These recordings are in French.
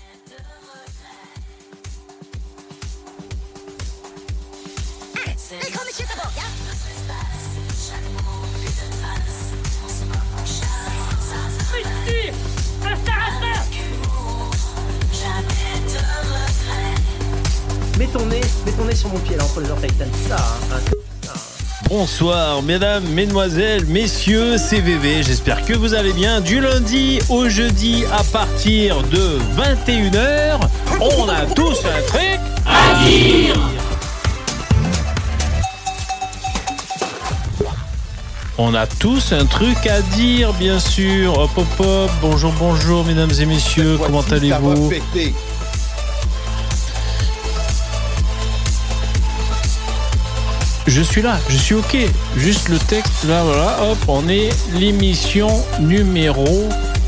Mets ton nez sur mon pied là entre les orteils, t'aimes ça, hein. Bonsoir mesdames, mesdemoiselles, messieurs, c'est VV, j'espère que vous allez bien. Du lundi au jeudi à partir de 21h, on a tous un truc à dire. On a tous un truc à dire, bien sûr. Hop hop hop, bonjour mesdames et messieurs, comment allez-vous ? Je suis là, je suis ok. Juste le texte, là, voilà, hop, on est l'émission numéro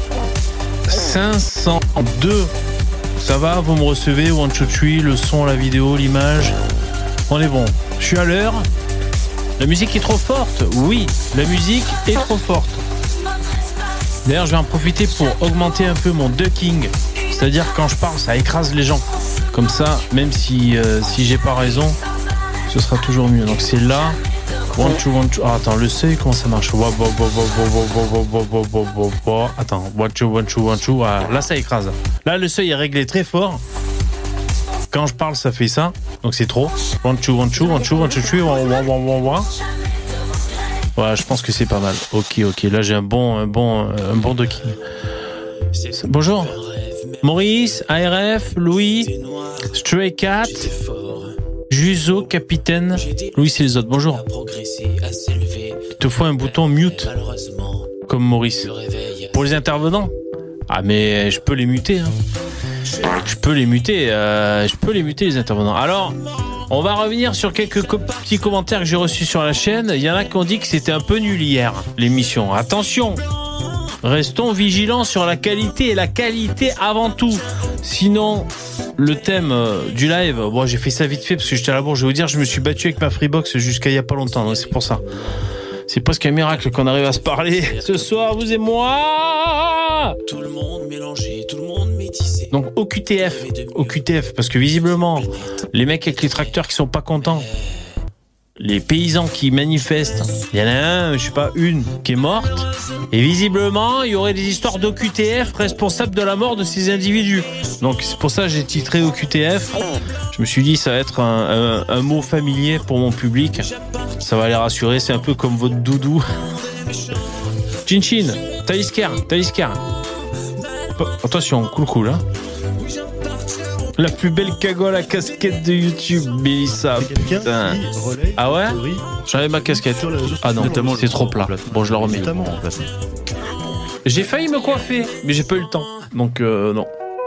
502. Ça va, vous me recevez, one, two, three, le son, la vidéo, l'image. On est bon. Je suis à l'heure. La musique est trop forte. Oui, la musique est trop forte. D'ailleurs, je vais en profiter pour augmenter un peu mon ducking. C'est-à-dire, quand je parle, ça écrase les gens. Comme ça, même si j'ai pas raison, ce sera toujours mieux. Donc c'est là. One, two. Ah, attends, le seuil, comment ça marche? Attends, one, two. Ah, là, ça écrase. Là, le seuil est réglé très fort. Quand je parle, ça fait ça. Donc c'est trop. One, two, three. Voilà, je pense que c'est pas mal. Ok. Là, j'ai un bon ducking. Bonjour. Maurice, ARF, Louis, Stray Cat, Juzo, Capitaine, Louis et les autres. Bonjour. Il te faut un bouton mute, comme Maurice. Pour les intervenants. Ah, mais je peux les muter. Je peux les muter les intervenants. Alors, on va revenir sur quelques petits commentaires que j'ai reçus sur la chaîne. Il y en a qui ont dit que c'était un peu nul hier, l'émission. Attention, restons vigilants sur la qualité et la qualité avant tout. Sinon, le thème du live, bon, j'ai fait ça vite fait parce que j'étais à la bourre. Je vais vous dire, je me suis battu avec ma Freebox jusqu'à il y a pas longtemps. Donc c'est pour ça. C'est presque un miracle qu'on arrive à se parler ce soir, vous et moi. Tout le monde mélangé, tout le monde métissé. Donc au QTF, parce que visiblement, les mecs avec les tracteurs qui sont pas contents, les paysans qui manifestent, il y en a une qui est morte, et visiblement, il y aurait des histoires d'OQTF responsables de la mort de ces individus. Donc c'est pour ça que j'ai titré OQTF. Je me suis dit, ça va être un mot familier pour mon public. Ça va les rassurer, c'est un peu comme votre doudou. Chin, Talisker. Attention, cool, hein. La plus belle cagole à casquette de YouTube, Mélissa. Putain. Ah ouais? J'avais ma casquette. Ah non, c'est trop plat. Bon, je la remets. J'ai failli me coiffer, mais j'ai pas eu le temps. Donc, non.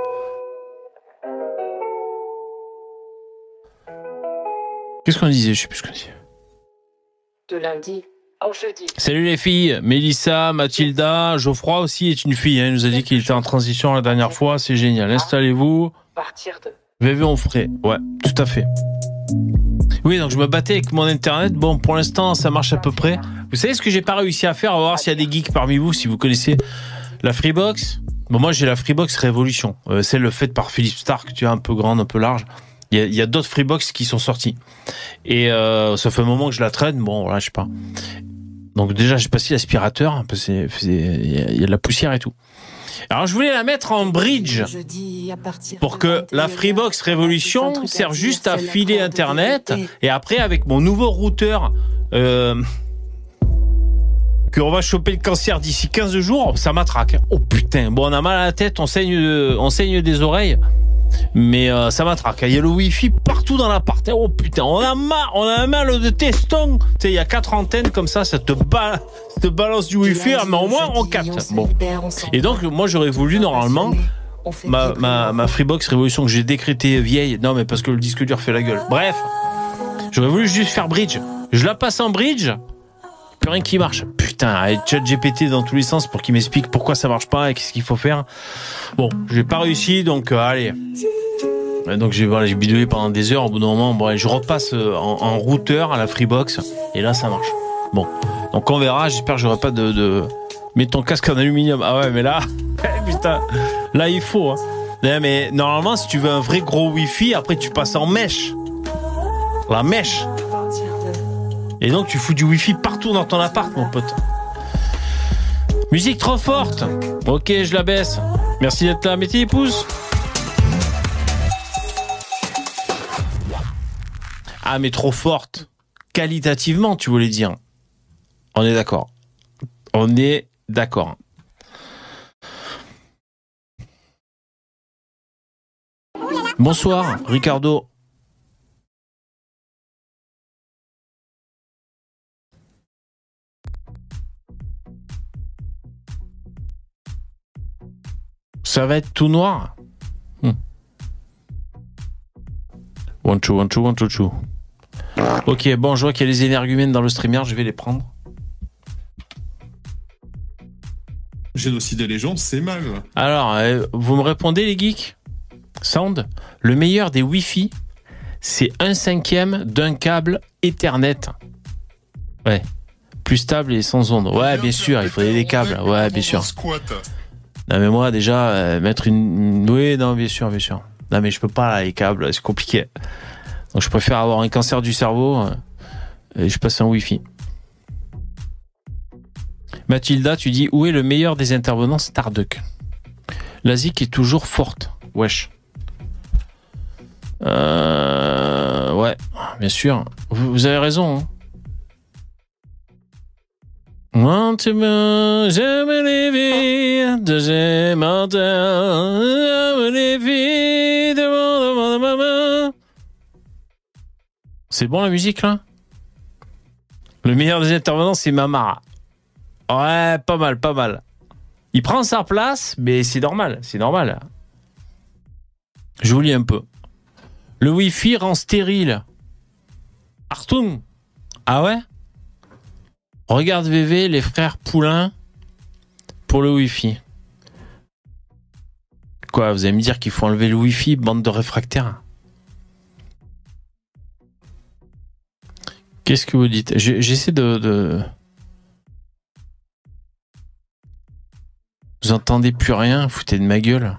Qu'est-ce qu'on disait? Je sais plus ce qu'on disait. De lundi au jeudi. Salut les filles, Mélissa, Mathilda, Geoffroy aussi est une fille. Il nous a dit qu'il était en transition la dernière fois. C'est génial. Installez-vous. Partir de... VV on ferait. Ouais, tout à fait. Oui, donc je me battais avec mon internet. Bon, pour l'instant, ça marche à peu près. Vous savez ce que j'ai pas réussi à faire? On va voir s'il y a des geeks parmi vous, si vous connaissez la Freebox. Bon, moi, j'ai la Freebox Révolution. Celle faite par Philippe Stark, tu vois, un peu grande, un peu large. Il y a d'autres Freebox qui sont sortis. Et ça fait un moment que je la traîne. Bon, voilà, je sais pas. Donc déjà, j'ai passé l'aspirateur. Parce que il y a de la poussière et tout. Alors je voulais la mettre en bridge pour que la Freebox Révolution serve juste à filer Internet, et après avec mon nouveau routeur qu'on va choper le cancer d'ici 15 jours, ça m'attraque. Oh putain, bon, on a mal à la tête, on saigne des oreilles, mais ça m'attraque. Il y a le Wi-Fi partout dans l'appart. Oh putain, on a un mal de teston. Tu sais, il y a 4 antennes comme ça te balance du Wi-Fi, mais au moins on capte. Bon. Et donc moi j'aurais voulu normalement ma Freebox Révolution que j'ai décrétée vieille. Non, mais parce que le disque dur fait la gueule. Bref, j'aurais voulu juste faire bridge. Je la passe en bridge. Plus rien qui marche. Putain, avec ChatGPT dans tous les sens pour qu'il m'explique pourquoi ça marche pas et qu'est-ce qu'il faut faire. Bon, j'ai pas réussi, donc allez. Donc j'ai bidouillé pendant des heures. Au bout d'un moment, bon, je repasse en routeur à la Freebox et là ça marche. Bon, donc on verra. J'espère que j'aurai pas de... Mets ton casque en aluminium. Ah ouais, mais là, putain, là il faut. Hein. Non, mais normalement, si tu veux un vrai gros Wi-Fi, après tu passes en mèche. La mèche. Et donc tu fous du Wi-Fi partout dans ton appart, mon pote. Musique trop forte. Ok, je la baisse. Merci d'être là, mettez les pouces. Ah, mais trop forte. Qualitativement, tu voulais dire. On est d'accord. On est d'accord. Bonsoir, Ricardo. Ça va être tout noir. One, two, one, two, one, two, two. Ok, bon, je vois qu'il y a les énergumènes dans le streamer, je vais les prendre. Génocider les gens, c'est mal. Alors, vous me répondez, les geeks? Sound, le meilleur des Wi-Fi, c'est 1/5 d'un câble Ethernet. Ouais. Plus stable et sans onde. Ouais, bien sûr, il faudrait des câbles. Ouais, bien sûr. Non, mais moi, déjà, mettre une... Oui, non, bien sûr, bien sûr. Non, mais je peux pas, là, les câbles, c'est compliqué. Donc, je préfère avoir un cancer du cerveau et je passe un Wi-Fi. Mathilda, tu dis, où est le meilleur des intervenants? Starduck. La zik est toujours forte. Wesh. Ouais, bien sûr. Vous avez raison. Hein. C'est bon la musique là? Le meilleur des intervenants c'est Mamara. Ouais, pas mal, pas mal. Il prend sa place, mais c'est normal, c'est normal. Je vous lis un peu. Le Wi-Fi rend stérile. Artung. Ah ouais? Regarde VV, les frères Poulain pour le Wi-Fi. Quoi, vous allez me dire qu'il faut enlever le Wi-Fi, bande de réfractaires? Qu'est-ce que vous dites? J'essaie de... Vous entendez plus rien? Foutez de ma gueule.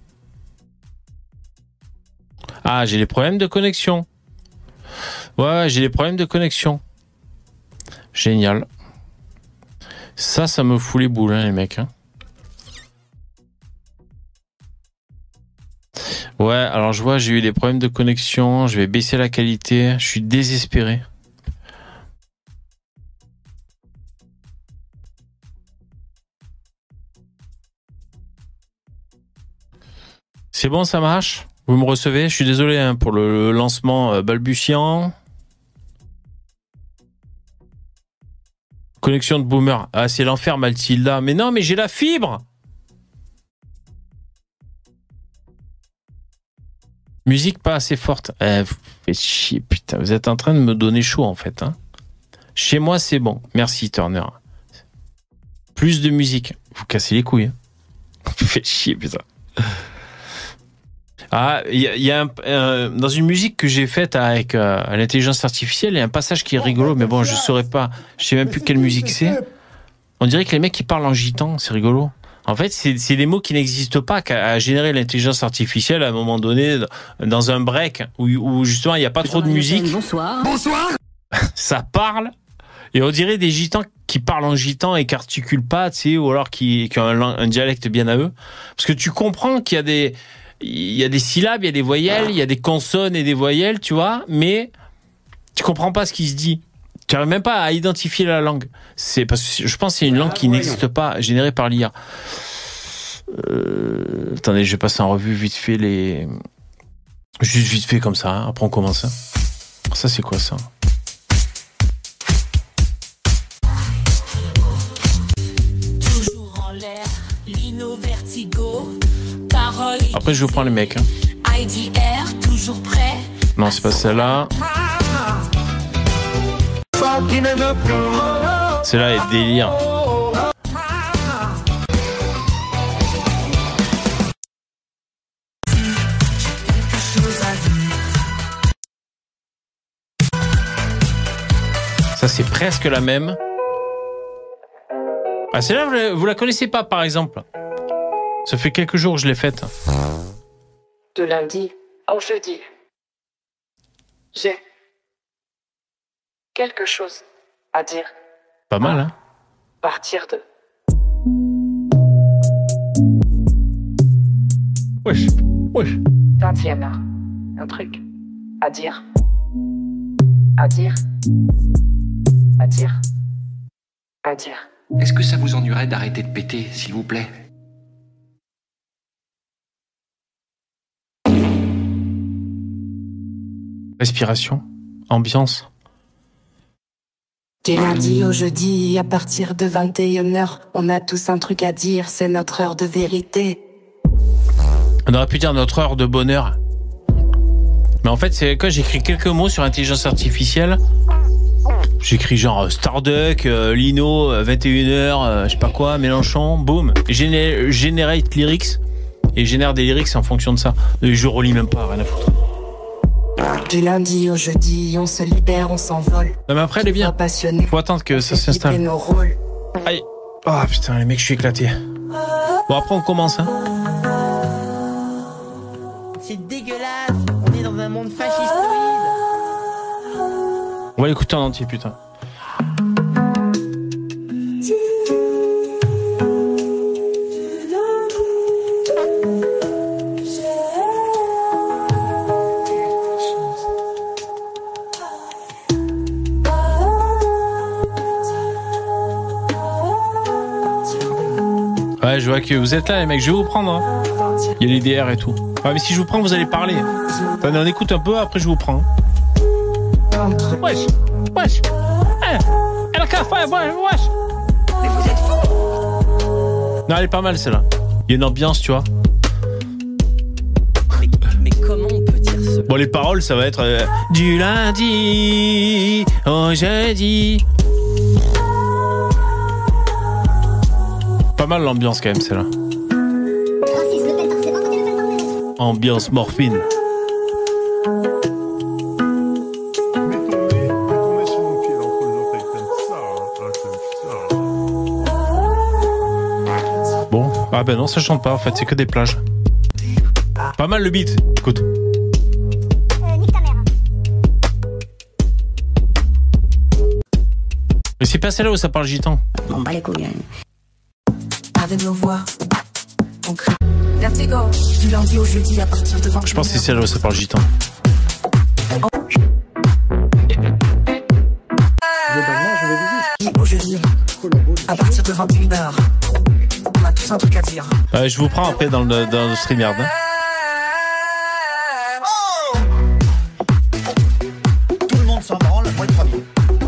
Ah, j'ai des problèmes de connexion. Ouais, j'ai des problèmes de connexion. Génial. Ça me fout les boules, hein, les mecs. Hein. Ouais, alors je vois, j'ai eu des problèmes de connexion. Je vais baisser la qualité. Je suis désespéré. C'est bon, ça marche? Vous me recevez? Je suis désolé hein, pour le lancement balbutiant. Connexion de boomer. Ah, c'est l'enfer, Mathilda. Mais non, mais j'ai la fibre. Musique pas assez forte. Vous faites chier, putain. Vous êtes en train de me donner chaud, en fait. Hein. Chez moi, c'est bon. Merci, Turner. Plus de musique. Vous cassez les couilles. Hein. Vous faites chier, putain. Ah, il y a dans une musique que j'ai faite avec l'intelligence artificielle, il y a un passage qui est rigolo, mais bon, je saurais pas, je sais même plus quelle musique c'est. On dirait que les mecs qui parlent en gitan, c'est rigolo. En fait, c'est des mots qui n'existent pas qu'à générer l'intelligence artificielle à un moment donné dans un break où justement il y a pas trop de musique. Bonsoir. Ça parle et on dirait des gitans qui parlent en gitan et qui articulent pas, tu sais, ou alors qui ont un dialecte bien à eux. Parce que tu comprends qu'il y a des syllabes, il y a des voyelles, il y a des consonnes et des voyelles, tu vois, mais tu comprends pas ce qui se dit. Tu n'arrives même pas à identifier la langue. C'est parce que je pense que c'est une langue qui n'existe pas, générée par l'IA. Attendez, je vais passer en revue vite fait les... Juste vite fait comme ça, hein. Après on commence. Ça c'est quoi ça? Toujours en l'air, Lino Vertigo. Après je vous prends les mecs. Hein. IDR, toujours prêt. Non, c'est pas celle-là. Celle-là est délire. Ça c'est presque la même. Ah, celle-là vous la connaissez pas par exemple. Ça fait quelques jours que je l'ai faite. de lundi au jeudi. J'ai quelque chose à dire. Pas mal, hein? Partir de Wesh. 20e heure. Un truc à dire. À dire. À dire. À dire. Est-ce que ça vous ennuierait d'arrêter de péter, s'il vous plaît? Respiration. Ambiance. Du lundi au jeudi, à partir de 21h, on a tous un truc à dire, c'est notre heure de vérité. On aurait pu dire notre heure de bonheur. Mais en fait, c'est quand j'écris quelques mots sur intelligence artificielle. J'écris genre Starduck, Lino, 21h, je sais pas quoi, Mélenchon, boum. Generate lyrics. Et génère des lyrics en fonction de ça. Et je relis même pas, rien à foutre. Du lundi au jeudi, on se libère, on s'envole. Non mais après, elle est bien. Passionné. Faut attendre que ça s'installe. Nos rôles. Aïe. Oh putain, les mecs, je suis éclaté. Bon, après, on commence, hein. C'est dégueulasse. On est dans un monde fascistoïde. On va l'écouter en entier, putain. Ouais, je vois que vous êtes là, les mecs. Je vais vous prendre. Hein. Il y a les DR et tout. Ouais, mais si je vous prends, vous allez parler. Attendez, on écoute un peu, après je vous prends. Wesh. Elle a qu'à faire, wesh. Mais vous êtes fous. Non, elle est pas mal, celle-là. Il y a une ambiance, tu vois. Mais comment on peut dire ça? Bon, les paroles, ça va être du lundi au jeudi. Pas mal l'ambiance quand même, celle-là. Ambiance morphine. Mettons-les sur mon pied entre les orteils. T'aimes ça? Bon, ah ben non, ça chante pas en fait, c'est que des plages. Pas mal le beat, écoute. Nique ta mère. Mais c'est pas celle-là où ça parle gitan. On bat les couilles. Avec nos voix, on crie. Vertigo, du lundi au jeudi à partir de 20h. Je pense que c'est celle-là où ça parle gitan. Au jeudi, à partir de 21h, on a tous un truc à dire. Je vous prends après dans le StreamYard. Hein. Tout le monde s'en branle, moi le premier.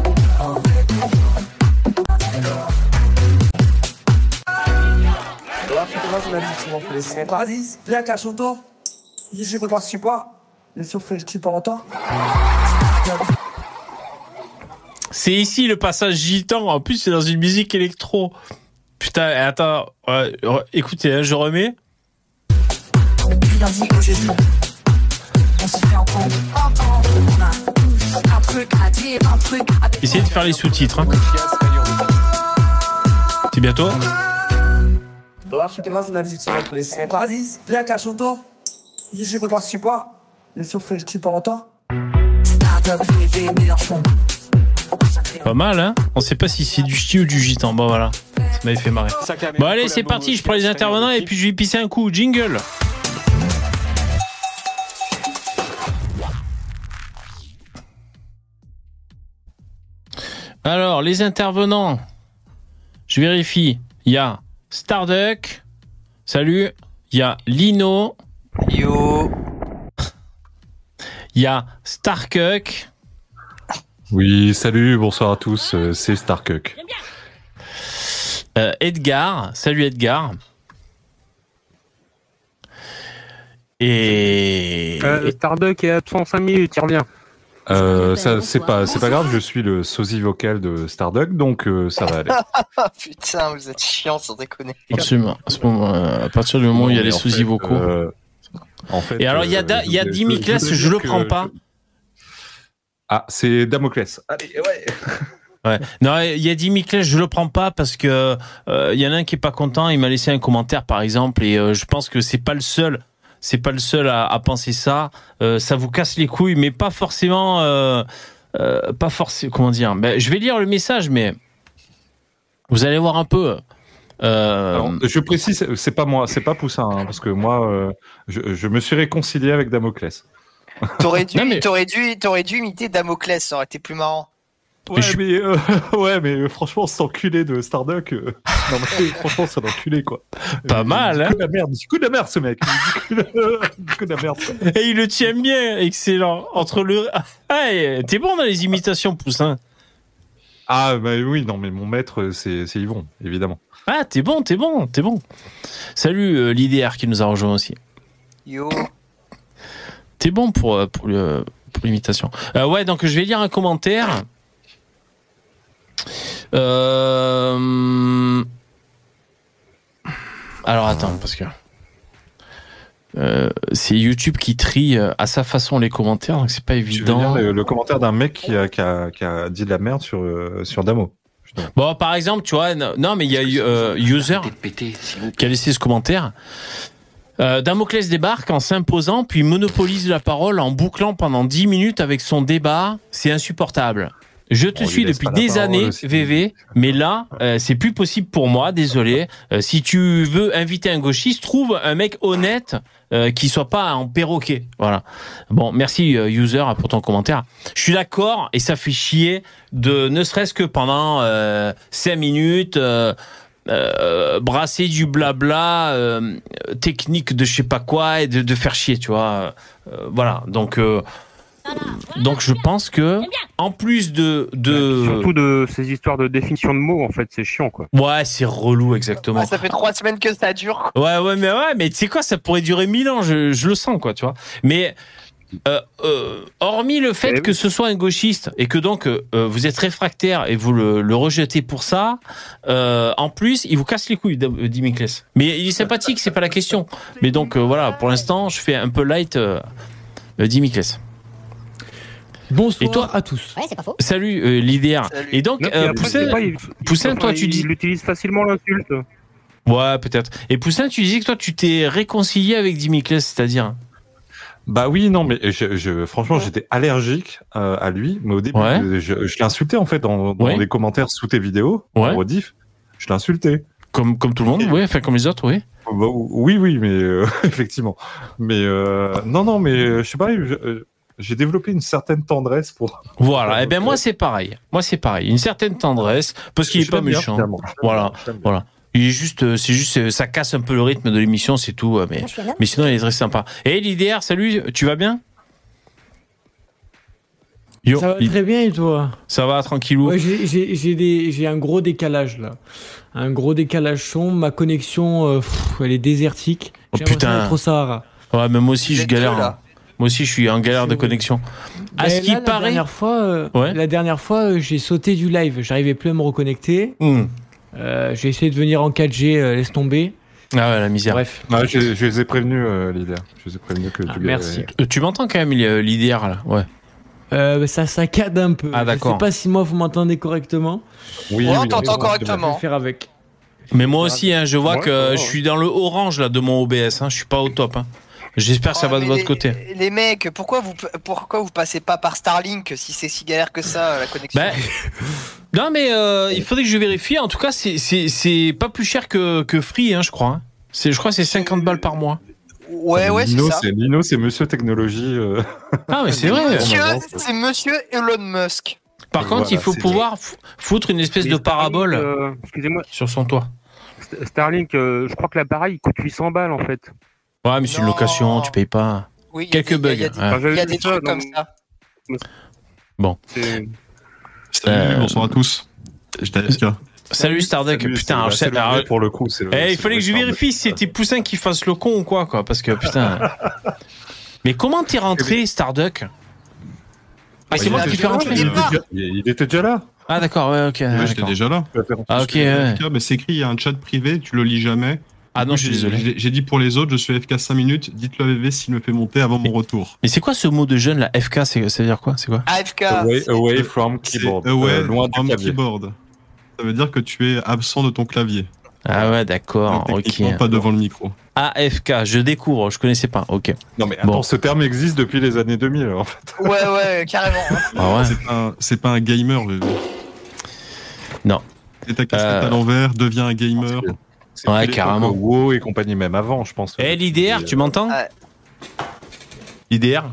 C'est ici le passage gitan. En plus, c'est dans une musique électro. Putain, attends. Écoutez, hein, je remets. Du lundi au jeudi, on se fait entendre. On a tous un truc à dire, un truc à dire. Essayez de faire les sous-titres. Hein. C'est bientôt. Startup, VV, Mélenchon. Pas mal, hein. On sait pas si c'est du ch'ti ou du gitan. Bon, voilà. Ça m'avait fait marrer. Bon, allez, c'est parti. Je prends les intervenants et puis je vais pisser un coup. Jingle. Alors, les intervenants. Je vérifie. Il y a Starduck. Salut. Il y a Lino. Yo. Il y a Starkuck. Oui, salut, bonsoir à tous, c'est Starkuck. Edgar. Salut Edgar. Et Starduck est absent 5 minutes, il revient. Ça, c'est pas grave, je suis le sosie vocal de Starduck, donc ça va aller. Putain, vous êtes chiant sans déconner. absolument. À ce moment, à partir du moment où il y a les sosies vocaux. En fait, Et alors il y a Dimiclès, je le prends pas. Ah, c'est Damoclès. Allez, ouais. Ouais. Non, il y a Dimiclès, je le prends pas parce que il y en a un qui est pas content. Il m'a laissé un commentaire par exemple et je pense que c'est pas le seul. c'est pas le seul à penser ça. Ça vous casse les couilles, mais pas forcément. Comment dire, je vais lire le message, mais vous allez voir un peu. Alors, je précise, c'est pas moi, c'est pas Poussin, hein, parce que moi, je me suis réconcilié avec Damoclès. T'aurais dû imiter Damoclès, ça aurait été plus marrant. Mais franchement, cet enculé de Starduck, non mais franchement, c'est un enculé quoi. Pas mal, hein. Il dit que de la merde, ce mec. Il dit que de la merde. Quoi. Et il le tient bien, excellent. Entre le, t'es bon dans les imitations, Poussin. Ah bah oui, non mais mon maître, c'est Yvon, évidemment. Ah, t'es bon. Salut l'IDR qui nous a rejoint aussi. Yo. T'es bon pour l'imitation. Ouais, donc je vais lire un commentaire. Alors attends, parce que c'est YouTube qui trie à sa façon les commentaires, donc c'est pas évident. Je veux dire le commentaire d'un mec qui a dit de la merde sur Damo. Bon, par exemple, tu vois, non, mais il y a User qui a laissé ce commentaire. Damoclès débarque en s'imposant, puis monopolise la parole en bouclant pendant 10 minutes avec son débat. C'est insupportable. Je te suis depuis des années, VV, mais là, c'est plus possible pour moi, désolé. Si tu veux inviter un gauchiste, trouve un mec honnête qui soit pas en perroquet. Voilà. Bon, merci User pour ton commentaire. Je suis d'accord, et ça fait chier de ne serait-ce que pendant 5 minutes brasser du blabla technique de je sais pas quoi et de faire chier, tu vois. Voilà. Donc je pense que en plus de surtout de ces histoires de définition de mots, en fait, c'est chiant quoi. Ouais, c'est relou, exactement. Ouais, ça fait 3 semaines que ça dure. Mais tu sais quoi, ça pourrait durer 1000 ans, je le sens quoi, tu vois. Mais hormis le fait que ce soit un gauchiste et que donc vous êtes réfractaire et vous le rejetez pour ça, en plus il vous casse les couilles, Dimiclès. Mais il est sympathique, c'est pas la question. Mais donc voilà, pour l'instant je fais un peu light Dimiclès. Bonsoir et toi, à tous. Ouais, c'est pas faux. Salut l'IDR. Et donc Poussin, toi tu dis il utilise facilement l'insulte. Ouais, peut-être. Et Poussin, tu disais que toi tu t'es réconcilié avec Dimiclès, c'est-à-dire? Bah oui, non, mais franchement, j'étais allergique à lui, mais au début, je l'ai insulté en fait dans les commentaires sous tes vidéos, en rediff, je l'ai insulté. Comme tout le monde, oui, enfin comme les autres, oui. Bah, oui, mais effectivement. Mais non, mais je sais pas, j'ai développé une certaine tendresse pour. Voilà, et ben moi c'est pareil. Une certaine tendresse parce qu'il est pas méchant. Voilà. Il est juste, ça casse un peu le rythme de l'émission, c'est tout. Mais sinon, il est très sympa. Et l'IDR, salut, tu vas bien? Yo, ça va très bien et toi? Ça va, tranquillou. Ouais, j'ai un gros décalage là. Un gros décalage son. Ma connexion, elle est désertique. Oh putain. Trop Sahara. Ouais, mais moi aussi, je galère. Hein. Moi aussi, je suis en galère de connexion. À ce qui paraît. La dernière fois, j'ai sauté du live. J'arrivais plus à me reconnecter. J'ai essayé de venir en 4G, laisse tomber. Ah ouais, la misère. Bref. Ah, je les ai prévenus, l'IDR. Je les ai prévenus que tu merci. Tu m'entends quand même, l'IDR, là? Ouais. Ça saccade un peu. Ah, d'accord. Je sais pas si moi, vous m'entendez correctement. Oui, on t'entend correctement. Je vais faire avec. Mais moi aussi, hein, je vois que je suis dans le orange, là, de mon OBS. Hein. Je suis pas au top. Hein. J'espère que ça va de votre côté. Les mecs, pourquoi vous passez pas par Starlink si c'est si galère que ça, la connexion? Non, mais il faudrait que je vérifie. En tout cas, c'est pas plus cher que Free, hein, je crois. Hein. Je crois que c'est 50 balles par mois. Ouais, c'est ça. Lino, c'est Monsieur Technologie. Ah, mais c'est vrai. C'est Monsieur Elon Musk. Par contre, il faut pouvoir foutre une espèce de parabole sur son toit. Starlink, je crois que l'appareil il coûte 800 balles en fait. Ouais, mais c'est une location, tu payes pas. Oui, quelques bugs. Il y a des trucs comme ça. Bon. Salut, bonsoir à tous. Salut Starduck. Putain, pour le coup, il fallait que je vérifie si c'était Poussin qui fasse le con ou quoi, parce que putain. Mais comment t'es rentré, Starduck? Ah, c'est moi qui t'ai rentré. Il était déjà là. Ah d'accord, ouais, ok. Ouais, j'étais déjà là. Ah ok. Ouais. Mais c'est écrit, il y a un chat privé, tu le lis jamais. Ah non, je suis désolé. J'ai dit pour les autres, je suis FK 5 minutes, dites-le à VV s'il me fait monter avant mon retour. Mais c'est quoi ce mot de jeune là? FK, ça veut dire quoi? C'est quoi? AFK. Away from keyboard. Away loin from du clavier. keyboard. Ça veut dire que tu es absent de ton clavier. Ah ouais, d'accord. Ok. Pas devant le micro. AFK, je découvre, je connaissais pas. Ok. Non mais attends, ce terme existe depuis les années 2000 en fait. Ouais, carrément. Ah ouais. C'est pas un gamer. Non. Et ta casquette à l'envers, deviens un gamer. Ouais, carrément. WoW et compagnie, même avant, je pense. l'IDR, tu m'entends? l'IDR,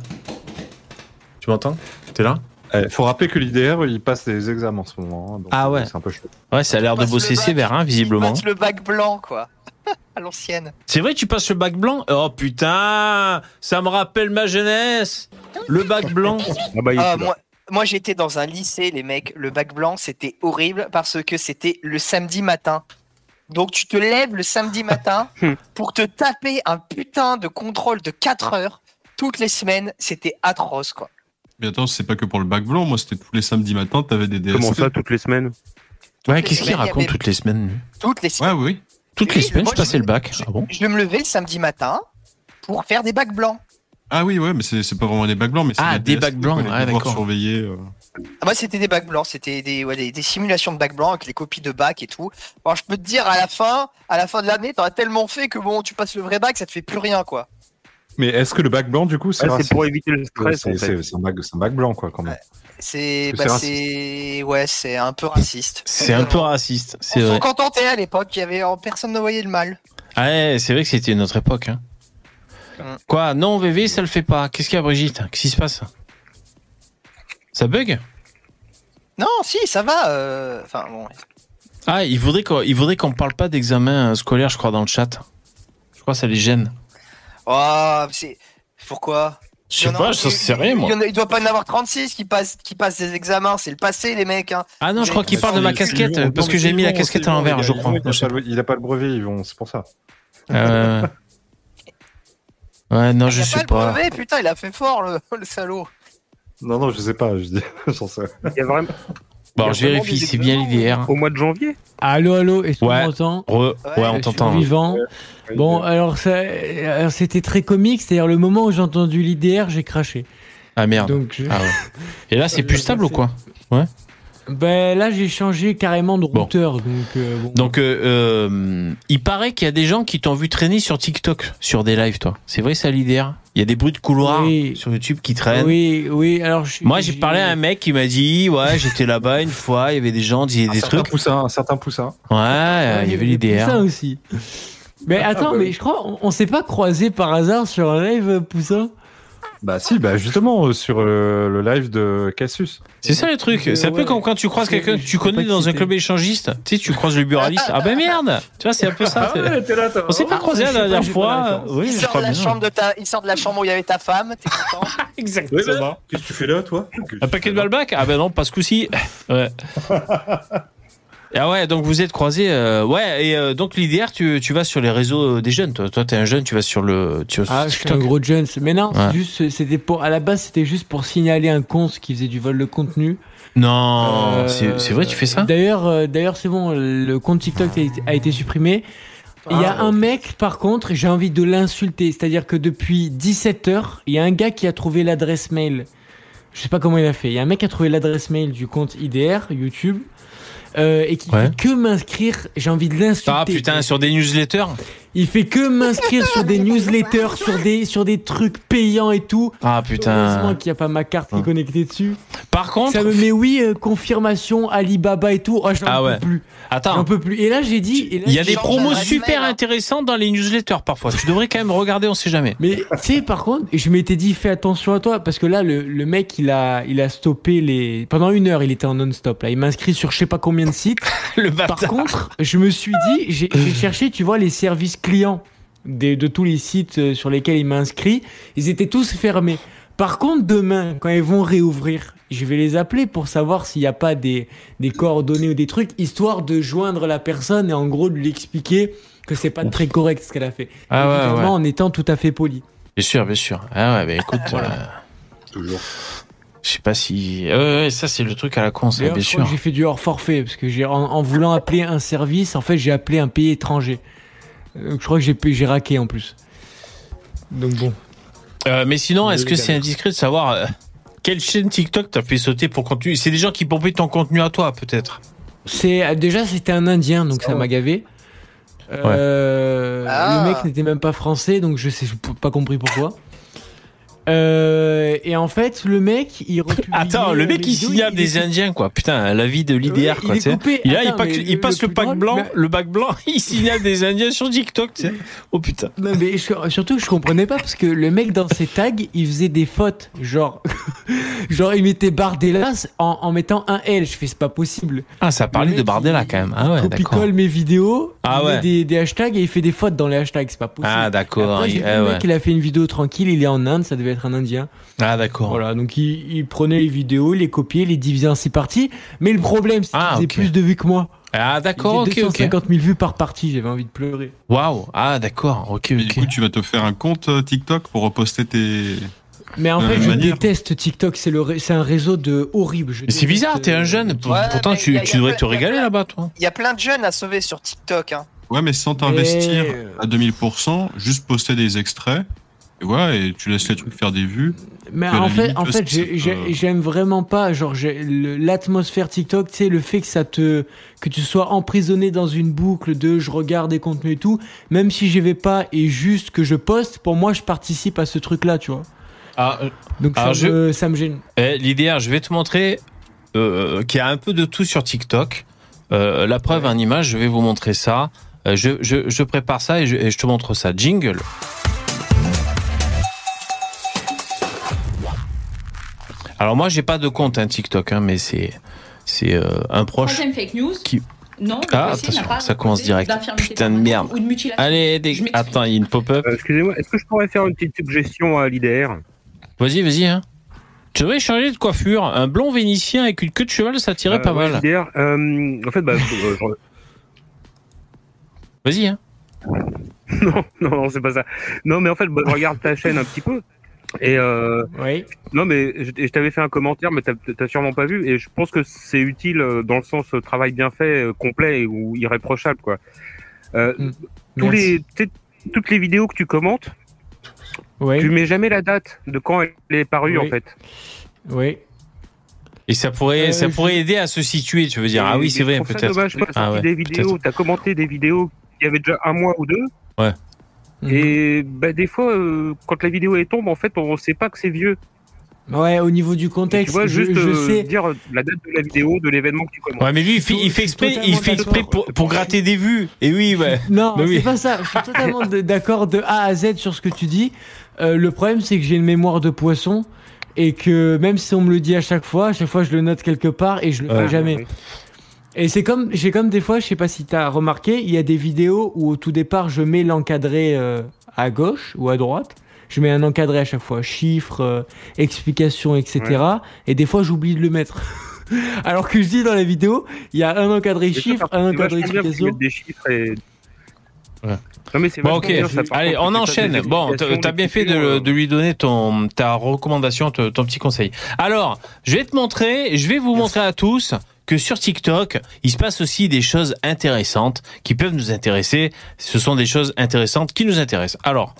tu m'entends? T'es là? Faut rappeler que l'IDR, il passe des examens en ce moment. Donc ah ouais. C'est un peu chaud. Ouais, ça a l'air de bosser sévère, hein, visiblement. Tu passes le bac blanc, quoi. À l'ancienne. C'est vrai, tu passes le bac blanc? Oh putain, ça me rappelle ma jeunesse. Le bac blanc. Moi, j'étais dans un lycée, les mecs. Le bac blanc, c'était horrible parce que c'était le samedi matin. Donc, tu te lèves le samedi matin pour te taper un putain de contrôle de 4 heures toutes les semaines. C'était atroce, quoi. Mais attends, c'est pas que pour le bac blanc. Moi, c'était tous les samedis matins, t'avais des DST. Comment ça, toutes les semaines? Ouais, qu'est-ce qu'il raconte toutes les semaines? Toutes les semaines. Ouais, oui. Toutes les semaines, je passais le bac. Je me levais le samedi matin pour faire des bacs blancs. Ah oui, ouais, mais c'est pas vraiment des bacs blancs, mais c'est des bacs blancs, d'accord. Surveiller. Moi, c'était des bacs blancs, c'était des simulations de bacs blancs avec les copies de bac et tout. Alors, je peux te dire, à la fin de l'année, t'aurais tellement fait que bon, tu passes le vrai bac, ça te fait plus rien, quoi. Mais est-ce que le bac blanc, du coup, c'est pour éviter le stress, en fait. C'est un bac blanc, quoi, quand même. C'est un peu raciste. C'est un peu raciste, c'est vrai. On s'en contentait à l'époque, personne ne voyait le mal. Ah ouais, c'est vrai que c'était notre époque, hein. Quoi? Non, VV, ça le fait pas. Qu'est-ce qu'il y a, Brigitte? Qu'est-ce qui se passe? Ça bug? Non, si, ça va. Enfin, bon. Ah, il voudrait qu'on parle pas d'examen scolaire, je crois, dans le chat. Je crois que ça les gêne. Oh, pourquoi? Je sais pas, je sais rien, moi. Il doit pas y en avoir 36 qui passent des examens, c'est le passé, les mecs. Hein. Ah non, je crois qu'il parle de ma casquette, parce que j'ai mis la casquette à l'envers, je crois. Il a pas le brevet, c'est pour ça. Ouais, non, je sais pas. Brevet, putain, il a fait fort, le salaud. Non, je sais pas, je dis. J'en sais. Il y a vraiment. Bon, je vérifie, c'est bien l'IDR. Au mois de janvier? Allô, est-ce qu'on m'entend? Ouais, on t'entend. Vivant. Bon, alors c'était très comique, c'est-à-dire le moment où j'ai entendu l'IDR, j'ai craché. Ah merde. Donc, ah ouais. Et là, c'est plus stable ou quoi? Ouais. Ben là, j'ai changé carrément de routeur. Donc, il paraît qu'il y a des gens qui t'ont vu traîner sur TikTok, sur des lives, toi. C'est vrai ça, l'IDR? Il y a des bruits de couloir sur YouTube qui traînent. Oui. Alors, moi, j'ai parlé à un mec qui m'a dit, ouais, j'étais là-bas une fois, il y avait des gens, disaient des trucs. Un certain Poussin. Ouais, il y avait l'IDR. Poussin aussi. Mais attends, mais je crois, on s'est pas croisé par hasard sur un live, Poussin? Bah si, justement sur le live de Cassius. C'est ça le truc. C'est un peu comme quand tu croises quelqu'un que tu connais dans un club échangiste. Tu sais, tu croises le buraliste. Ah ben merde. Tu vois, c'est un peu ça. On s'est pas croisé la dernière fois. Oui, il sort de la chambre où il y avait ta femme. T'es content? Exactement. Qu'est-ce que tu fais là, toi? Un paquet de balbac? Ah ben non, pas ce coup-ci. Ouais. Ah ouais, donc vous êtes croisés. Donc l'IDR, tu vas sur les réseaux des jeunes. Toi, t'es un jeune, tu vas sur le. Je suis un gros jeune. Mais non, à la base, c'était juste pour signaler un compte qui faisait du vol de contenu. Non, c'est vrai, tu fais ça? D'ailleurs, c'est bon, le compte TikTok a été supprimé. Il y a un mec, par contre, j'ai envie de l'insulter. C'est-à-dire que depuis 17h, il y a un gars qui a trouvé l'adresse mail. Je sais pas comment il a fait. Il y a un mec qui a trouvé l'adresse mail du compte IDR, YouTube. Et qui fait que m'inscrire, j'ai envie de l'insulter. Ah putain, sur des newsletters? Il fait que m'inscrire sur des newsletters, sur des trucs payants et tout. Ah putain. Heureusement qu'il n'y a pas ma carte qui est connectée dessus. Par contre, ça me met confirmation Alibaba et tout. Oh, j'en peux plus. Attends. J'en peux plus. Et là, j'ai dit. Il y a des promos super intéressantes dans les newsletters parfois. Tu devrais quand même regarder, on sait jamais. Mais tu sais, par contre, je m'étais dit, fais attention à toi, parce que là, le mec, il a stoppé les. Pendant 1 heure, il était en non-stop. Là, il m'a inscrit sur je sais pas combien de sites. Le bâtard. Par contre, je me suis dit, j'ai cherché, tu vois, les services clients de tous les sites sur lesquels il m'a inscrit. Ils étaient tous fermés. Par contre, demain, quand ils vont réouvrir, je vais les appeler pour savoir s'il n'y a pas des coordonnées ou des trucs, histoire de joindre la personne et en gros de lui expliquer que c'est pas très correct ce qu'elle a fait. Évidemment, en étant tout à fait poli. Bien sûr, bien sûr. Ah ouais, écoute. Toujours. Je sais pas si. Ça, c'est le truc à la con, ça, bien sûr. J'ai fait du hors forfait parce que en voulant appeler un service, en fait, j'ai appelé un pays étranger. Donc, je crois que j'ai raqué en plus. Donc bon. Mais sinon, est-ce que c'est indiscret de savoir quelle chaîne TikTok t'as fait sauter pour contenu? C'est des gens qui pompaient ton contenu à toi, peut-être? Déjà, c'était un Indien, donc ça m'a gavé. Le mec n'était même pas français, donc je sais pas compris pourquoi. Et en fait, le mec, il republie. Attends, le mec, il signale des Indiens, quoi. Putain, la vie de l'IDR, quoi. Il passe le bac blanc, il signale des Indiens sur TikTok, tu sais. Oh putain. Non, mais surtout, je comprenais pas parce que le mec, dans ses tags, il faisait des fautes. Genre, il mettait Bardella en mettant un L. Je fais, c'est pas possible. Ah, ça parlait de Bardella quand même. Ah ouais, d'accord. Il colle mes vidéos, il met des hashtags et il fait des fautes dans les hashtags. C'est pas possible. Ah, d'accord. Après, le mec, il a fait une vidéo tranquille, il est en Inde, ça devait être un Indien. Ah d'accord. Voilà, donc il prenait les vidéos, il les copiait, les divisait en 6 parties. Mais le problème, c'est qu'il faisait plus de vues que moi. Ah d'accord, il faisait 250 000 vues par partie, j'avais envie de pleurer. Waouh, ah d'accord, ok. Du coup, tu vas te faire un compte TikTok pour reposter tes... Mais en fait, je déteste TikTok, c'est un réseau de horrible. C'est bizarre, t'es un jeune, pourtant tu devrais te régaler là-bas, toi. Il y a plein de jeunes à sauver sur TikTok. Hein. Ouais, mais sans t'investir à 2000%, juste poster des extraits. Et ouais, et tu laisses les trucs faire des vues. Mais en fait, j'aime vraiment pas, genre, l'atmosphère TikTok, tu sais, le fait que tu sois emprisonné dans une boucle de je regarde des contenus et tout, même si j'y vais pas et juste que je poste, pour moi, je participe à ce truc-là, tu vois. Donc ça me gêne. L'idée, je vais te montrer qu'il y a un peu de tout sur TikTok. La preuve en image, je vais vous montrer ça. Je prépare ça et je te montre ça. Jingle. Alors moi j'ai pas de compte TikTok, mais c'est un proche. Troisième fake news. Non, attention, ça commence direct. Putain de merde. Allez, attends, il y a une pop-up. Excusez-moi, est-ce que je pourrais faire une petite suggestion à l'IDR ? Vas-y. Hein. Tu devrais changer de coiffure. Un blond vénitien avec une queue de cheval, ça tirait pas mal. l'IDR, en fait, Vas-y. Hein. Non, c'est pas ça. Non, mais en fait, regarde ta chaîne un petit peu. Et oui. Non, mais je t'avais fait un commentaire, mais t'as sûrement pas vu. Et je pense que c'est utile dans le sens travail bien fait, complet ou irréprochable, quoi. Toutes les vidéos que tu commentes, tu mets jamais la date de quand elle est parue, en fait. Oui. Et ça pourrait aider à se situer, tu veux dire. Ah oui, c'est vrai, peut-être. C'est dommage, des vidéos, t'as commenté des vidéos il y avait déjà 1 mois ou 2. Ouais. Et des fois, quand la vidéo tombe, en fait, on sait pas que c'est vieux. Ouais, au niveau du contexte, tu vois, juste je sais dire la date de la vidéo, de l'événement que tu commentes. Ouais, mais lui, il fait exprès pour gratter des vues. Et oui, ouais. Non, c'est pas ça. Je suis totalement d'accord de A à Z sur ce que tu dis. Le problème, c'est que j'ai une mémoire de poisson et que même si on me le dit à chaque fois je le note quelque part et je le fais jamais. Ouais. Et j'ai comme des fois, je sais pas si t'as remarqué, il y a des vidéos où au tout départ je mets l'encadré à gauche ou à droite. Je mets un encadré à chaque fois, chiffres, explications, etc. Ouais. Et des fois j'oublie de le mettre. Alors que je dis dans la vidéo, il y a un encadré chiffre, un encadré explication. Des chiffres et... Ouais. Non mais c'est bon, ok. Bien, allez, on enchaîne. Bon, t'as bien fait de lui donner ta recommandation, ton petit conseil. Alors, je vais vous montrer à tous que sur TikTok, il se passe aussi des choses intéressantes qui peuvent nous intéresser. Ce sont des choses intéressantes qui nous intéressent. Alors,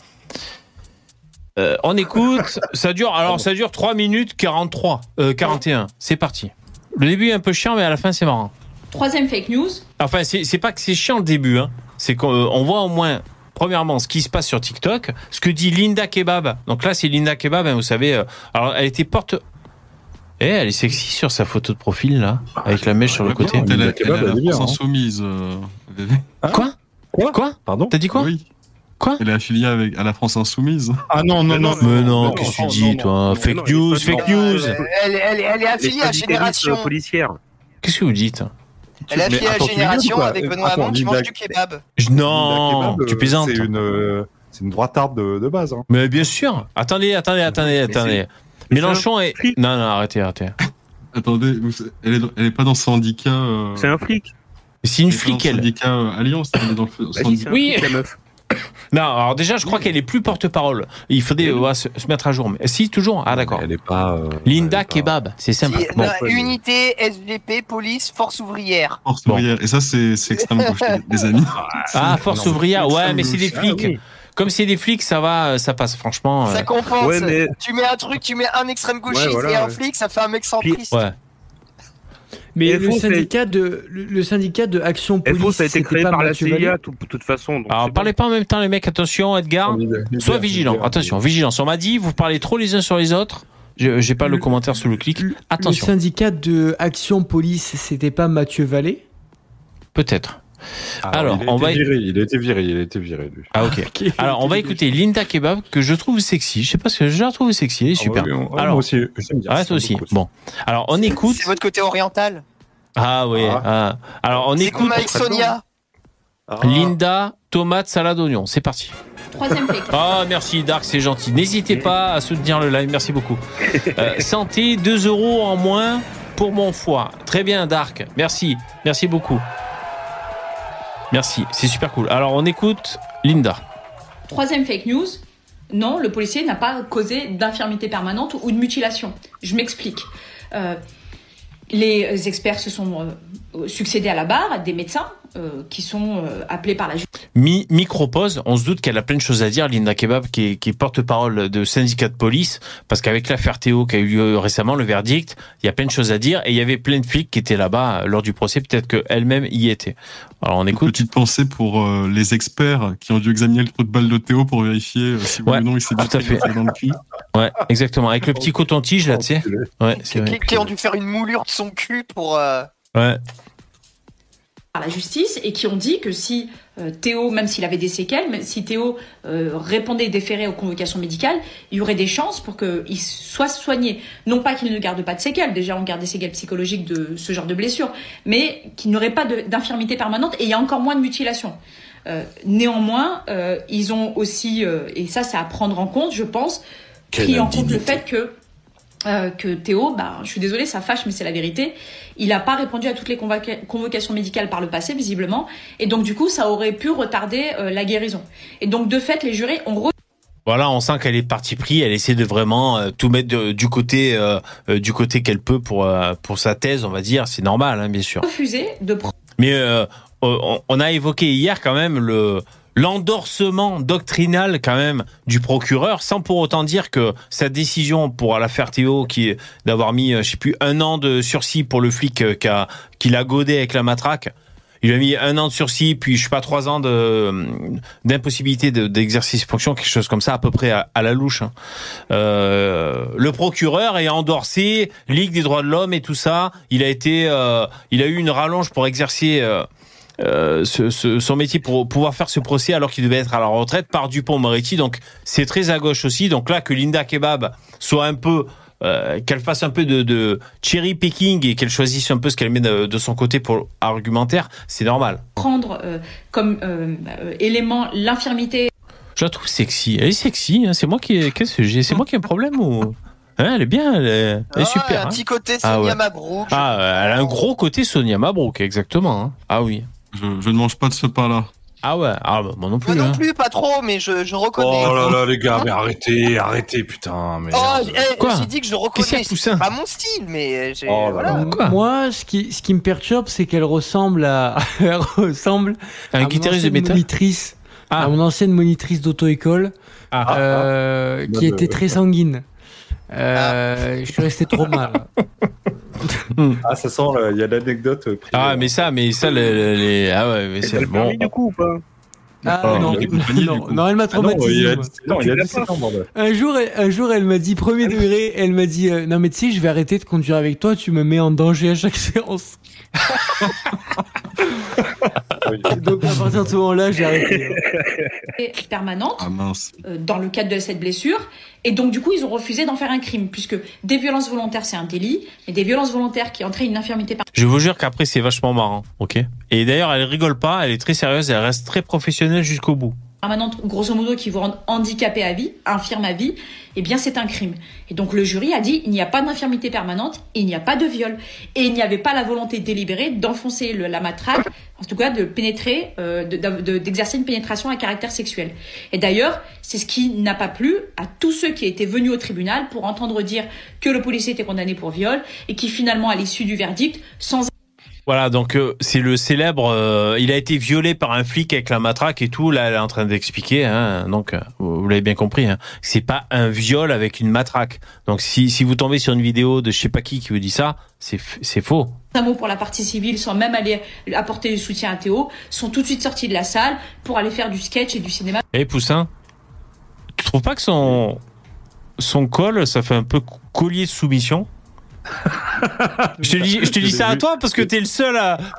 on écoute. Ça dure 3 minutes 41. C'est parti. Le début est un peu chiant, mais à la fin, c'est marrant. Troisième fake news. Enfin, c'est pas que c'est chiant le début, hein. C'est qu'on voit au moins, premièrement, ce qui se passe sur TikTok, ce que dit Linda Kebab. Donc là, c'est Linda Kebab, hein, vous savez. Alors, elle était elle est sexy sur sa photo de profil, là, avec la mèche sur le côté. Elle est la France Insoumise, bébé. Quoi Pardon ? T'as dit quoi ? Oui. Quoi ? Elle est affiliée à la France Insoumise. Ah non. Mais non, qu'est-ce que tu dis, toi ? Fake news. Elle est affiliée à Génération. Policière. Qu'est-ce que vous dites ? Elle est affiliée à Génération avec Benoît Hamon qui mange du kebab. Non, tu plaisantes. C'est une droitarde de base. Hein. Mais bien sûr. Attendez. Mélenchon est... Non, arrêtez. Attendez, elle est pas dans ce syndicat... C'est un flic. C'est une flic, elle. Syndicat Alliance, elle est dans le syndicat... Oui, la meuf. Non, alors déjà, je crois qu'elle est plus porte-parole. Il faudrait se mettre à jour. Mais si, toujours. Ah, d'accord. Elle est pas... Linda Kebab, c'est simple. Bon. Unité, SVP, police, force ouvrière. Force ouvrière. Et ça, c'est extrême gauche, les amis. Ah, force ouvrière. Ouais, mais c'est des flics. Oui. Comme c'est des flics, ça passe, franchement. Ça compense. Ouais, mais... Tu mets un extrême gauchiste et un flic, ça fait un mec centriste. Ouais. Mais le syndicat de Action Police, ça a été créé par la CIA, de toute façon. Alors, parlez pas en même temps, les mecs. Attention, Edgar. Sois vigilant. Attention, vigilance. On m'a dit, vous parlez trop les uns sur les autres. J'ai pas le commentaire sous le clic. Attention. Le syndicat de Action Police, c'était pas Mathieu Vallée? Peut-être. Alors, il a été viré, lui. Ah, ok. Alors, on va écouter Linda Kebab, que je trouve sexy. Je sais pas ce que je la trouve sexy, elle est super. Alors, moi aussi, j'aime bien. Ah, toi aussi. Bon. Alors, on écoute. C'est votre côté oriental. Ah, oui. Alors, on écoute. C'est comme avec Sonia. Linda, tomate, salade, oignon. C'est parti. Troisième fake. Ah, merci Dark, c'est gentil. N'hésitez pas à soutenir le live, merci beaucoup. Santé, 2 € en moins pour mon foie. Très bien Dark, merci beaucoup. Merci, c'est super cool. Alors on écoute Linda. Troisième fake news. Non, le policier n'a pas causé d'infirmité permanente ou de mutilation. Je m'explique. Les experts se sont succédés à la barre, des médecins qui sont appelés par la justice. Micro-pause, on se doute qu'elle a plein de choses à dire, Linda Kebab, qui est porte-parole de syndicat de police, parce qu'avec l'affaire Théo qui a eu lieu récemment, le verdict, il y a plein de choses à dire, et il y avait plein de flics qui étaient là-bas lors du procès, peut-être qu'elle-même y était. Alors on écoute. Une petite pensée pour les experts qui ont dû examiner le trou de balle de Théo pour vérifier si oui ou non il s'est bien fait dans le cul. Ouais, exactement, avec le petit coton-tige là, tu sais. Ouais, c'est vrai. Qui ont dû faire une moulure de son cul pour... Ouais. Par la justice et qui ont dit que si Théo, même s'il avait des séquelles, même si Théo répondait et déférait aux convocations médicales, il y aurait des chances pour qu'il soit soigné. Non pas qu'il ne garde pas de séquelles, déjà on garde des séquelles psychologiques de ce genre de blessures, mais qu'il n'aurait pas d'infirmité permanente et il y a encore moins de mutilation. Néanmoins, ils ont aussi, et ça c'est à prendre en compte, je pense, pris en compte le fait que Théo, je suis désolée, ça fâche, mais c'est la vérité. Il n'a pas répondu à toutes les convocations médicales par le passé, visiblement. Et donc, du coup, ça aurait pu retarder la guérison. Et donc, de fait, les jurés ont... Voilà, on sent qu'elle est parti pris. Elle essaie de vraiment tout mettre du côté qu'elle peut pour sa thèse, on va dire. C'est normal, hein, bien sûr. Refusé de... Mais on a évoqué hier quand même l'endorsement doctrinal quand même du procureur, sans pour autant dire que sa décision pour l'affaire Théo, qui est d'avoir mis, je sais plus, 1 an de sursis pour le flic qui l'a godé avec la matraque. Il a mis 1 an de sursis, puis je sais pas 3 ans d'impossibilité d'exercice de fonction, quelque chose comme ça à peu près à la louche. Hein. Le procureur est endorsé, Ligue des droits de l'homme et tout ça. Il a eu une rallonge pour exercer son métier pour pouvoir faire ce procès alors qu'il devait être à la retraite par Dupond-Moretti. Donc c'est très à gauche aussi. Donc là que Linda Kebab soit un peu qu'elle fasse un peu de cherry picking et qu'elle choisisse un peu ce qu'elle met de son côté pour argumentaire, c'est normal. Prendre comme élément l'infirmité. Je la trouve sexy. Elle est sexy. Hein. C'est moi qui ai un problème ou hein, elle est bien, elle est super. Un petit côté Sonia Mabrouk. Elle a un gros côté Sonia Mabrouk, exactement. Hein. Ah oui. Je ne mange pas de ce pain-là. Ah ouais, moi non plus. Moi non plus, pas trop, mais je reconnais. Oh là là, les gars, mais arrêtez, putain. Mais quoi ? J'ai dit que je reconnais. C'est pas mon style, mais voilà. Moi, ce qui me perturbe, c'est qu'elle ressemble à un guitariste de métal. À mon ancienne monitrice d'auto-école, qui était très sanguine. Je suis resté trop mal. Ça sent, il y a l'anecdote. Mais ça, mais c'est bon. Du coup ou pas non, elle m'a traumatisé. Il y a 17 ans, bordel. Un jour, elle m'a dit, premier degré, elle m'a dit, non mais tu sais, je vais arrêter de conduire avec toi, tu me mets en danger à chaque séance. Donc à partir de ce moment-là, j'ai arrêté. Permanente dans le cadre de cette blessure. Et donc du coup, ils ont refusé d'en faire un crime, puisque des violences volontaires, c'est un délit, mais des violences volontaires qui entraînent une infirmité permanente. Je vous jure qu'après, c'est vachement marrant, ok ? Et d'ailleurs, elle rigole pas, elle est très sérieuse, elle reste très professionnelle jusqu'au bout. Permanente, grosso modo, qui vous rend handicapé à vie, infirme à vie, eh bien c'est un crime. Et donc le jury a dit, il n'y a pas d'infirmité permanente, il n'y a pas de viol. Et il n'y avait pas la volonté délibérée d'enfoncer la matraque, en tout cas de pénétrer, d'exercer une pénétration à caractère sexuel. Et d'ailleurs, c'est ce qui n'a pas plu à tous ceux qui étaient venus au tribunal pour entendre dire que le policier était condamné pour viol et qui finalement, à l'issue du verdict, sans... Voilà, donc c'est le célèbre. Il a été violé par un flic avec la matraque et tout. Là, elle est en train d'expliquer. Hein, donc, vous l'avez bien compris. Hein, c'est pas un viol avec une matraque. Donc, si vous tombez sur une vidéo de je sais pas qui vous dit ça, c'est faux. Un mot pour la partie civile, sans même aller apporter du soutien à Théo, sont tout de suite sortis de la salle pour aller faire du sketch et du cinéma. Eh Poussin, tu trouves pas que son col, ça fait un peu collier de soumission? je te dis ça à toi parce que t'es le seul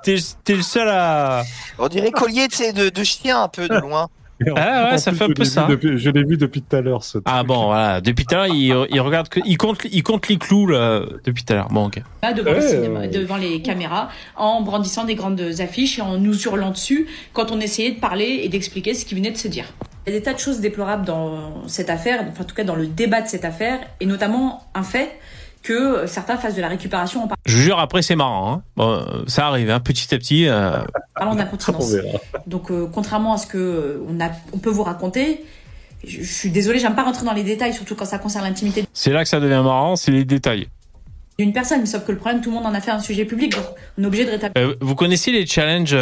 à. On dirait collier de chien un peu de loin. Ah ouais, ça fait un peu ça. Je l'ai vu depuis tout à l'heure. Ah bon, voilà. Depuis tout à l'heure, il regarde il compte les clous là, depuis tout à l'heure. Bon, ok. Devant le cinéma, devant les caméras, en brandissant des grandes affiches et en nous hurlant dessus quand on essayait de parler et d'expliquer ce qui venait de se dire. Il y a des tas de choses déplorables dans cette affaire, enfin en tout cas dans le débat de cette affaire, et notamment un fait que certains fassent de la récupération en Je vous jure, après c'est marrant. Hein. Bon, ça arrive, hein, petit à petit. Parlant d'incontinence. Donc, contrairement à ce que on peut vous raconter, je suis désolée, j'aime pas rentrer dans les détails, surtout quand ça concerne l'intimité. C'est là que ça devient marrant, c'est les détails. D'une personne, sauf que le problème, tout le monde en a fait un sujet public, donc on est obligé de rétablir. Vous connaissez les challenges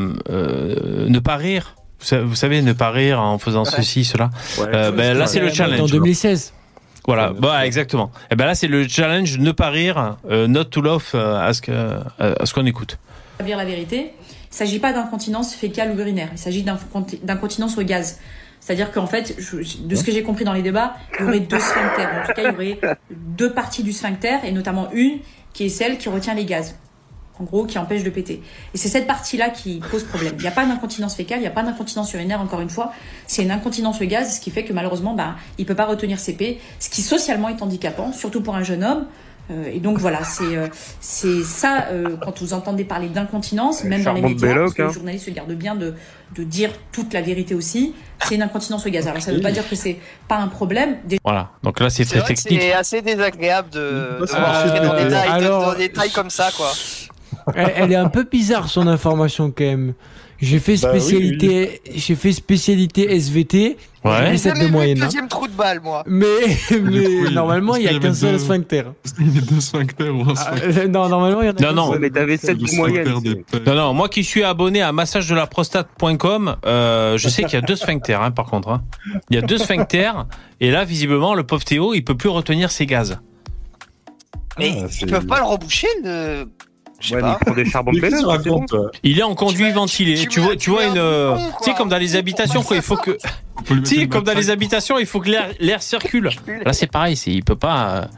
ne pas rire? Vous savez, ne pas rire en faisant ceci, cela. Ouais, là, c'est le challenge. En 2016. Voilà, bah exactement. Et ben là, c'est le challenge ne pas rire, not to laugh à ce qu'on écoute. Dire la vérité, il s'agit pas d'incontinence fécale ou urinaire, il s'agit d'incontinence au gaz. C'est-à-dire qu'en fait, de ce que j'ai compris dans les débats, il y aurait deux sphincters. En tout cas, il y aurait deux parties du sphincter, et notamment une qui est celle qui retient les gaz. En gros, qui empêche de péter. Et c'est cette partie-là qui pose problème. Il n'y a pas d'incontinence fécale, il n'y a pas d'incontinence urinaire, encore une fois. C'est une incontinence au gaz, ce qui fait que malheureusement, il peut pas retenir ses pets, ce qui socialement est handicapant, surtout pour un jeune homme. Et donc voilà, c'est ça, quand vous entendez parler d'incontinence, même dans les médias, parce que les journalistes se gardent bien de dire toute la vérité aussi, c'est une incontinence au gaz. Alors ça ne veut pas dire que c'est pas un problème. Voilà, donc là c'est très technique. C'est assez désagréable de rentrer dans des détails comme ça, quoi. Elle est un peu bizarre son information quand même. J'ai fait spécialité, j'ai fait spécialité SVT. Ouais. J'ai fait 7 de moyenne. Deuxième trou de balle, moi. Mais normalement il y a qu'un seul sphincter. Il y a deux sphincters ou un sphincter. Non, normalement il y en a. Non. Mais t'avais 7 de moyenne. Non, moi qui suis abonné à massagedelaprostate.com, je sais qu'il y a deux sphincters, hein, par contre. Hein. Il y a deux sphincters, et là visiblement le pauvre Théo, il peut plus retenir ses gaz. Mais ils peuvent pas le reboucher de. Ouais, mais il prend des charbons de pédale. Il est en conduit ventilé. Tu vois une. Tu sais, comme dans les habitations, quoi, il faut que. Tu sais, comme dans les habitations, il faut que l'air circule. Là, c'est pareil, il peut pas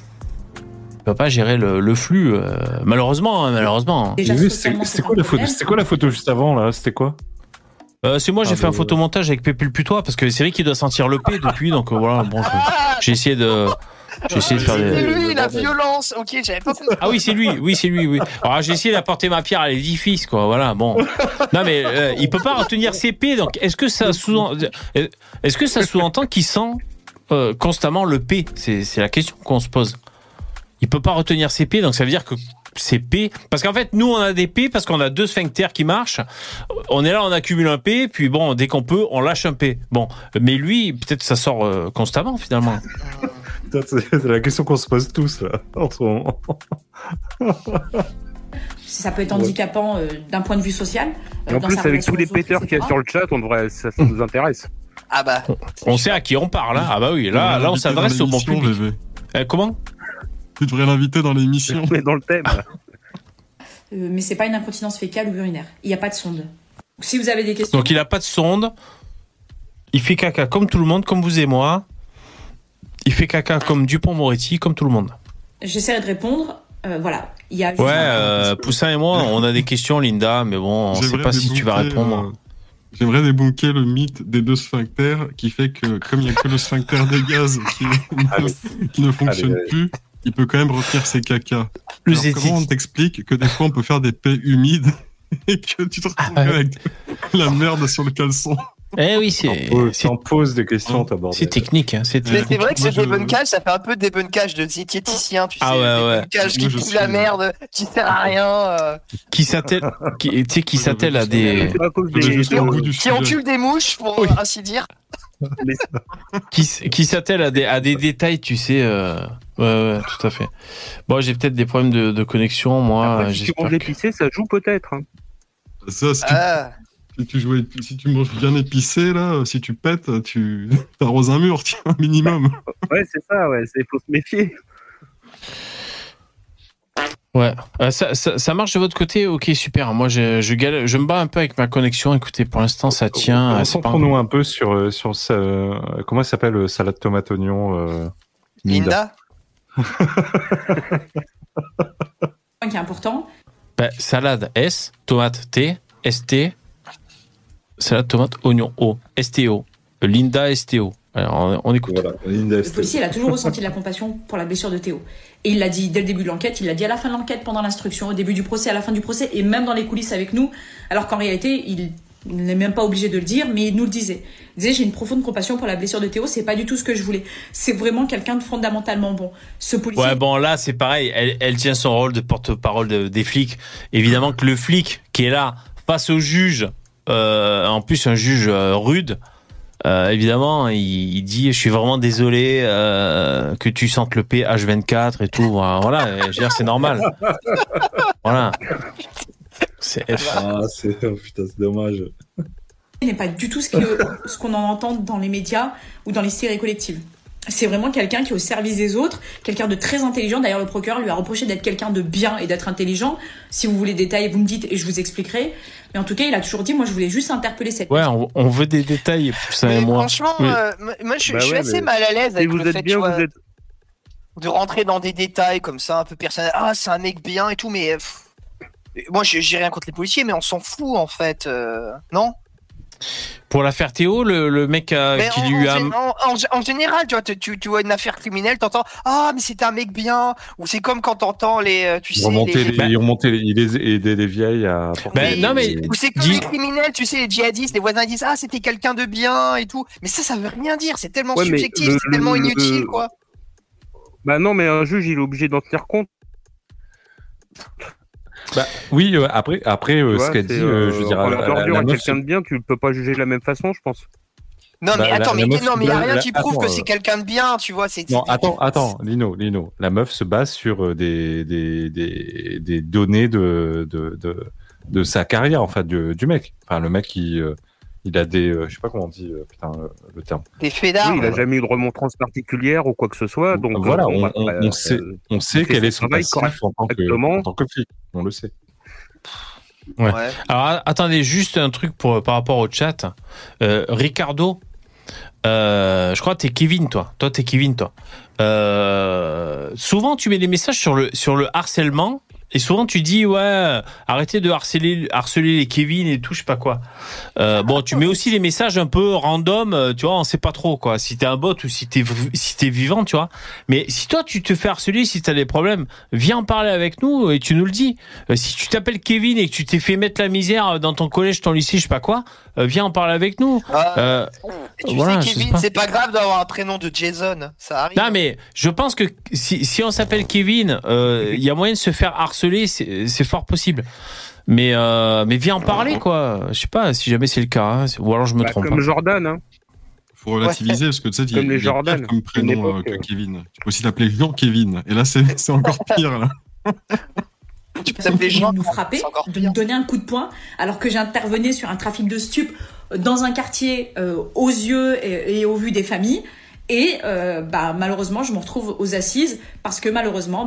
gérer le flux, malheureusement. C'est quoi la photo juste avant, là? C'était quoi? C'est moi, j'ai fait un photomontage avec Pépé le Putois, parce que c'est vrai qu'il doit sentir le P depuis, donc voilà, bon, j'ai essayé de faire des... C'est lui, la violence. Ok, j'avais pas compris. Ah oui, c'est lui. Alors j'ai essayé d'apporter ma pierre à l'édifice, quoi. Voilà, bon. Non mais il peut pas retenir ses P, donc est-ce que ça sous-entend qu'il sent constamment le P? C'est la question qu'on se pose. Il peut pas retenir ses P, donc ça veut dire que c'est P, parce qu'en fait nous on a des P parce qu'on a deux sphincters qui marchent. On est là, on accumule un P, puis bon, dès qu'on peut, on lâche un P. Bon, mais lui, peut-être ça sort constamment finalement. C'est la question qu'on se pose tous là, en ce moment. Ça peut être handicapant d'un point de vue social. Et en plus, avec tous les péteurs qu'il y a sur le chat, ça nous intéresse. Ah bah. On sait à qui on parle, hein. Ah bah oui, là on s'adresse au bon public. Comment? Tu devrais l'inviter dans l'émission. Mais dans le thème. Mais c'est pas une incontinence fécale ou urinaire. Il n'y a pas de sonde. Si vous avez des questions. Donc il a pas de sonde. Il fait caca comme tout le monde, comme vous et moi. Il fait caca comme Dupond-Moretti, comme tout le monde. J'essaierai de répondre. Voilà. Il y a Poussin et moi, on a des questions, Linda, mais bon, on ne sait pas si tu vas répondre. J'aimerais débunker le mythe des deux sphincters qui fait que, comme il n'y a que le sphincter des gaz qui ne fonctionne plus, il peut quand même retenir ses cacas. Alors, comment on t'explique que des fois on peut faire des pets humides et que tu te retrouves avec la merde sur le caleçon? Eh oui, c'est en pose des questions, c'est technique. Hein, c'est vrai que ce débunkage, ça fait un peu débunkage de diététicien, tu sais. Débunkage qui pue la merde, qui sert à rien. Qui s'attelle à des. Qui encule des mouches, pour ainsi dire. Qui s'attelle à des détails, tu sais. Ouais, tout à fait. Bon, j'ai peut-être des problèmes de connexion, moi. Après, si tu manges épicé, ça joue peut-être. Hein. Ça, si tu manges bien épicé, là, si tu pètes, tu t'arroses un mur, tiens, un minimum. Ouais, c'est ça, il faut se méfier. Ouais, ça marche de votre côté. Ok, super. Moi, je me bats un peu avec ma connexion. Écoutez, pour l'instant, ça tient. Concentrons-nous un peu sur comment ça s'appelle, salade tomate oignon Linda. Qui est important. Salade S, tomate T, ST, salade tomate oignon O, STO, Linda STO. Alors on écoute. Voilà, Linda STO. Le policier, il a toujours ressenti de la compassion pour la blessure de Théo. Et il l'a dit dès le début de l'enquête, il l'a dit à la fin de l'enquête, pendant l'instruction, au début du procès, à la fin du procès, et même dans les coulisses avec nous, alors qu'en réalité, il n'est même pas obligé de le dire, mais il nous le disait. Il disait, j'ai une profonde compassion pour la blessure de Théo, c'est pas du tout ce que je voulais. C'est vraiment quelqu'un de fondamentalement bon. Ce policier... Ouais, bon, là, c'est pareil, elle tient son rôle de porte-parole des flics. Évidemment que le flic qui est là, face au juge, en plus un juge rude, évidemment, il dit, je suis vraiment désolé que tu sentes le H24 et tout. Voilà, je veux dire, c'est normal. Voilà. C'est F. Putain, c'est dommage. n'est pas du tout ce qu'on en entend dans les médias ou dans les séries collectives. C'est vraiment quelqu'un qui est au service des autres, quelqu'un de très intelligent. D'ailleurs, le procureur lui a reproché d'être quelqu'un de bien et d'être intelligent. Si vous voulez des détails, vous me dites et je vous expliquerai. Mais en tout cas, il a toujours dit, moi, je voulais juste interpeller cette personne. On veut des détails, ça et moi. Franchement, moi, je suis assez mal à l'aise avec le fait de rentrer dans des détails comme ça, un peu personnels. Ah, c'est un mec bien et tout, mais... moi, j'ai rien contre les policiers, mais on s'en fout, en fait. Non ? Pour l'affaire Théo, le mec qui lui a... En général, tu vois une affaire criminelle, t'entends « Ah, mais c'était un mec bien !» Ou c'est comme quand t'entends les... Ils aidaient les vieilles à... Ou c'est comme les criminels, tu sais, les djihadistes, les voisins disent « Ah, c'était quelqu'un de bien » et tout. Mais ça veut rien dire, c'est tellement subjectif, c'est tellement inutile, quoi. Bah non, mais un juge, il est obligé d'en tenir compte. Oui, après ce qu'elle dit, je veux dire, la quelqu'un de bien, tu ne peux pas juger de la même façon, je pense. Non, mais attends, mais il n'y a rien qui prouve que c'est quelqu'un de bien, tu vois. Non, attends, Lino, la meuf se base sur des données de sa carrière, en fait, du mec. Enfin, le mec, il a des, je sais pas comment on dit, le terme. Des faits d'armes. Oui, il a jamais eu de remontrance particulière ou quoi que ce soit, donc. Voilà, on sait quel est son passif en tant que flic. On le sait. Ouais. Alors, attendez, juste un truc par rapport au chat. Ricardo, je crois que t'es Kevin, toi. Toi, t'es Kevin, toi. Souvent, tu mets des messages sur le harcèlement. Et souvent tu dis arrêtez de harceler les Kevin et tout, je sais pas quoi. Bon, tu mets aussi les messages un peu random, tu vois, on sait pas trop quoi, si t'es un bot ou si t'es vivant, tu vois. Mais si toi tu te fais harceler, si t'as des problèmes, viens en parler avec nous et tu nous le dis. Si tu t'appelles Kevin et que tu t'es fait mettre la misère dans ton collège, ton lycée, je sais pas quoi, viens en parler avec nous. Tu sais, Kevin, c'est pas grave d'avoir un prénom de Jason, ça arrive. Non, mais je pense que si on s'appelle Kevin, il y a moyen de se faire harceler, c'est fort possible. Mais viens en parler, quoi. Je sais pas si jamais c'est le cas, hein. Ou alors je me trompe. Comme Jordan, hein. Faut relativiser parce que tu sais, il y a Jordan comme prénom que Kevin. Tu peux aussi t'appeler Jean-Kevin. Et là, c'est encore pire, là. Tu peux t'appeler Jean, nous frapper, de nous donner un coup de poing, alors que j'intervenais sur un trafic de stupes dans un quartier aux yeux et au vu des familles. Et malheureusement, je me retrouve aux assises parce que malheureusement,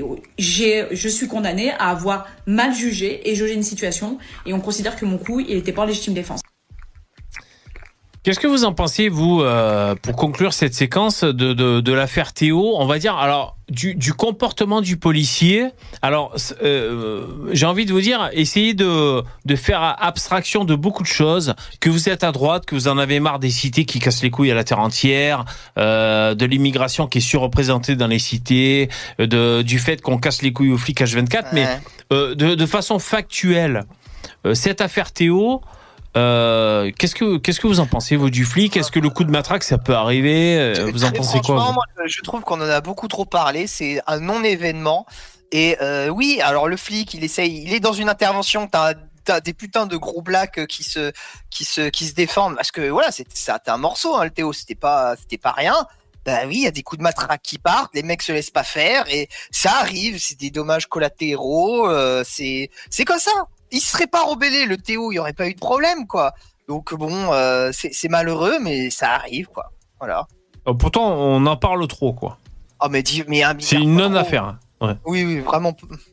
je suis condamnée à avoir mal jugé et jaugé une situation. Et on considère que mon coup, il n'était pas en légitime défense. Qu'est-ce que vous en pensez, vous, pour conclure cette séquence de l'affaire Théo, on va dire, alors, du comportement du policier. Alors, j'ai envie de vous dire, essayez de faire abstraction de beaucoup de choses, que vous êtes à droite, que vous en avez marre des cités qui cassent les couilles à la terre entière, de l'immigration qui est surreprésentée dans les cités, du fait qu'on casse les couilles aux flics H24, mais de façon factuelle, cette affaire Théo, qu'est-ce que vous en pensez, vous, du flic? Est-ce que le coup de matraque, ça peut arriver? Vous en pensez quoi, vous? Moi, je trouve qu'on en a beaucoup trop parlé. C'est un non-événement. Et oui, alors le flic, il est dans une intervention. T'as des putains de gros blacks qui se défendent parce que voilà, c'était un morceau, hein, le Théo. C'était pas rien. Bah oui, il y a des coups de matraque qui partent, les mecs se laissent pas faire et ça arrive, c'est des dommages collatéraux, c'est comme ça. Il se serait pas rebellé, le Théo, il y aurait pas eu de problème, quoi. Donc bon, c'est malheureux, mais ça arrive, quoi. Voilà. Pourtant, on en parle trop, quoi. Oh mais c'est une non-affaire. Hein. Ouais. Oui, vraiment.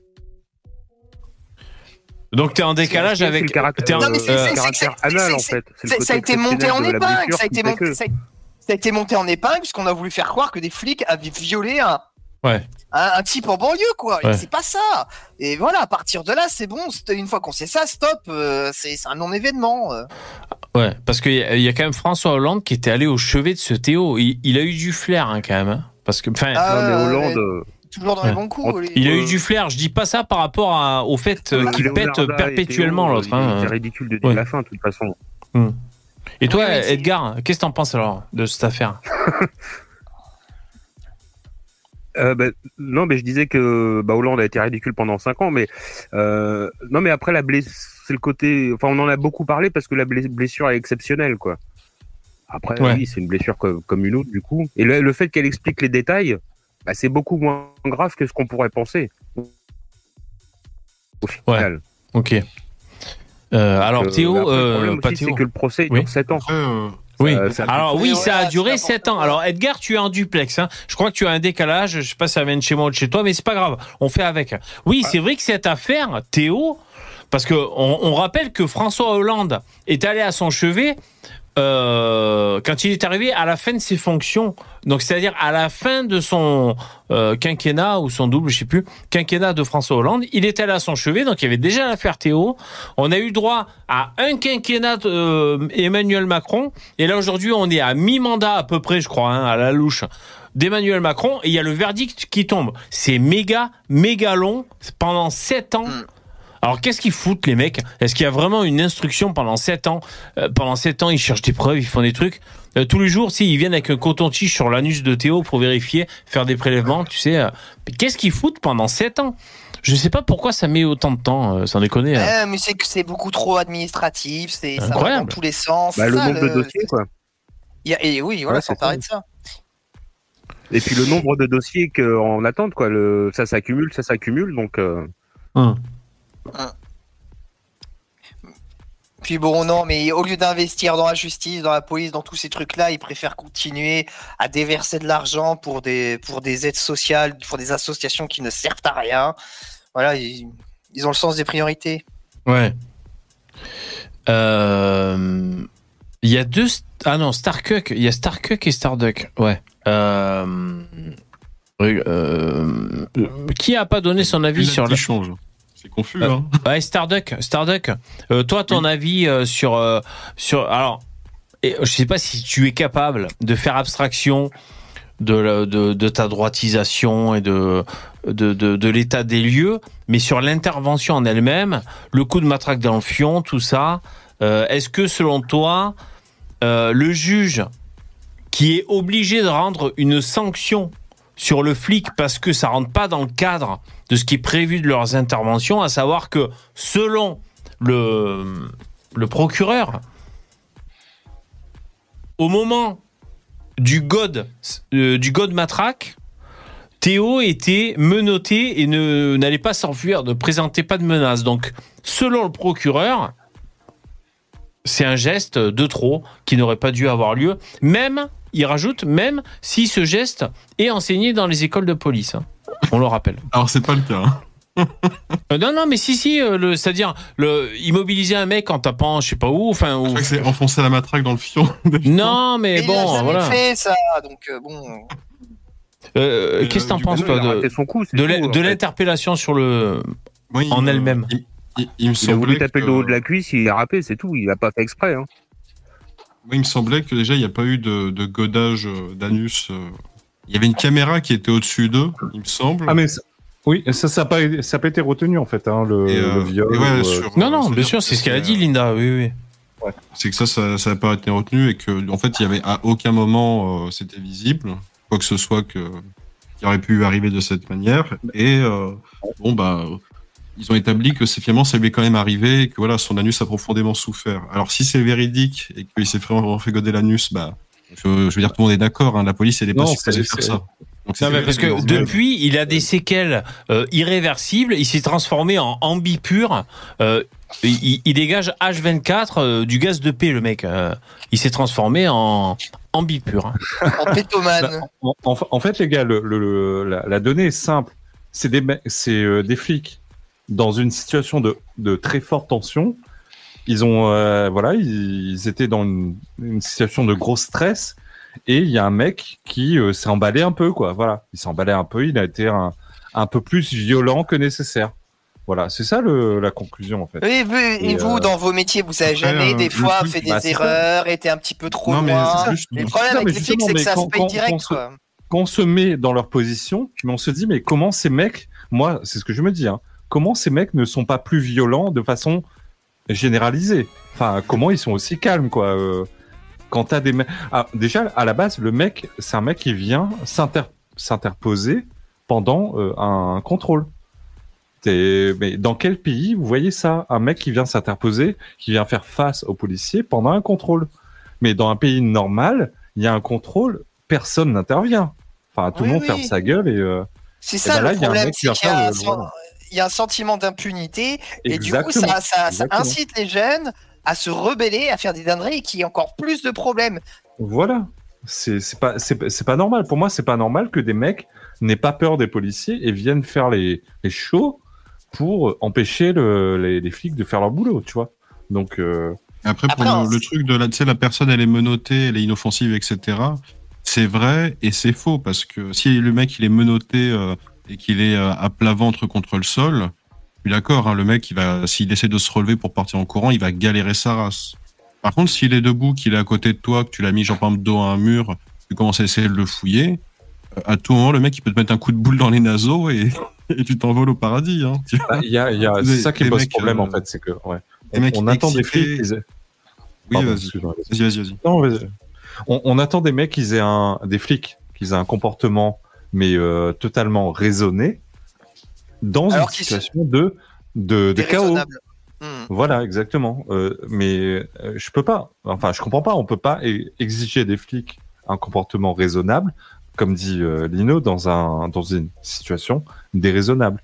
Donc t'es en décalage avec le caractère, caractère anal en fait. Ça a été monté en épingle. Ça a été monté en épingle puisqu'on a voulu faire croire que des flics avaient violé un type en banlieue, quoi. Ouais. Et c'est pas ça. Et voilà, à partir de là, c'est bon. Une fois qu'on sait ça, stop. C'est un non-événement. Ouais, parce qu'il y a quand même François Hollande qui était allé au chevet de ce Théo. Il a eu du flair, hein, quand même. Hein. Parce que, non, mais Hollande. Toujours dans les bons coups. Il a eu du flair. Je dis pas ça par rapport au fait qu'il pète perpétuellement l'autre. C'est ridicule de dire la fin, de toute façon. Et toi, Edgar, qu'est-ce que t'en penses alors de cette affaire? Non, mais je disais que Hollande a été ridicule pendant 5 ans, mais non, mais après la blessure, c'est le côté. Enfin, on en a beaucoup parlé parce que la blessure est exceptionnelle, quoi. Après, oui, c'est une blessure comme une autre, du coup. Et le fait qu'elle explique les détails, c'est beaucoup moins grave que ce qu'on pourrait penser. Au final. Ouais. Ok. Alors Théo, pas Théo, c'est que le procès dure 7 ans. Oui. Alors oui, ça a duré 7 ans. Alors Edgar, tu es en duplex. Hein. Je crois que tu as un décalage. Je sais pas si ça vient de chez moi ou de chez toi, mais c'est pas grave. On fait avec. Oui, c'est vrai que cette affaire, Théo, parce que on rappelle que François Hollande est allé à son chevet. Quand il est arrivé à la fin de ses fonctions, donc c'est-à-dire à la fin de son quinquennat ou son double, je sais plus, quinquennat de François Hollande, il était allé à son chevet, donc il y avait déjà l'affaire Théo. On a eu droit à un quinquennat Emmanuel Macron, et là aujourd'hui on est à mi-mandat à peu près, je crois, hein, à la louche, d'Emmanuel Macron, et il y a le verdict qui tombe. C'est méga long, pendant 7 ans. Alors, qu'est-ce qu'ils foutent, les mecs? Est-ce qu'il y a vraiment une instruction pendant 7 ans? Pendant 7 ans, ils cherchent des preuves, ils font des trucs. Tous les jours, ils viennent avec un coton-tige sur l'anus de Théo pour vérifier, faire des prélèvements, tu sais. Mais qu'est-ce qu'ils foutent pendant 7 ans? Je sais pas pourquoi ça met autant de temps, sans déconner. Mais c'est que c'est beaucoup trop administratif, ça va dans tous les sens. Le nombre de dossiers, quoi. Et oui, voilà, sans parler de ça. Et puis le nombre de dossiers en attente, quoi. Ça s'accumule, donc... Puis bon, non, mais au lieu d'investir dans la justice, dans la police, dans tous ces trucs-là, ils préfèrent continuer à déverser de l'argent pour des aides sociales, pour des associations qui ne servent à rien. Voilà, ils ont le sens des priorités. Ouais. Il y a deux... Ah non, Starcuck. Il y a Starcuck et Starduck. Ouais. Qui a pas donné son avis sur... C'est confus, hein. Ouais, Starduck. Toi, ton avis sur. Alors, je sais pas si tu es capable de faire abstraction de ta droitisation et de l'état des lieux, mais sur l'intervention en elle-même, le coup de matraque dans le fion, tout ça. Est-ce que, selon toi, le juge qui est obligé de rendre une sanction sur le flic parce que ça rentre pas dans le cadre de ce qui est prévu de leurs interventions, à savoir que selon le procureur, au moment du god matraque, Théo était menotté et n'allait pas s'enfuir, ne présentait pas de menace. Donc, selon le procureur, c'est un geste de trop qui n'aurait pas dû avoir lieu, il rajoute, même si ce geste est enseigné dans les écoles de police. Hein. On le rappelle. Alors, c'est pas le cas. Hein. Non, mais si, c'est-à-dire immobiliser un mec en tapant, je sais pas où. Je crois que c'est enfoncer la matraque dans le fion. Non, mais bon, voilà. Fait ça, donc bon. Qu'est-ce que t'en penses, toi, de l'interpellation sur en elle-même? Il a voulu taper le haut de la cuisse, il a râpé, c'est tout. Il a pas fait exprès. Hein. Moi, il me semblait que déjà, il n'y a pas eu de godage d'anus. Il y avait une caméra qui était au-dessus d'eux, il me semble. Ah, mais oui, ça n'a pas été retenu, en fait, hein, le viol. Non, bien sûr, c'est ce qu'elle a dit, Linda. Oui. Ouais. C'est que ça n'a pas été retenu et que, en fait, il y avait à aucun moment c'était visible, quoi que ce soit qui aurait pu arriver de cette manière. Et ils ont établi que finalement ça lui est quand même arrivé et que voilà, son anus a profondément souffert. Alors si c'est véridique et qu'il s'est vraiment fait goder l'anus, Je veux dire, tout le monde est d'accord, hein, la police, elle est pas Non, supposée faire ça. Donc, Non, mais parce que depuis, il a des séquelles irréversibles. Il s'est transformé en ambi pur. Il dégage H24 du gaz de paix, le mec. Il s'est transformé en ambi pur. En pétomane. En fait, les gars, la donnée est simple. C'est des flics dans une situation de très forte tension. Ils ont, ils étaient dans une situation de gros stress. Et il y a un mec qui s'est emballé un peu, quoi. Voilà, il s'est emballé un peu. Il a été un peu plus violent que nécessaire. Voilà, c'est ça la conclusion, en fait. Oui, et vous, dans vos métiers, vous avez jamais des fois fait des erreurs, été un petit peu trop loin. Le problème avec les flics, c'est que ça se paye direct, quoi. Quand on se met dans leur position, mais on se dit, mais comment ces mecs, moi, c'est ce que je me dis, hein, comment ces mecs ne sont pas plus violents de façon généralisée? Enfin, comment ils sont aussi calmes, quoi. Quand t'as des mecs... déjà, à la base, le mec, c'est un mec qui vient s'interposer pendant un contrôle. Mais dans quel pays vous voyez ça? Un mec qui vient s'interposer, qui vient faire face aux policiers pendant un contrôle. Mais dans un pays normal, il y a un contrôle, personne n'intervient. Enfin, tout le monde ferme sa gueule et... c'est ça le problème, c'est qu'il y a un sentiment d'impunité et du coup, ça incite les jeunes à se rebeller, à faire des dingueries, qui est encore plus de problèmes. Voilà, c'est pas normal. Pour moi, c'est pas normal que des mecs n'aient pas peur des policiers et viennent faire les shows pour empêcher les flics de faire leur boulot, tu vois. Donc après pour le truc de la personne, elle est menottée, elle est inoffensive, etc. C'est vrai et c'est faux parce que si le mec il est menotté et qu'il est à plat ventre contre le sol. Je suis d'accord, hein, le mec, s'il essaie de se relever pour partir en courant, il va galérer sa race. Par contre, s'il est debout, qu'il est à côté de toi, que tu l'as mis genre par exemple dos à un mur, tu commences à essayer de le fouiller, à tout moment, le mec, il peut te mettre un coup de boule dans les naseaux et tu t'envoles au paradis. Hein, c'est ça qui pose problème, en fait, c'est que on attend des flics. Oui, vas-y. Non, vas-y. On attend des mecs des flics, qu'ils aient un comportement, mais totalement raisonné. Dans une situation de chaos. Voilà, exactement. Mais je peux pas. Enfin, je comprends pas. On peut pas exiger des flics un comportement raisonnable, comme dit Lino, dans une situation déraisonnable.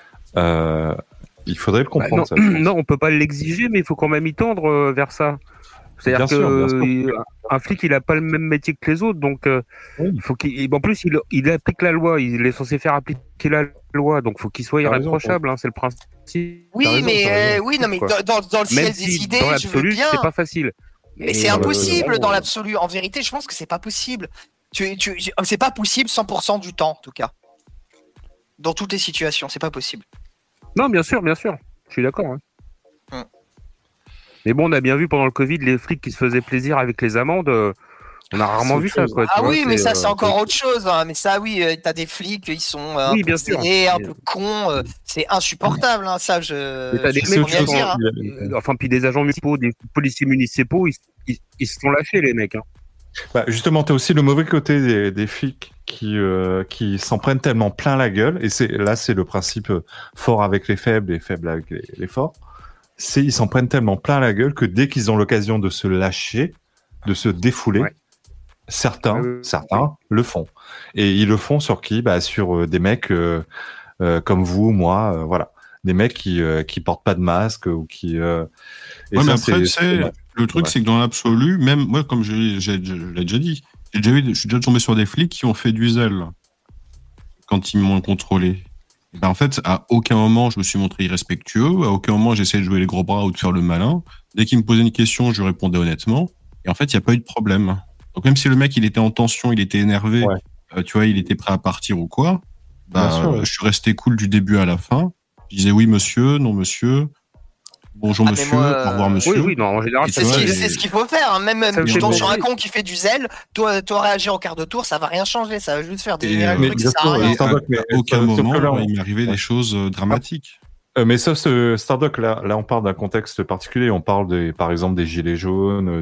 Il faudrait le comprendre. Non, on peut pas l'exiger, mais il faut quand même y tendre vers ça. C'est-à-dire qu'un flic, il a pas le même métier que les autres, donc il faut en plus, il applique la loi. Il est censé faire appliquer la loi, donc faut qu'il soit irréprochable. Hein, c'est le principe. Oui, mais dans le ciel des idées, dans l'absolu, c'est pas facile. Mais c'est impossible dans l'absolu. En vérité, je pense que c'est pas possible. C'est pas possible 100% du temps, en tout cas. Dans toutes les situations, c'est pas possible. Non, bien sûr, je suis d'accord. Hein. Mais bon, on a bien vu pendant le Covid les flics qui se faisaient plaisir avec les amendes. On a rarement vu ça, quoi. Mais ça, c'est encore autre chose. Hein. Mais ça, oui, t'as des flics, ils sont un peu zélés, un peu cons. C'est insupportable, hein, ça. T'as des mecs qui sont... Enfin, puis des agents municipaux, des policiers municipaux, ils se sont lâchés, les mecs. Hein. Bah, justement, t'as aussi le mauvais côté des flics qui s'en prennent tellement plein la gueule. Et c'est le principe fort avec les faibles et faible avec les forts. Ils s'en prennent tellement plein la gueule que dès qu'ils ont l'occasion de se lâcher, de se défouler, certains le font. Et ils le font sur qui? Sur des mecs comme vous, moi, voilà. Des mecs qui portent pas de masque ou qui... mais après, le truc, c'est que dans l'absolu, même moi, comme je l'ai déjà dit, je suis déjà tombé sur des flics qui ont fait du zèle quand ils m'ont contrôlé. En fait, à aucun moment, je me suis montré irrespectueux. À aucun moment, j'essayais de jouer les gros bras ou de faire le malin. Dès qu'il me posait une question, je répondais honnêtement. Et en fait, il n'y a pas eu de problème. Donc, même si le mec, il était en tension, il était énervé, tu vois, il était prêt à partir ou quoi, je suis resté cool du début à la fin. Je disais oui, monsieur, non, monsieur. Bonjour, monsieur, au revoir, monsieur. Oui, non, en général, c'est ce qu'il faut faire. Hein. Même tu tombes sur un con qui fait du zèle, toi réagir au quart de tour, ça va rien changer. Ça va juste faire des trucs qui servent à rien. À aucun moment, il m'est arrivé des choses dramatiques. Mais sauf ce Stardock, là, on parle d'un contexte particulier. On parle par exemple des gilets jaunes,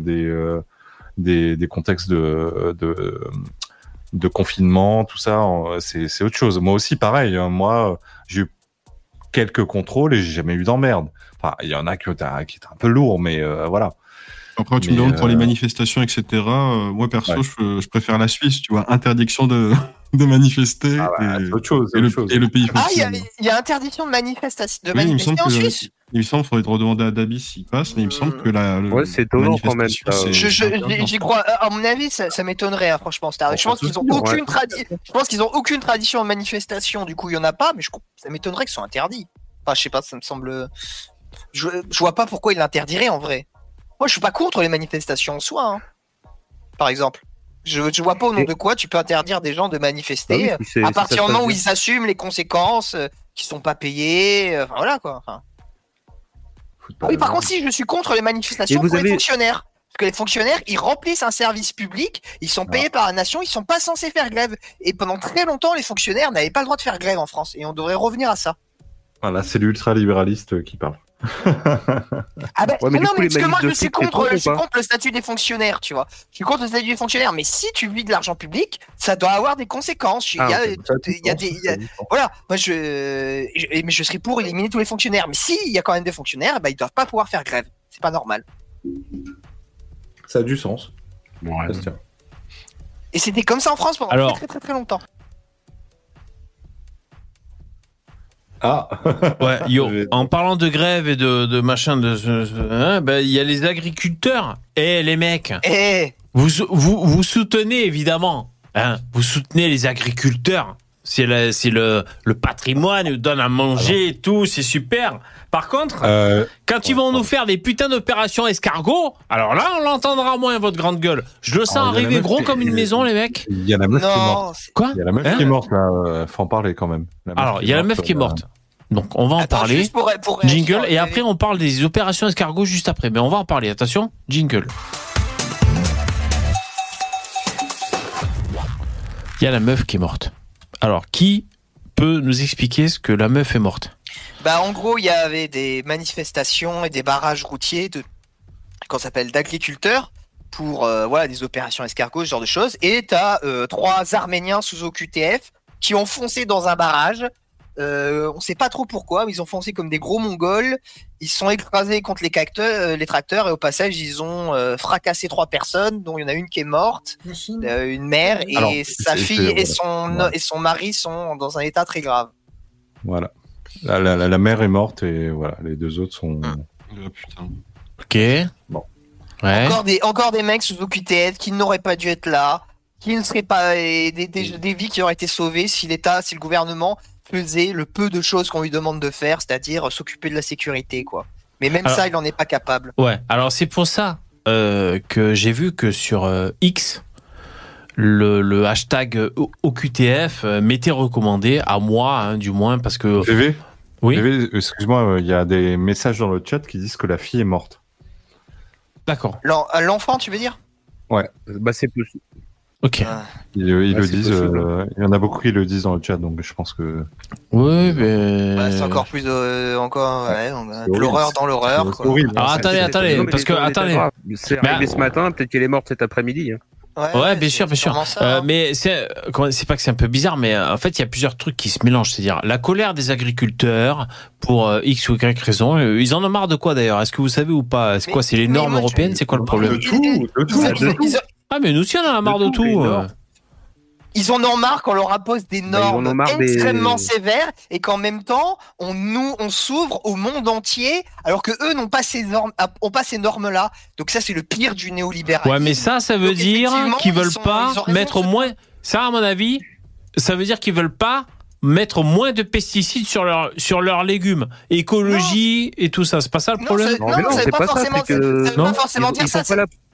des contextes de confinement, tout ça. C'est autre chose. Moi aussi, pareil. Hein, moi, j'ai eu quelques contrôles et j'ai jamais eu d'emmerde. Enfin, il y en a qui étaient un peu lourds, mais voilà. Après, tu me demandes pour les manifestations, etc. Moi, perso, je préfère la Suisse, tu vois. Interdiction de manifester. C'est autre chose. Et le pays fonctionne. Il y a interdiction de manifester en Suisse. Il me semble qu'il faudrait te redemander à Dabi s'il passe, mais il me semble que c'est étonnant quand même. J'y crois. À mon avis, ça m'étonnerait, hein, franchement. Je pense qu'ils ont aucune tradition de manifestation. Du coup, il y en a pas, mais ça m'étonnerait qu'ils soient interdits. Enfin, je sais pas, ça me semble. Je vois pas pourquoi ils l'interdiraient en vrai. Moi, je suis pas contre les manifestations en soi. Hein. Par exemple, je vois pas au nom de quoi tu peux interdire des gens de manifester à partir du moment où ils assument les conséquences, qu'ils sont pas payés. Enfin, voilà quoi. Enfin. Oui, par contre, si je suis contre les manifestations pour les fonctionnaires. Parce que les fonctionnaires, ils remplissent un service public, ils sont payés par la nation, ils sont pas censés faire grève. Et pendant très longtemps, les fonctionnaires n'avaient pas le droit de faire grève en France. Et on devrait revenir à ça. Voilà, c'est l'ultra-libéraliste qui parle. Ah bah, non, mais parce que moi, je suis contre le statut des fonctionnaires, tu vois. Je suis contre le statut des fonctionnaires, mais si tu vis de l'argent public, ça doit avoir des conséquences. Voilà, moi, mais je serais pour éliminer tous les fonctionnaires. Mais s'il y a quand même des fonctionnaires, bah, ils doivent pas pouvoir faire grève. C'est pas normal. Ça a du sens. Et c'était comme ça en France pendant très longtemps. En parlant de grève et de machin, il y a les agriculteurs. Les mecs, vous soutenez évidemment, vous soutenez les agriculteurs. C'est le patrimoine, ils nous donnent à manger et tout, c'est super. Par contre, quand ils vont nous faire des putains d'opérations escargots, alors là, on l'entendra moins, votre grande gueule. Je le sens arriver gros comme une maison, les mecs. Il y a la meuf qui est morte. Quoi ? Il y a la meuf qui est morte, là. Faut en parler quand même. Alors, il y a la meuf qui est morte. Donc, on va en parler. Jingle. Et après, on parle des opérations escargots juste après. Mais on va en parler. Attention, jingle. Il y a la meuf qui est morte. Alors, qui peut nous expliquer ce que la meuf est morte ? Bah, en gros, il y avait des manifestations et des barrages routiers qu'on s'appelle d'agriculteurs pour des opérations escargots, ce genre de choses. Et t'as 3 Arméniens sous OQTF qui ont foncé dans un barrage. On sait pas trop pourquoi, mais ils ont foncé comme des gros Mongols. Ils se sont écrasés contre les tracteurs et au passage, ils ont fracassé 3 personnes, dont il y en a une qui est morte, une mère et sa fille et son mari sont dans un état très grave. Voilà. La mère est morte et voilà, les 2 autres sont. Putain. Ok. Bon. Ouais. Encore des mecs sous OQTF qui n'auraient pas dû être là, qui ne seraient pas des vies qui auraient été sauvées si le gouvernement faisait le peu de choses qu'on lui demande de faire, c'est-à-dire s'occuper de la sécurité, quoi. Mais même ça, il n'en est pas capable. Ouais. Alors c'est pour ça que j'ai vu que sur X, le hashtag OQTF m'était recommandé à moi, du moins, parce que. VV. Oui. VV, excuse-moi, il y a des messages dans le chat qui disent que la fille est morte. D'accord. L'enfant, tu veux dire ? Ouais. Bah c'est possible. Ok. Ils le disent. Il y en a beaucoup qui le disent dans le chat, donc je pense que. Oui, mais. C'est encore plus l'horreur dans l'horreur. C'est horrible. Alors attendez, parce que c'est arrivé ce matin, peut-être qu'elle est morte cet après-midi. Ouais, bien sûr. Ça, mais c'est pas que c'est un peu bizarre, mais en fait, il y a plusieurs trucs qui se mélangent. C'est-à-dire la colère des agriculteurs pour X ou Y raison. Ils en ont marre de quoi d'ailleurs ? Est-ce que vous savez ou pas ? C'est quoi ? C'est les normes européennes ? C'est quoi le problème ? De tout. Ah, mais nous aussi, on en a marre de tout. Ils en ont marre qu'on leur impose des normes extrêmement sévères et qu'en même temps, on s'ouvre au monde entier alors que eux n'ont pas ces normes-là. Donc ça, c'est le pire du néolibéralisme. Ouais, mais ça veut dire qu'ils veulent pas mettre moins. Ça, à mon avis, ça veut dire qu'ils veulent pas mettre moins de pesticides sur leurs légumes, écologie et tout ça. C'est pas ça le problème. Non, ça veut pas forcément dire ça.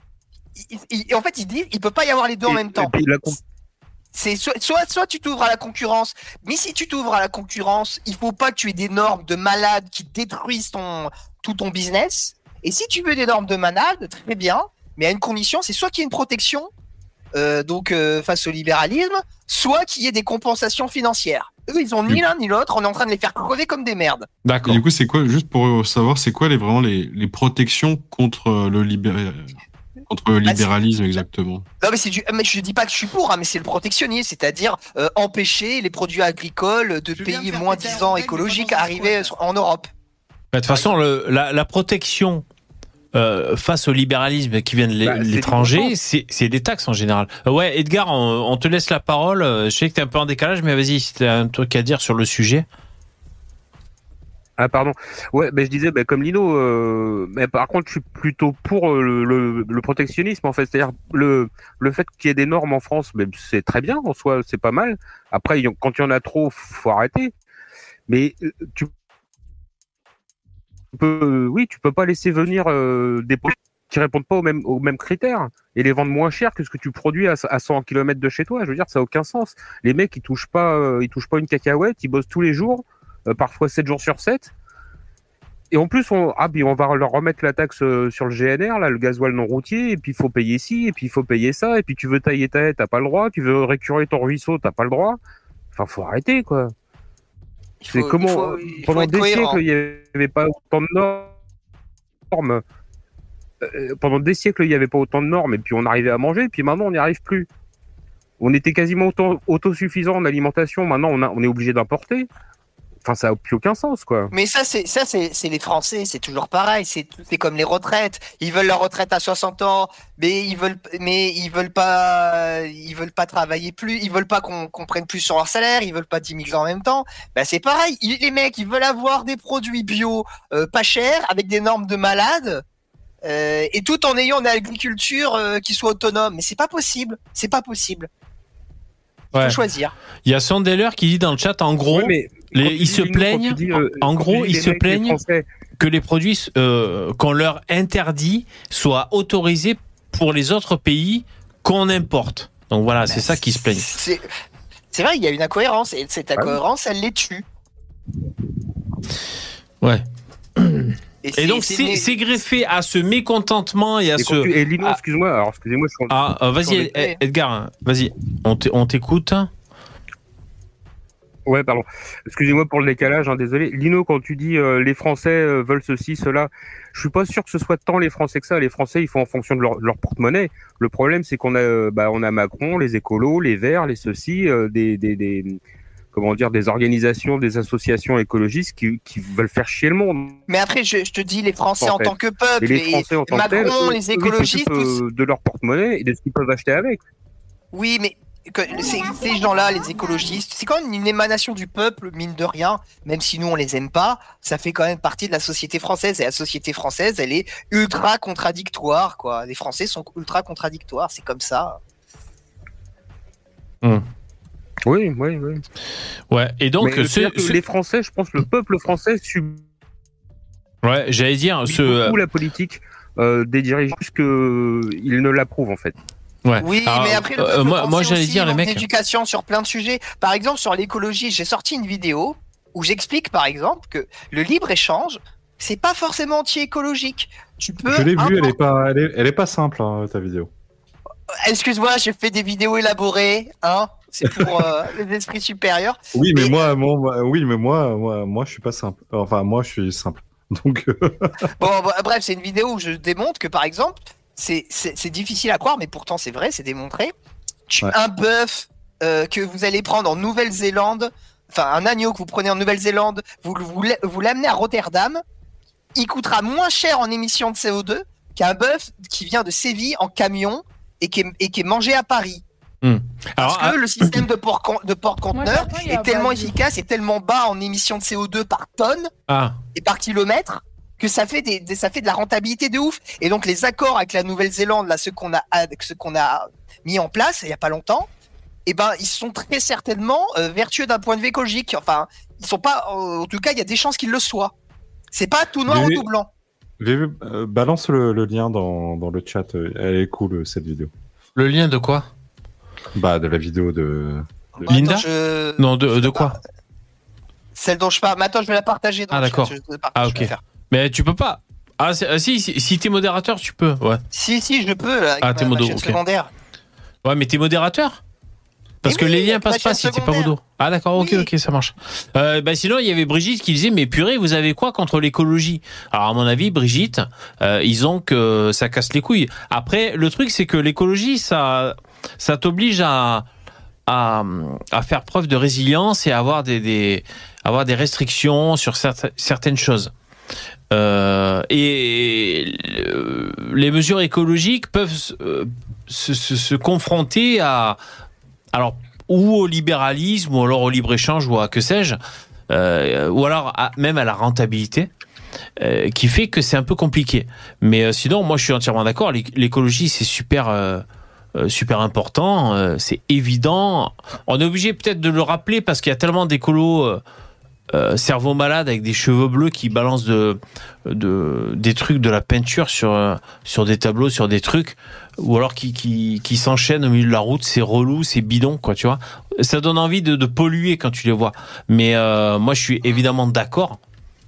En fait, ils disent il peut pas y avoir les deux en même temps. C'est soit tu t'ouvres à la concurrence, mais si tu t'ouvres à la concurrence, il faut pas que tu aies des normes de malades qui détruisent tout ton business. Et si tu veux des normes de malades, très bien, mais à une condition, c'est soit qu'il y ait une protection face au libéralisme, soit qu'il y ait des compensations financières. Eux, ils ont ni l'un ni l'autre, on est en train de les faire crever comme des merdes. D'accord. Et du coup, c'est quoi, juste pour savoir, c'est quoi vraiment les protections contre le libéralisme exactement? Non mais mais je dis pas que je suis pour, mais c'est le protectionnisme, c'est-à-dire empêcher les produits agricoles de pays moins disant écologiques à arriver en Europe. De toute façon, la protection face au libéralisme qui vient de l'étranger, c'est des taxes en général. Ouais, Edgar, on te laisse la parole. Je sais que t'es un peu en décalage, mais vas-y, si t'as un truc à dire sur le sujet. Ah pardon. Ouais, je disais, comme Lino, mais par contre, je suis plutôt pour le protectionnisme en fait. C'est-à-dire le fait qu'il y ait des normes en France, c'est très bien en soi, c'est pas mal. Après, quand il y en a trop, faut arrêter. Mais tu peux pas laisser venir des produits qui répondent pas aux mêmes critères et les vendre moins cher que ce que tu produis à 100 km de chez toi. Je veux dire, ça a aucun sens. Les mecs, ils touchent pas une cacahuète, ils bossent tous les jours. Parfois 7 jours sur 7. Et en plus, on va leur remettre la taxe sur le GNR, là, le gasoil non routier, et puis il faut payer ci, et puis il faut payer ça, et puis tu veux tailler ta haie, t'as pas le droit, tu veux récurer ton ruisseau, t'as pas le droit. Enfin, faut arrêter, quoi. Pendant des siècles, il n'y avait pas autant de normes. Pendant des siècles, il n'y avait pas autant de normes, et puis on arrivait à manger, et puis maintenant, on n'y arrive plus. On était quasiment autosuffisant en alimentation, maintenant, on est obligé d'importer. Enfin, ça n'a plus aucun sens, quoi. Mais ça, c'est les Français, c'est toujours pareil. C'est comme les retraites. Ils veulent leur retraite à 60 ans, mais ils veulent pas travailler plus. Ils veulent pas qu'on prenne plus sur leur salaire. Ils veulent pas 10 000 ans en même temps. C'est pareil. Les mecs, ils veulent avoir des produits bio pas chers avec des normes de malades et tout en ayant une agriculture qui soit autonome. Mais c'est pas possible. C'est pas possible. Il faut choisir. Il y a Sondeller qui dit dans le chat, en gros, ils se plaignent. En gros, ils se plaignent que les produits qu'on leur interdit soient autorisés pour les autres pays qu'on importe. Donc voilà, c'est ça qu'ils se plaignent. C'est vrai, il y a une incohérence et cette incohérence, elle les tue. Ouais. Et donc c'est greffé à ce mécontentement et à ce. Et Lino, excuse-moi, vas-y, Edgar, vas-y, on t'écoute. Ouais, pardon. Excusez-moi pour le décalage, désolé. Lino, quand tu dis les Français veulent ceci, cela, je suis pas sûr que ce soit tant les Français que ça. Les Français, ils font en fonction de leur porte-monnaie. Le problème, c'est qu'on a Macron, les écolos, les Verts, les ceci, des organisations, des associations écologistes qui veulent faire chier le monde. Mais après, je te dis les Français en tant que peuple, et les Français en tant que tel, les écologistes, de leur porte-monnaie et de ce qu'ils peuvent acheter avec. Oui, mais ces gens-là, les écologistes, c'est quand même une émanation du peuple, mine de rien, même si nous on les aime pas, ça fait quand même partie de la société française, et la société française, elle est ultra contradictoire, quoi. Les Français sont ultra contradictoires, c'est comme ça. Oui. Ouais, et donc les Français, je pense, le peuple français subit. Ouais, j'allais dire beaucoup la politique des dirigeants puisque ils ne l'approuvent en fait. Ouais. Oui, mais après le peuple moi j'allais dire les mecs. L'éducation sur plein de sujets. Par exemple, sur l'écologie, j'ai sorti une vidéo où j'explique par exemple que le libre-échange, c'est pas forcément anti-écologique. Tu peux. Je l'ai vue, elle est pas simple ta vidéo. Excuse-moi, j'ai fait des vidéos élaborées, hein. C'est pour les esprits supérieurs. Oui, mais moi, je suis pas simple. Enfin, moi, je suis simple. Donc. Bref, c'est une vidéo où je démontre que, par exemple, c'est difficile à croire, mais pourtant c'est vrai, c'est démontré. Un bœuf que vous allez prendre en Nouvelle-Zélande, enfin un agneau que vous prenez en Nouvelle-Zélande, vous l'amenez à Rotterdam, il coûtera moins cher en émissions de CO2 qu'un bœuf qui vient de Séville en camion et qui est mangé à Paris. Parce que le système de porte-conteneur est tellement efficace et tellement bas en émissions de CO2 par tonne et par kilomètre que ça fait de la rentabilité de ouf. Et donc les accords avec la Nouvelle-Zélande, là, ceux qu'on a mis en place il y a pas longtemps, ils sont très certainement vertueux d'un point de vue écologique. Enfin, ils sont pas. En tout cas, il y a des chances qu'ils le soient. C'est pas tout noir ou tout blanc. Balance le lien dans le chat. Elle est cool cette vidéo. Le lien de quoi ? De la vidéo de Linda. Non, de quoi ? Celle dont je parle. Mais attends, je vais la partager. D'accord. Ok. Mais tu peux pas. Si t'es modérateur, tu peux. Ouais. Si, je peux. Là, t'es modo. Okay. Secondaire. Ouais, mais t'es modérateur. Parce que les liens passent pas si t'es pas modo. Ah d'accord, ok, ça marche. Sinon, il y avait Brigitte qui disait, mais purée, vous avez quoi contre l'écologie ? Alors à mon avis, Brigitte, ils ont que ça casse les couilles. Après, le truc, c'est que l'écologie, ça t'oblige à faire preuve de résilience et à avoir des restrictions sur certaines choses. Et les mesures écologiques peuvent se confronter à, alors, ou au libéralisme, ou alors au libre-échange, ou à que sais-je, ou alors même à la rentabilité, qui fait que c'est un peu compliqué. Mais sinon, moi je suis entièrement d'accord, l'écologie c'est super important, c'est évident. On est obligé peut-être de le rappeler parce qu'il y a tellement d'écolos cerveau malade avec des cheveux bleus qui balancent des trucs, de la peinture sur des tableaux, sur des trucs, ou alors qui s'enchaînent au milieu de la route. C'est relou, c'est bidon, quoi, tu vois. Ça donne envie de polluer quand tu les vois. Mais moi, je suis évidemment d'accord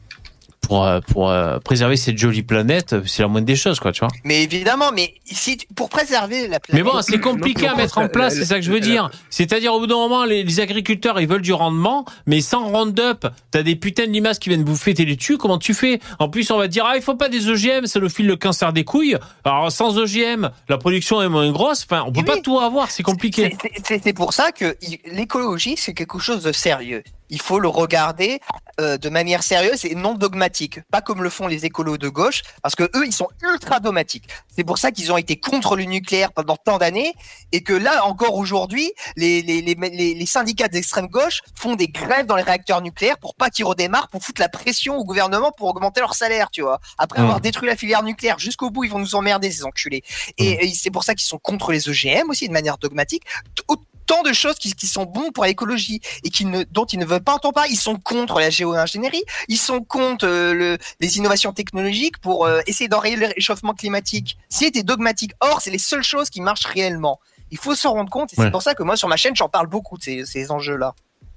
pour préserver cette jolie planète, c'est la moindre des choses, quoi, tu vois. Mais évidemment, mais pour préserver la planète. Mais bon, c'est compliqué à mettre en place, c'est ça que je veux dire. C'est-à-dire, au bout d'un moment, les agriculteurs, ils veulent du rendement, mais sans Roundup, t'as des putains de limaces qui viennent bouffer tes laitues, comment tu fais? En plus, on va te dire, il faut pas des OGM, ça nous file le cancer des couilles. Alors, sans OGM, la production est moins grosse, enfin, on peut pas tout avoir, c'est compliqué. C'est pour ça que l'écologie, c'est quelque chose de sérieux. Il faut le regarder de manière sérieuse et non dogmatique, pas comme le font les écolos de gauche, parce que eux, ils sont ultra dogmatiques. C'est pour ça qu'ils ont été contre le nucléaire pendant tant d'années, et que là, encore aujourd'hui, les syndicats d'extrême gauche font des grèves dans les réacteurs nucléaires pour pas qu'ils redémarrent, pour foutre la pression au gouvernement pour augmenter leur salaire, tu vois. Après avoir détruit la filière nucléaire jusqu'au bout, ils vont nous emmerder, ces enculés. Et c'est pour ça qu'ils sont contre les OGM aussi, de manière dogmatique. Tant de choses qui sont bons pour l'écologie et dont ils ne veulent pas entendre parler. Ils sont contre la géo-ingénierie, ils sont contre les innovations technologiques pour essayer d'enrayer le réchauffement climatique. C'était dogmatique. Or, c'est les seules choses qui marchent réellement. Il faut s'en rendre compte et c'est pour ça que moi, sur ma chaîne, j'en parle beaucoup de ces enjeux-là.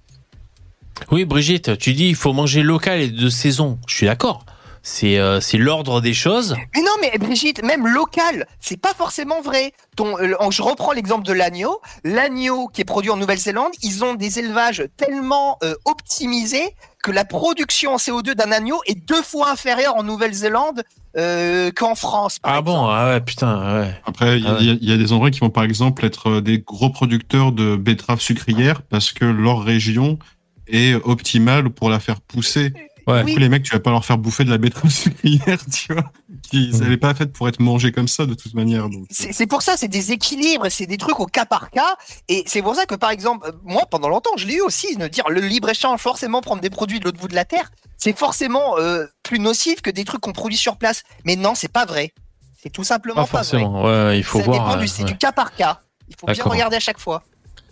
Oui, Brigitte, tu dis il faut manger local et de saison. Je suis d'accord. C'est l'ordre des choses. Mais non, mais Brigitte, même local, c'est pas forcément vrai. Je reprends l'exemple de l'agneau. L'agneau qui est produit en Nouvelle-Zélande, ils ont des élevages tellement optimisés que la production en CO2 d'un agneau est 2 fois inférieure en Nouvelle-Zélande qu'en France. Par exemple. Bon, ah ouais, putain, ouais. Après, il y a des endroits qui vont par exemple être des gros producteurs de betteraves sucrières parce que leur région est optimale pour la faire pousser. Ouais. Du coup, les mecs, tu vas pas leur faire bouffer de la betterave sucrière, tu vois. Elle n'est pas faite pour être mangée comme ça, de toute manière. Donc. C'est pour ça, c'est des équilibres, c'est des trucs au cas par cas. Et c'est pour ça que, par exemple, moi, pendant longtemps, je l'ai eu aussi, de dire le libre-échange, forcément, prendre des produits de l'autre bout de la Terre, c'est forcément plus nocif que des trucs qu'on produit sur place. Mais non, c'est pas vrai. C'est tout simplement pas forcément. vrai. Ouais, il faut voir. C'est du cas par cas. Il faut bien regarder à chaque fois.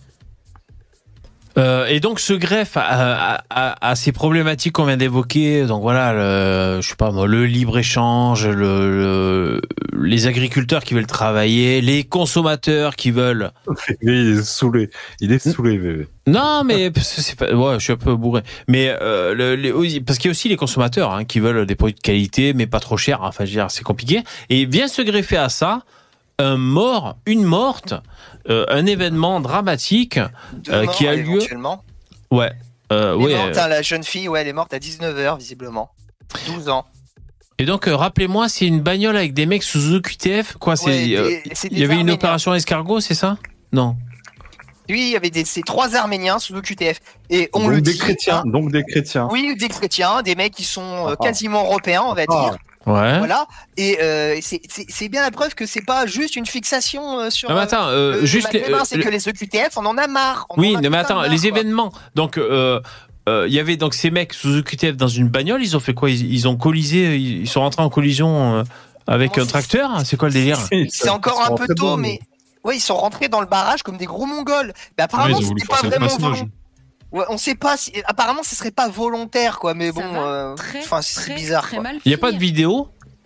Et donc ce greffe à ces problématiques qu'on vient d'évoquer, donc voilà, je sais pas moi, le libre-échange, les agriculteurs qui veulent travailler, les consommateurs qui veulent. Il est saoulé, bébé. Non, mais c'est pas, ouais, je suis un peu bourré. Mais parce qu'il y a aussi les consommateurs qui veulent des produits de qualité, mais pas trop chers. Enfin, je veux dire, c'est compliqué. Et vient se greffer à ça une morte, un événement dramatique qui a lieu. Ouais. La jeune fille, elle est morte à 19h, visiblement. 12 ans. Et donc, rappelez-moi, c'est une bagnole avec des mecs sous OQTF. Quoi, il y avait une opération escargot, c'est ça? Non. Oui, il y avait ces 3 Arméniens sous OQTF. Et on donc des chrétiens. Oui, des chrétiens, des mecs qui sont quasiment européens, on va dire. Ouais. Voilà. Et c'est bien la preuve que c'est pas juste une fixation sur. Non, mais attends, juste c'est que les EQTF, on en a marre. Oui, mais attends, les événements. Donc, il y avait donc ces mecs sous EQTF dans une bagnole. Ils ont fait quoi? Ils ont collisé. Ils sont rentrés en collision avec un tracteur. C'est quoi le délire? C'est encore un peu tôt, mais ouais, ils sont rentrés dans le barrage comme des gros Mongols. Mais apparemment, c'était pas vraiment volontaire. Ouais, on sait pas si apparemment ce serait pas volontaire quoi, mais bon, c'est bizarre. Il y a pas de vidéo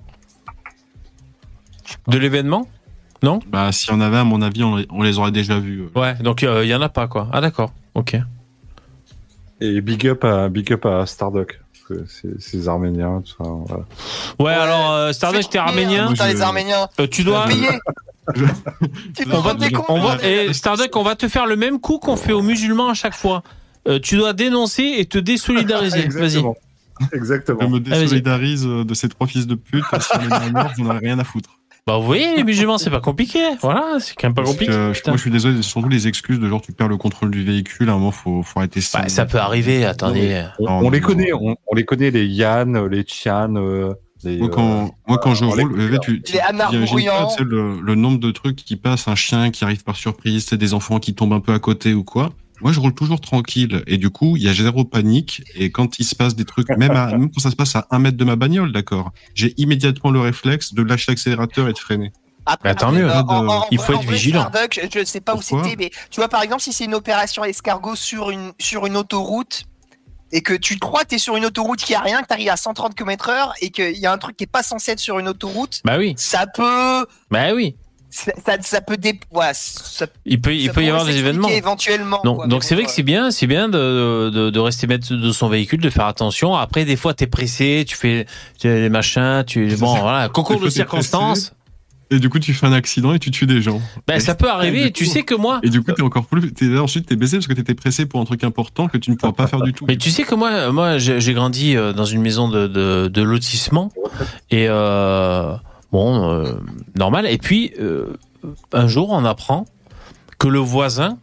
de l'événement, non? Bah si on avait, à mon avis, on les aurait déjà vus. Ouais, donc il y en a pas quoi. Ah d'accord, ok. Et big up à Stardock. Ces Arméniens, tout ça. Voilà. Ouais, alors Stardock, t'es arménien. Putain, les Arméniens. Tu dois. Stardock, on va te faire le même coup qu'on fait aux musulmans à chaque fois. Tu dois dénoncer et te désolidariser. Vas-y. Exactement. Je me désolidarise de ces 3 fils de pute. Si on est dans le Nord, j'en ai rien à foutre. Bah vous voyez, les musulmans, c'est pas compliqué. Voilà, c'est quand même pas compliqué. Moi, je suis désolé, surtout les excuses de genre tu perds le contrôle du véhicule, à un moment, faut arrêter ça. Bah, ça peut arriver, attendez. On les connaît, on les connaît, les Yann, les Tian. Moi, quand je roule, les Anards bruyants. Tu sais, le nombre de trucs qui passent, un chien qui arrive par surprise, c'est des enfants qui tombent un peu à côté ou quoi. Moi, je roule toujours tranquille. Et du coup, il y a zéro panique. Et quand il se passe des trucs, même quand ça se passe à 1 mètre de ma bagnole, d'accord, j'ai immédiatement le réflexe de lâcher l'accélérateur et de freiner. Après, tant mieux. Il faut être vigilant. Starduck, je ne sais pas où c'était, mais tu vois, par exemple, si c'est une opération escargot sur une autoroute, et que tu crois que tu es sur une autoroute qui a rien, que tu arrives à 130 km/h, et qu'il y a un truc qui est pas censé être sur une autoroute, bah oui. Ça peut... Bah oui. Ça peut il peut y avoir des événements éventuellement. Donc c'est vrai que c'est bien de rester maître de son véhicule, de faire attention. Après des fois t'es pressé, tu fais des machins, voilà, concours de circonstances. Et du coup tu fais un accident et tu tues des gens. Ben ça peut arriver. Tu sais que moi. Et du coup ensuite t'es baisé parce que t'étais pressé pour un truc important que tu ne pourras pas faire du tout. Mais tu sais que moi j'ai grandi dans une maison de lotissement et normal. Et puis, un jour, on apprend que le voisin,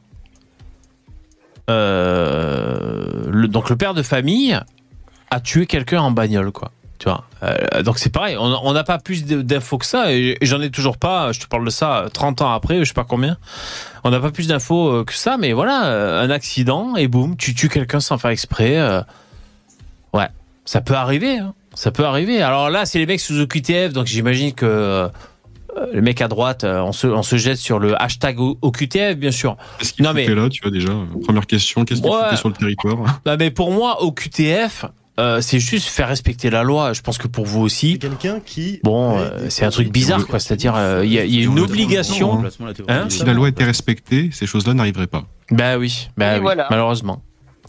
donc le père de famille, a tué quelqu'un en bagnole, quoi. Tu vois. Donc c'est pareil, on n'a pas plus d'infos que ça, et j'en ai toujours pas. Je te parle de ça 30 ans après, je sais pas combien. On n'a pas plus d'infos que ça, mais voilà, un accident et boum, tu tues quelqu'un sans faire exprès. Ouais, ça peut arriver. Hein. Ça peut arriver. Alors là, c'est les mecs sous OQTF, donc j'imagine que les mecs à droite, on se jette sur le hashtag OQTF, bien sûr. Qu'est-ce qu'il foutait là, tu vois déjà? Première question, qu'est-ce qu'il foutait sur le territoire? Bah, mais pour moi, OQTF, c'est juste faire respecter la loi. Je pense que pour vous aussi. C'est quelqu'un qui. C'est un truc bizarre, quoi. C'est-à-dire, il y a une obligation. Si la loi était respectée, ces choses-là n'arriveraient pas. Bah oui, voilà. Malheureusement.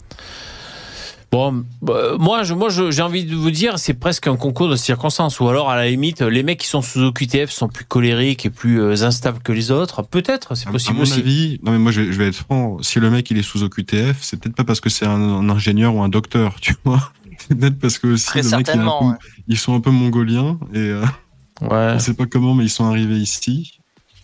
Bon, moi, j'ai envie de vous dire, c'est presque un concours de circonstances. Ou alors, à la limite, les mecs qui sont sous OQTF sont plus colériques et plus instables que les autres. Peut-être, c'est possible aussi. À mon avis, non mais moi, je vais être franc. Si le mec il est sous OQTF, c'est peut-être pas parce que c'est un ingénieur ou un docteur, tu vois. C'est peut-être parce que aussi le mec, ils sont un peu mongoliens et on sait pas comment, mais ils sont arrivés ici.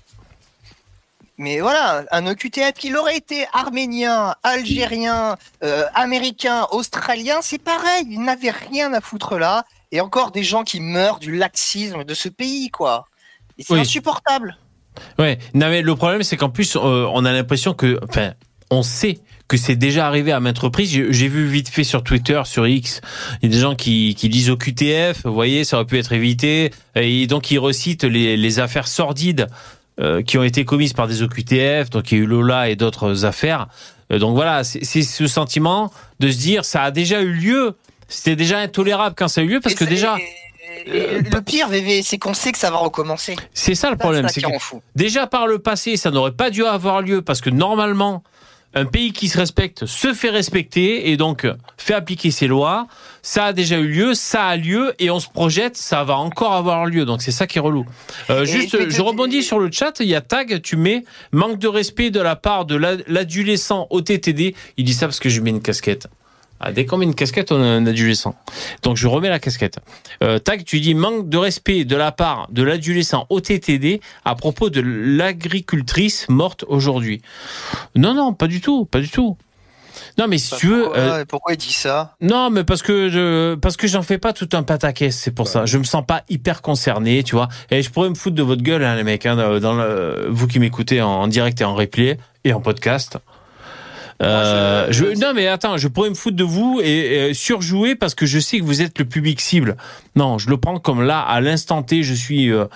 Mais voilà, un OQTF qu'il aurait été arménien, algérien, américain, australien, c'est pareil, il n'avait rien à foutre là. Et encore des gens qui meurent du laxisme de ce pays, quoi. Et c'est insupportable. Ouais, non mais le problème c'est qu'en plus on a l'impression que, enfin, on sait que c'est déjà arrivé à maintes reprises. J'ai vu vite fait sur Twitter, sur X, il y a des gens qui disent OQTF, vous voyez, ça aurait pu être évité. Et donc ils recitent les affaires sordides qui ont été commises par des OQTF, donc il y a eu Lola et d'autres affaires. Donc voilà, c'est ce sentiment de se dire ça a déjà eu lieu, c'était déjà intolérable quand ça a eu lieu, parce que déjà... le pire, VV, c'est qu'on sait que ça va recommencer. C'est ça le problème, c'est que déjà par le passé, ça n'aurait pas dû avoir lieu, parce que normalement, un pays qui se respecte se fait respecter et donc fait appliquer ses lois. Ça a déjà eu lieu, ça a lieu et on se projette, ça va encore avoir lieu. Donc c'est ça qui est relou. Je rebondis sur le chat, il y a Tag, tu mets manque de respect de la part de l'adolescent au TTD. Il dit ça parce que je mets une casquette. Ah, dès qu'on met une casquette, on a un adolescent. Donc je remets la casquette. Tag, tu dis manque de respect de la part de l'adolescent au TTD à propos de l'agricultrice morte aujourd'hui. Non, pas du tout. Non, mais si tu veux. Pourquoi il dit ça? Non, mais parce que j'en fais pas tout un pataquès, c'est pour ça. Je me sens pas hyper concerné, tu vois. Et je pourrais me foutre de votre gueule, hein, les mecs, hein, vous qui m'écoutez en direct et en replay et en podcast. Non mais attends, je pourrais me foutre de vous et surjouer parce que je sais que vous êtes le public cible. Non, je le prends comme là, à l'instant T, je suis et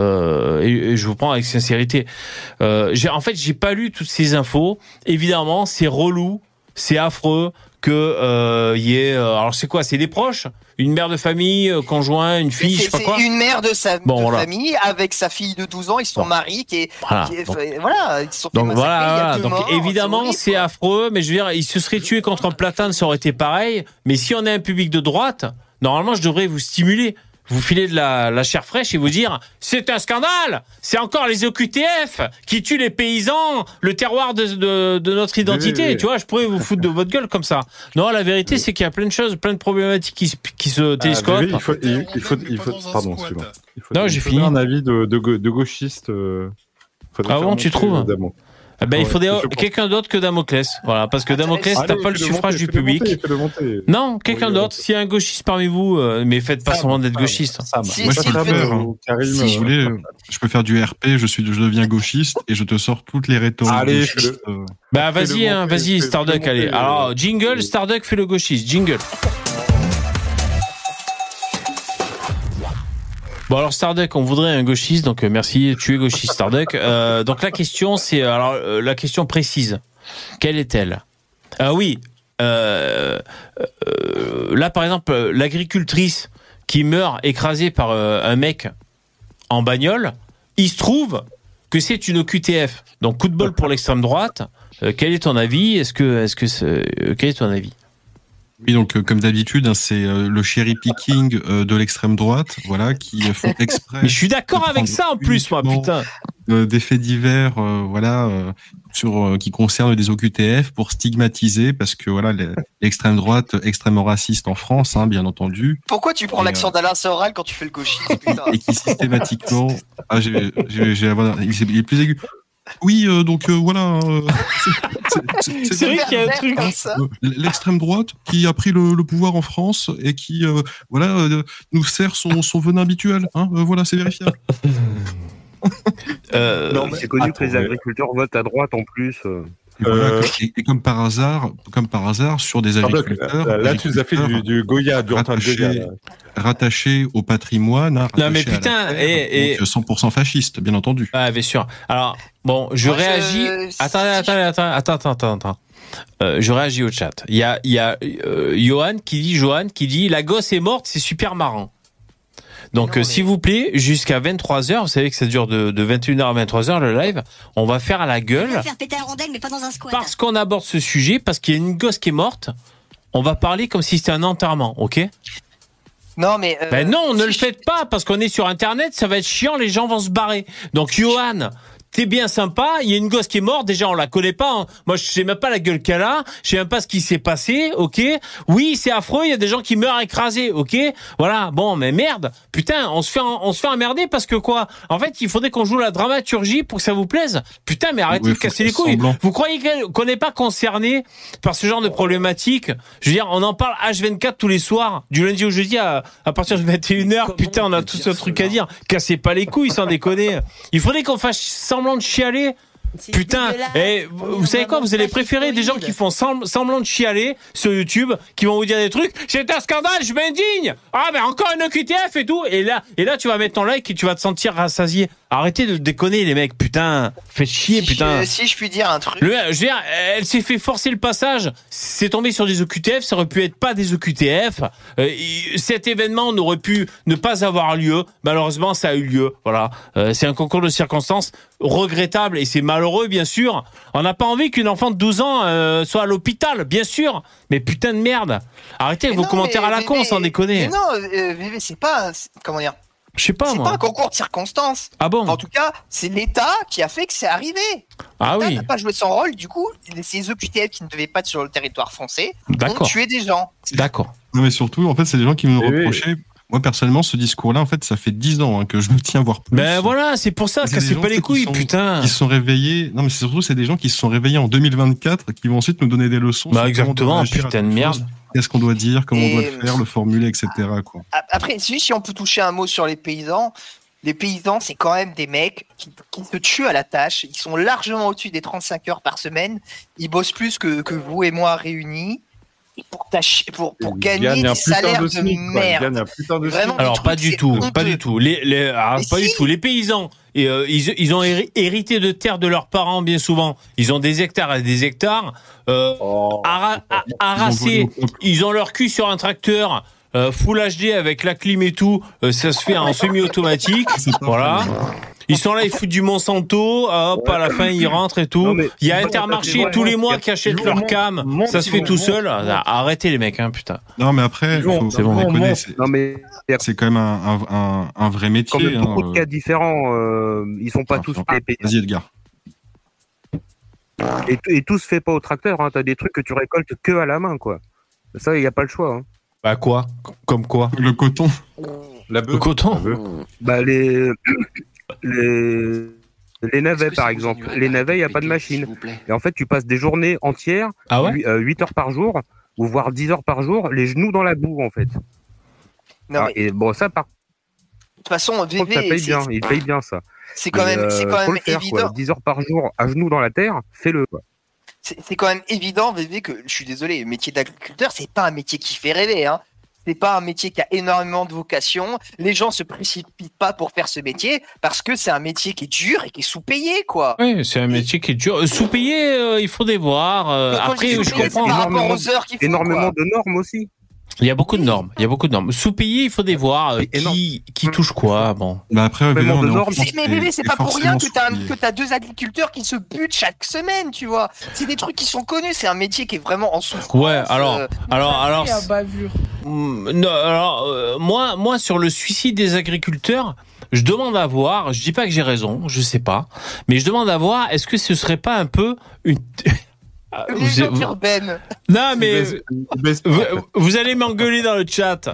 je vous prends avec sincérité. J'ai pas lu toutes ces infos. Évidemment, c'est relou, c'est affreux que y ait. Alors c'est quoi? C'est des proches? Une mère de famille, conjoint, une fille, je sais pas quoi. C'est une mère de famille avec sa fille de 12 ans, ils sont mariés, ils se sont fait massacrer. Donc évidemment, c'est affreux, mais je veux dire, ils se seraient tués contre un platane, ça aurait été pareil. Mais si on est un public de droite, normalement, je devrais vous stimuler. vous filer de la chair fraîche et vous dire c'est un scandale, c'est encore les OQTF qui tuent les paysans, le terroir de notre identité. Tu vois, je pourrais vous foutre de votre gueule comme ça. Non, la vérité, c'est qu'il y a plein de choses, plein de problématiques qui se télescopent. Il faut pardon, excuse-moi. Non, j'ai fini. Un avis de gauchiste. Ah bon, tu trouves? Il faudrait quelqu'un d'autre que Damoclès. Voilà, parce que Damoclès, t'as pas le suffrage du public. Non, quelqu'un d'autre. S'il y a un gauchiste parmi vous, mais faites pas semblant d'être gauchiste. Moi, je voulais, je peux faire du RP, je deviens gauchiste et je te sors toutes les rhétoriques. Allez, vas-y, Starduck, allez. Alors, jingle, Starduck fait le gauchiste. Jingle. Bon alors Starduck, on voudrait un gauchiste, donc merci, tu es gauchiste Starduck. Donc la question c'est la question précise. Quelle est-elle? Là par exemple l'agricultrice qui meurt écrasée par un mec en bagnole, il se trouve que c'est une OQTF. Donc coup de bol pour l'extrême droite. Quel est ton avis? Quel est ton avis? Oui, donc comme d'habitude, c'est le cherry picking de l'extrême droite, voilà, qui font exprès. Mais je suis d'accord avec ça en plus, moi, putain. Des faits divers, qui concernent des OQTF pour stigmatiser, parce que voilà, l'extrême droite, extrêmement raciste en France, bien entendu. Pourquoi tu prends l'accent d'Alain Soral quand tu fais le gauchiste, putain? Et qui systématiquement, il est plus aigu. Oui, voilà. C'est vrai qu'il y a un truc comme ça. L'extrême droite qui a pris le pouvoir en France et qui, nous sert son venin habituel. Voilà, c'est vérifiable. Non, c'est connu que les agriculteurs votent à droite en plus. Et comme par hasard, sur des agriculteurs. Là, tu nous as fait du Goya, du rattaché au patrimoine. Non, mais putain, donc 100% fasciste, bien entendu. Ah, bien sûr. Alors, bon, je réagis. Attends. Je réagis au chat. Il y a Johan qui dit la gosse est morte, c'est super marrant. Donc, s'il vous plaît, jusqu'à 23h, vous savez que ça dure de 21h à 23h le live, on va faire à la gueule. On va faire péter un rondelle, mais pas dans un squat. Parce qu'on aborde ce sujet, parce qu'il y a une gosse qui est morte, on va parler comme si c'était un enterrement, ok? Non, mais. Non, ne le faites pas, parce qu'on est sur Internet, ça va être chiant, les gens vont se barrer. Donc, Johan, t'es bien sympa, il y a une gosse qui est morte, déjà on la connaît pas, moi je sais même pas la gueule qu'elle a, je sais même pas ce qui s'est passé, ok? Oui, c'est affreux, il y a des gens qui meurent écrasés, ok? Voilà, bon, mais merde, putain, on se fait emmerder parce que quoi? En fait, il faudrait qu'on joue la dramaturgie pour que ça vous plaise. Putain, mais arrêtez de casser les couilles. Vous croyez qu'on n'est pas concerné par ce genre de problématique? Je veux dire, on en parle H24 tous les soirs, du lundi au jeudi à partir de 21h, putain, on a tous un truc à dire. Cassez pas les couilles, sans déconner. Il faudrait qu'on fasse semblant de chialer. Putain, vous savez quoi? Vous allez préférer des gens qui font semblant de chialer sur YouTube, qui vont vous dire des trucs. C'est un scandale, je m'indigne. Ah, mais encore un OQTF et tout. Et là, tu vas mettre ton like et tu vas te sentir rassasié. Arrêtez de déconner, les mecs. Putain, faites chier, putain. Si je puis dire un truc. Je veux dire, elle s'est fait forcer le passage. C'est tombé sur des OQTF. Ça aurait pu être pas des OQTF. Cet événement n'aurait pu ne pas avoir lieu. Malheureusement, ça a eu lieu. Voilà. C'est un concours de circonstances regrettable et c'est malheureux, bien sûr. On n'a pas envie qu'une enfant de 12 ans soit à l'hôpital, bien sûr. Mais putain de merde. Arrêtez vos commentaires à la con, sans déconner. Mais non, VV, c'est pas. Comment dire? Je sais pas, c'est pas un concours de circonstances. Ah bon? En tout cas, c'est l'État qui a fait que c'est arrivé. Ah L'État oui. n'a pas joué son rôle, du coup, ces OQTF qui ne devaient pas être sur le territoire français ont D'accord. tué des gens. D'accord. Non, mais surtout, en fait, c'est des gens qui me reprochaient. Moi, personnellement, ce discours-là, en fait, ça fait 10 ans que je me tiens, voire plus. Ben voilà, c'est pour ça, cassez pas les couilles, putain. Qui se sont réveillés. Non, mais surtout, c'est des gens qui se sont réveillés en 2024, qui vont ensuite nous donner des leçons. Bah, exactement, putain de merde. Qu'est-ce qu'on doit dire, comment on doit le faire, le formuler, etc., quoi. Après, si on peut toucher un mot sur les paysans, c'est quand même des mecs qui se tuent à la tâche. Ils sont largement au-dessus des 35 heures par semaine. Ils bossent plus que vous et moi réunis. Et pour gagner des salaires de merde. Alors pas du tout. Les paysans, ils ont hérité de terres de leurs parents bien souvent. Ils ont des hectares et des hectares arassés. Ils ont leur cul sur un tracteur. Full HD avec la clim et tout, ça se fait en semi-automatique. Voilà. Ils sont là, ils foutent du Monsanto, hop, à la fin, ils rentrent et tout. Il y a Intermarché tous les mois qui achètent leur cam. Ça se fait tout seul. Arrêtez les mecs, hein, putain. Non, mais après, c'est bon. C'est quand même un vrai métier. Quand même beaucoup de cas différents. Ils sont pas tous payés. Vas-y, Edgar. Et tout se fait pas au tracteur. Hein. T'as des trucs que tu récoltes que à la main, quoi. Ça, il n'y a pas le choix. Hein. Bah quoi? Comme quoi? Le coton. Le coton. Bah les navets, par exemple. Les navets, il n'y a pas de machine. Et en fait, tu passes des journées entières, 8 heures par jour, ou voire 10 heures par jour, les genoux dans la boue, en fait. Et bon, ça, par de toute façon, VV, ça paye bien. Il paye bien, ça. C'est quand même faire, évident. Quoi. 10 heures par jour à genoux dans la terre, fais-le. Quoi. C'est quand même évident, VV, que je suis désolé, le métier d'agriculteur, c'est pas un métier qui fait rêver. Hein. C'est pas un métier qui a énormément de vocation. Les gens se précipitent pas pour faire ce métier parce que c'est un métier qui est dur et qui est sous-payé, quoi. Oui, c'est un métier qui est dur. Sous-payé, il faut devoir. Après, je comprends. Par rapport aux heures qu'il faut, énormément de normes aussi. Il y a beaucoup de normes. Sous-payé, il faut devoir qui touche quoi. Bon. Mais après, mais VV, c'est pas pour rien que t'as 2 agriculteurs qui se butent chaque semaine, tu vois. C'est des trucs qui sont connus. C'est un métier qui est vraiment en souffrance. Ouais, alors. Moi, sur le suicide des agriculteurs, je demande à voir. Je dis pas que j'ai raison, je sais pas, mais je demande à voir. Est-ce que ce serait pas un peu une légende urbaine. Non, mais vous allez m'engueuler dans le chat.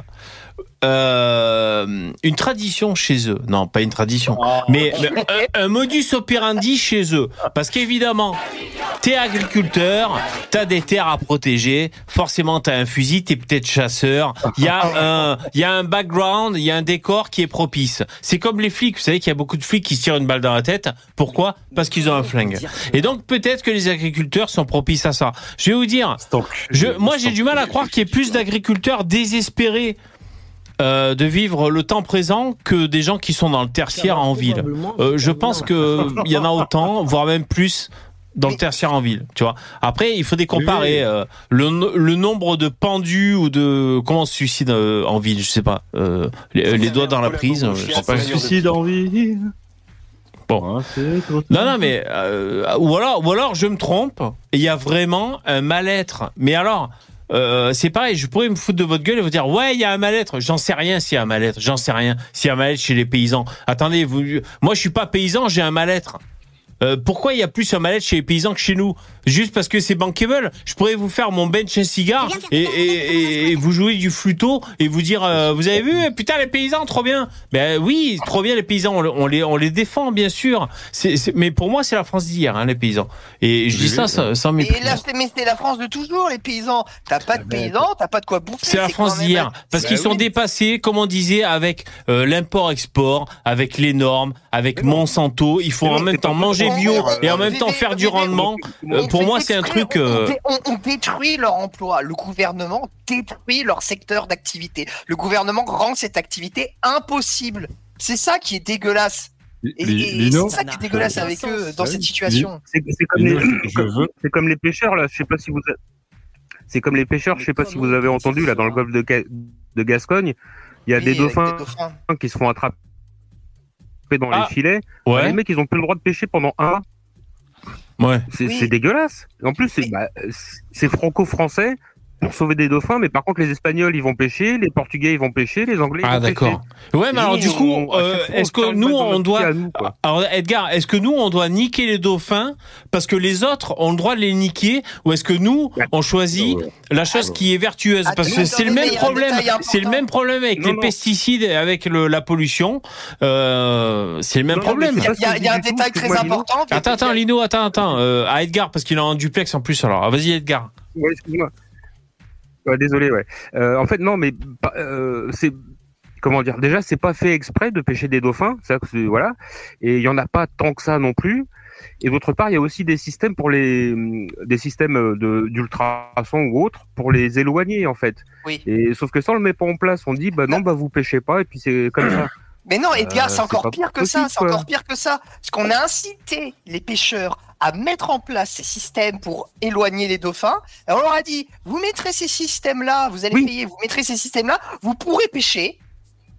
Une tradition chez eux. Non, pas une tradition, mais un modus operandi chez eux. Parce qu'évidemment, t'es agriculteur, t'as des terres à protéger, forcément t'as un fusil, t'es peut-être chasseur. Il y a un background, il y a un décor qui est propice. C'est comme les flics. Vous savez qu'il y a beaucoup de flics qui se tirent une balle dans la tête. Pourquoi? Parce qu'ils ont un flingue. Et donc peut-être que les agriculteurs sont propices à ça. Je vais vous dire, moi j'ai du mal à croire qu'il y ait plus d'agriculteurs désespérés de vivre le temps présent que des gens qui sont dans le tertiaire en ville. Je pense que il y en a autant, voire même plus dans le tertiaire en ville, tu vois. Après, il faut comparer le nombre de pendus ou de comment on se suicide en ville, je sais pas. Les doigts dans la prise. Je sais pas. Suicide en ville. Bon. Non, mais ou alors je me trompe. Et il y a vraiment un mal-être. Mais alors. C'est pareil, je pourrais me foutre de votre gueule et vous dire ouais, il y a un mal-être. J'en sais rien s'il y a un mal-être. J'en sais rien s'il y a un mal-être chez les paysans. Attendez, moi je suis pas paysan, j'ai un mal-être. Pourquoi il y a plus un mal-être chez les paysans que chez nous? Juste parce que c'est bankable. Je pourrais vous faire mon bench un cigare et vous jouer du flûteau et vous dire vous avez vu, putain les paysans trop bien. Ben oui, trop bien les paysans, on les défend bien sûr. Mais pour moi c'est la France d'hier, hein, les paysans. Et je dis ça sans mépris. Mais c'est la France de toujours, les paysans. T'as pas de paysans, t'as pas de quoi bouffer. C'est la France d'hier parce qu'ils sont dépassés, comme on disait, avec l'import-export, avec les normes, avec Monsanto. Il faut en même temps manger bio et en même temps faire du rendement. Pour moi, c'est un truc. On détruit leur emploi. Le gouvernement détruit leur secteur d'activité. Le gouvernement rend cette activité impossible. C'est ça qui est dégueulasse. Et c'est ça qui est dégueulasse avec eux dans cette situation. C'est comme les pêcheurs là. Je sais pas si vous. C'est comme les pêcheurs. Je sais pas si vous avez entendu là dans le golfe de Gascogne. Il y a des dauphins qui se font attraper dans les filets. Ouais. Les mecs, ils ont plus le droit de pêcher pendant un. Ouais. C'est dégueulasse. En plus, c'est franco-français pour sauver des dauphins, mais par contre, les Espagnols, ils vont pêcher, les Portugais, ils vont pêcher, les Anglais, ils vont pêcher. D'accord. Ouais, mais alors du coup, est-ce que nous, on doit... Alors Edgar, est-ce que nous, on doit niquer les dauphins parce que les autres ont le droit de les niquer, ou est-ce que nous, on choisit la chose qui est vertueuse? Parce que c'est le même problème. C'est le même problème avec les pesticides et avec la pollution. C'est le même problème. Il y a un détail très important. Attends, Lino, attends. À Edgar, parce qu'il est en duplex en plus. Alors, vas-y, Edgar. Ouais, excuse-moi. Désolé, ouais. En fait, non, mais c'est comment dire. Déjà, c'est pas fait exprès de pêcher des dauphins, voilà. Et il y en a pas tant que ça non plus. Et d'autre part, il y a aussi des systèmes des systèmes d'ultrasons ou autres pour les éloigner en fait. Oui. Et sauf que ça, on le met pas en place. On dit vous pêchez pas et puis c'est comme ça. Mais non, Edgar, c'est encore pire que ça. C'est encore pire que ça. Parce qu'on a incité les pêcheurs à mettre en place ces systèmes pour éloigner les dauphins. Et on leur a dit, vous mettrez ces systèmes-là, vous allez payer, vous mettrez ces systèmes-là, vous pourrez pêcher.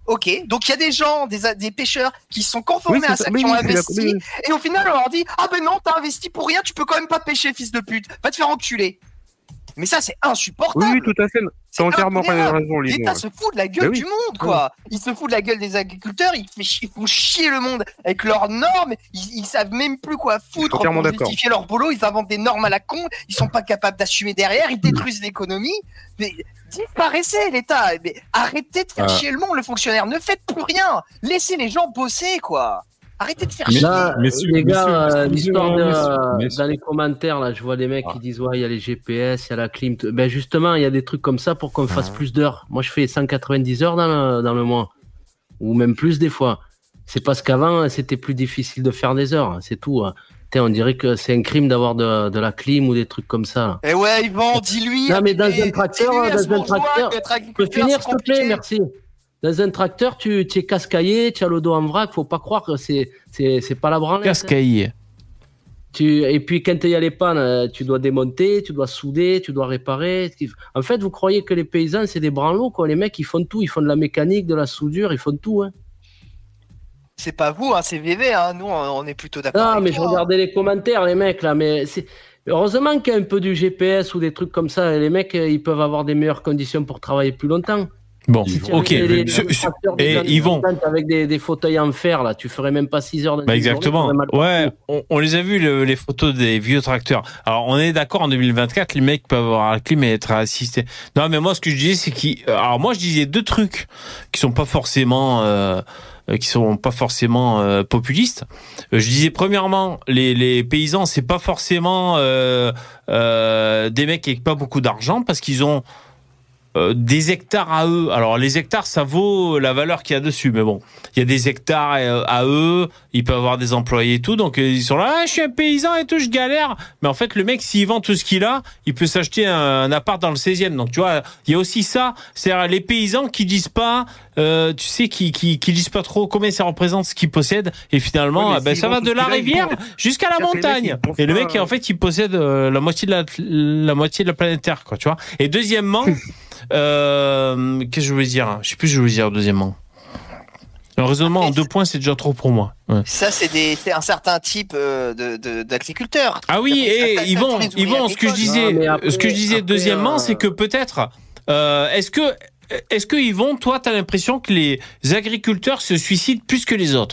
Ok, donc il y a des gens, des pêcheurs qui se sont conformés à ça, qui ont investi, et au final on leur dit ah ben non, t'as investi pour rien, tu peux quand même pas pêcher, fils de pute, va te faire enculer. Mais ça c'est insupportable. Oui, tout à fait. T'as entièrement raison, Lino. L'État se fout de la gueule du monde, quoi. Il se fout de la gueule des agriculteurs, ils font chier le monde avec leurs normes, ils savent même plus quoi foutre pour justifier leur boulot, ils inventent des normes à la con, ils sont pas capables d'assumer derrière, ils détruisent l'économie. Mais disparaissez l'État, mais arrêtez de faire chier le monde, le fonctionnaire, ne faites plus rien, laissez les gens bosser, quoi. Arrêtez de faire chier. Les gars, l'histoire dans les commentaires, là, je vois des mecs qui disent ouais, il y a les GPS, il y a la clim. Ben justement, il y a des trucs comme ça pour qu'on fasse plus d'heures. Moi, je fais 190 heures dans le mois, ou même plus des fois. C'est parce qu'avant, c'était plus difficile de faire des heures, c'est tout. On dirait que c'est un crime d'avoir de la clim ou des trucs comme ça. Eh ouais, Yvan, dis-lui. Non, mais dans un tracteur, tu peux finir, s'il te plaît, merci. Dans un tracteur, tu es cascaillé, tu as le dos en vrac, faut pas croire que c'est pas la branlette. Cascaillé. Et puis quand il y a les pannes, tu dois démonter, tu dois souder, tu dois réparer. En fait, vous croyez que les paysans, c'est des branlots, quoi. Les mecs, ils font tout, ils font de la mécanique, de la soudure, ils font tout. Hein. C'est pas vous, hein, c'est VV, hein. Nous on est plutôt d'accord. Non, mais je regardais les commentaires, les mecs, là, mais heureusement qu'il y a un peu du GPS ou des trucs comme ça, et les mecs, ils peuvent avoir des meilleures conditions pour travailler plus longtemps. Bon, ok. Et Yvon, avec des fauteuils en fer, là, tu ferais même pas 6 heures de exactement. Ouais, on les a vus, les photos des vieux tracteurs. Alors, on est d'accord, en 2024, les mecs peuvent avoir la clim et être assistés. Non, mais moi, ce que je disais, c'est alors, moi, je disais deux trucs qui sont pas forcément populistes. Je disais, premièrement, les paysans, c'est pas forcément des mecs avec pas beaucoup d'argent, parce qu'ils ont des hectares à eux. Alors les hectares, ça vaut la valeur qu'il y a dessus, mais bon, il y a des hectares à eux, ils peuvent avoir des employés et tout, donc ils sont là, je suis un paysan et tout, je galère. Mais en fait, le mec, s'il vend tout ce qu'il a, il peut s'acheter un appart dans le 16e. Donc tu vois, il y a aussi ça, c'est-à-dire les paysans qui disent pas, tu sais, qui disent pas trop combien ça représente ce qu'ils possèdent, et finalement, ça va de la rivière jusqu'à la montagne. Et le mec, en fait, il possède la moitié de la planète Terre, quoi, tu vois. Et deuxièmement, qu'est-ce que je voulais dire ? Je sais plus ce que je voulais dire deuxièmement. Le raisonnement en 2 points, c'est déjà trop pour moi. Ouais. Ça, c'est un certain type d'agriculteur. Ah oui, et Yvon, ce que je disais deuxièmement, c'est que peut-être, est-ce que Yvon, toi, t'as l'impression que les agriculteurs se suicident plus que les autres ?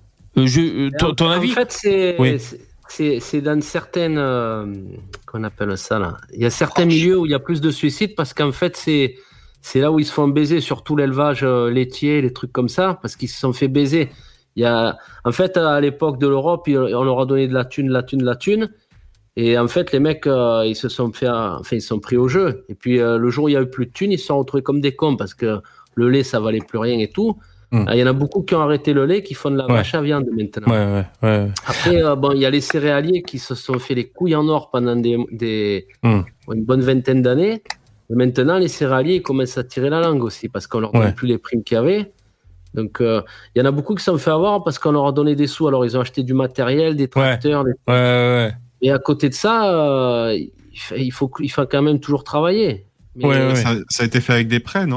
Ton avis ? En fait, c'est dans certaines, qu'on appelle ça là. Il y a certains milieux où il y a plus de suicides parce qu'en fait c'est là où ils se font baiser, surtout l'élevage laitier, les trucs comme ça, parce qu'ils se sont fait baiser. En fait, à l'époque de l'Europe, on leur a donné de la thune, et en fait les mecs ils se sont ils sont pris au jeu. Et puis le jour où il y a eu plus de thune, ils se sont retrouvés comme des cons parce que le lait ça valait plus rien et tout. Il y en a beaucoup qui ont arrêté le lait, qui font de la vache à viande maintenant. Ouais. Après, il y a les céréaliers qui se sont fait les couilles en or pendant une bonne vingtaine d'années. Et maintenant, les céréaliers ils commencent à tirer la langue aussi parce qu'on leur donne plus les primes qu'il y avait. Donc, il y en a beaucoup qui se sont fait avoir parce qu'on leur a donné des sous. Alors, ils ont acheté du matériel, des tracteurs. Et à côté de ça, il faut quand même toujours travailler. Mais, ça a été fait avec des prêts, non ?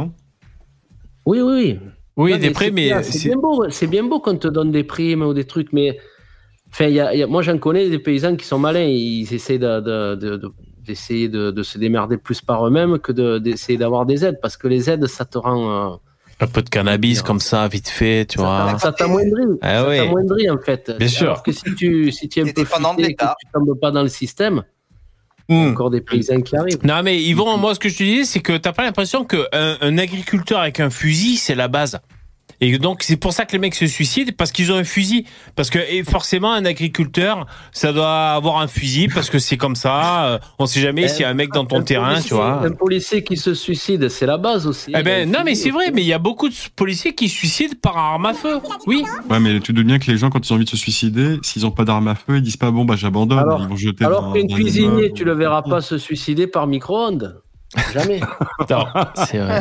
Oui. Oui, des prêts, mais c'est bien beau qu'on te donne des primes ou des trucs, mais enfin, moi j'en connais des paysans qui sont malins, ils essaient d'essayer de se démerder plus par eux-mêmes que d'essayer d'avoir des aides, parce que les aides, ça te rend un peu de cannabis comme ça, vite fait, tu vois. Ça t'amoindrit. T'amoindrit en fait. Bien sûr. Alors que si tu es un peu futé et que tu tombes pas dans le système. Il y a encore des paysans qui arrivent. Non, mais Yvon, moi, ce que je te disais, c'est que t'as pas l'impression qu'un agriculteur avec un fusil, c'est la base. Et donc, c'est pour ça que les mecs se suicident, parce qu'ils ont un fusil. Parce que forcément, un agriculteur, ça doit avoir un fusil, parce que c'est comme ça. On sait jamais s'il y a un mec dans ton terrain, tu vois. Un policier qui se suicide, c'est la base aussi. Non, mais c'est vrai, mais il y a beaucoup de policiers qui se suicident par arme à feu. Oui. Ouais, mais tu te doutes bien que les gens, quand ils ont envie de se suicider, s'ils ont pas d'arme à feu, ils disent pas, j'abonne, ils vont jeter. Alors qu'un cuisinier, tu le verras pas se suicider par micro-ondes. Jamais. Non, c'est vrai.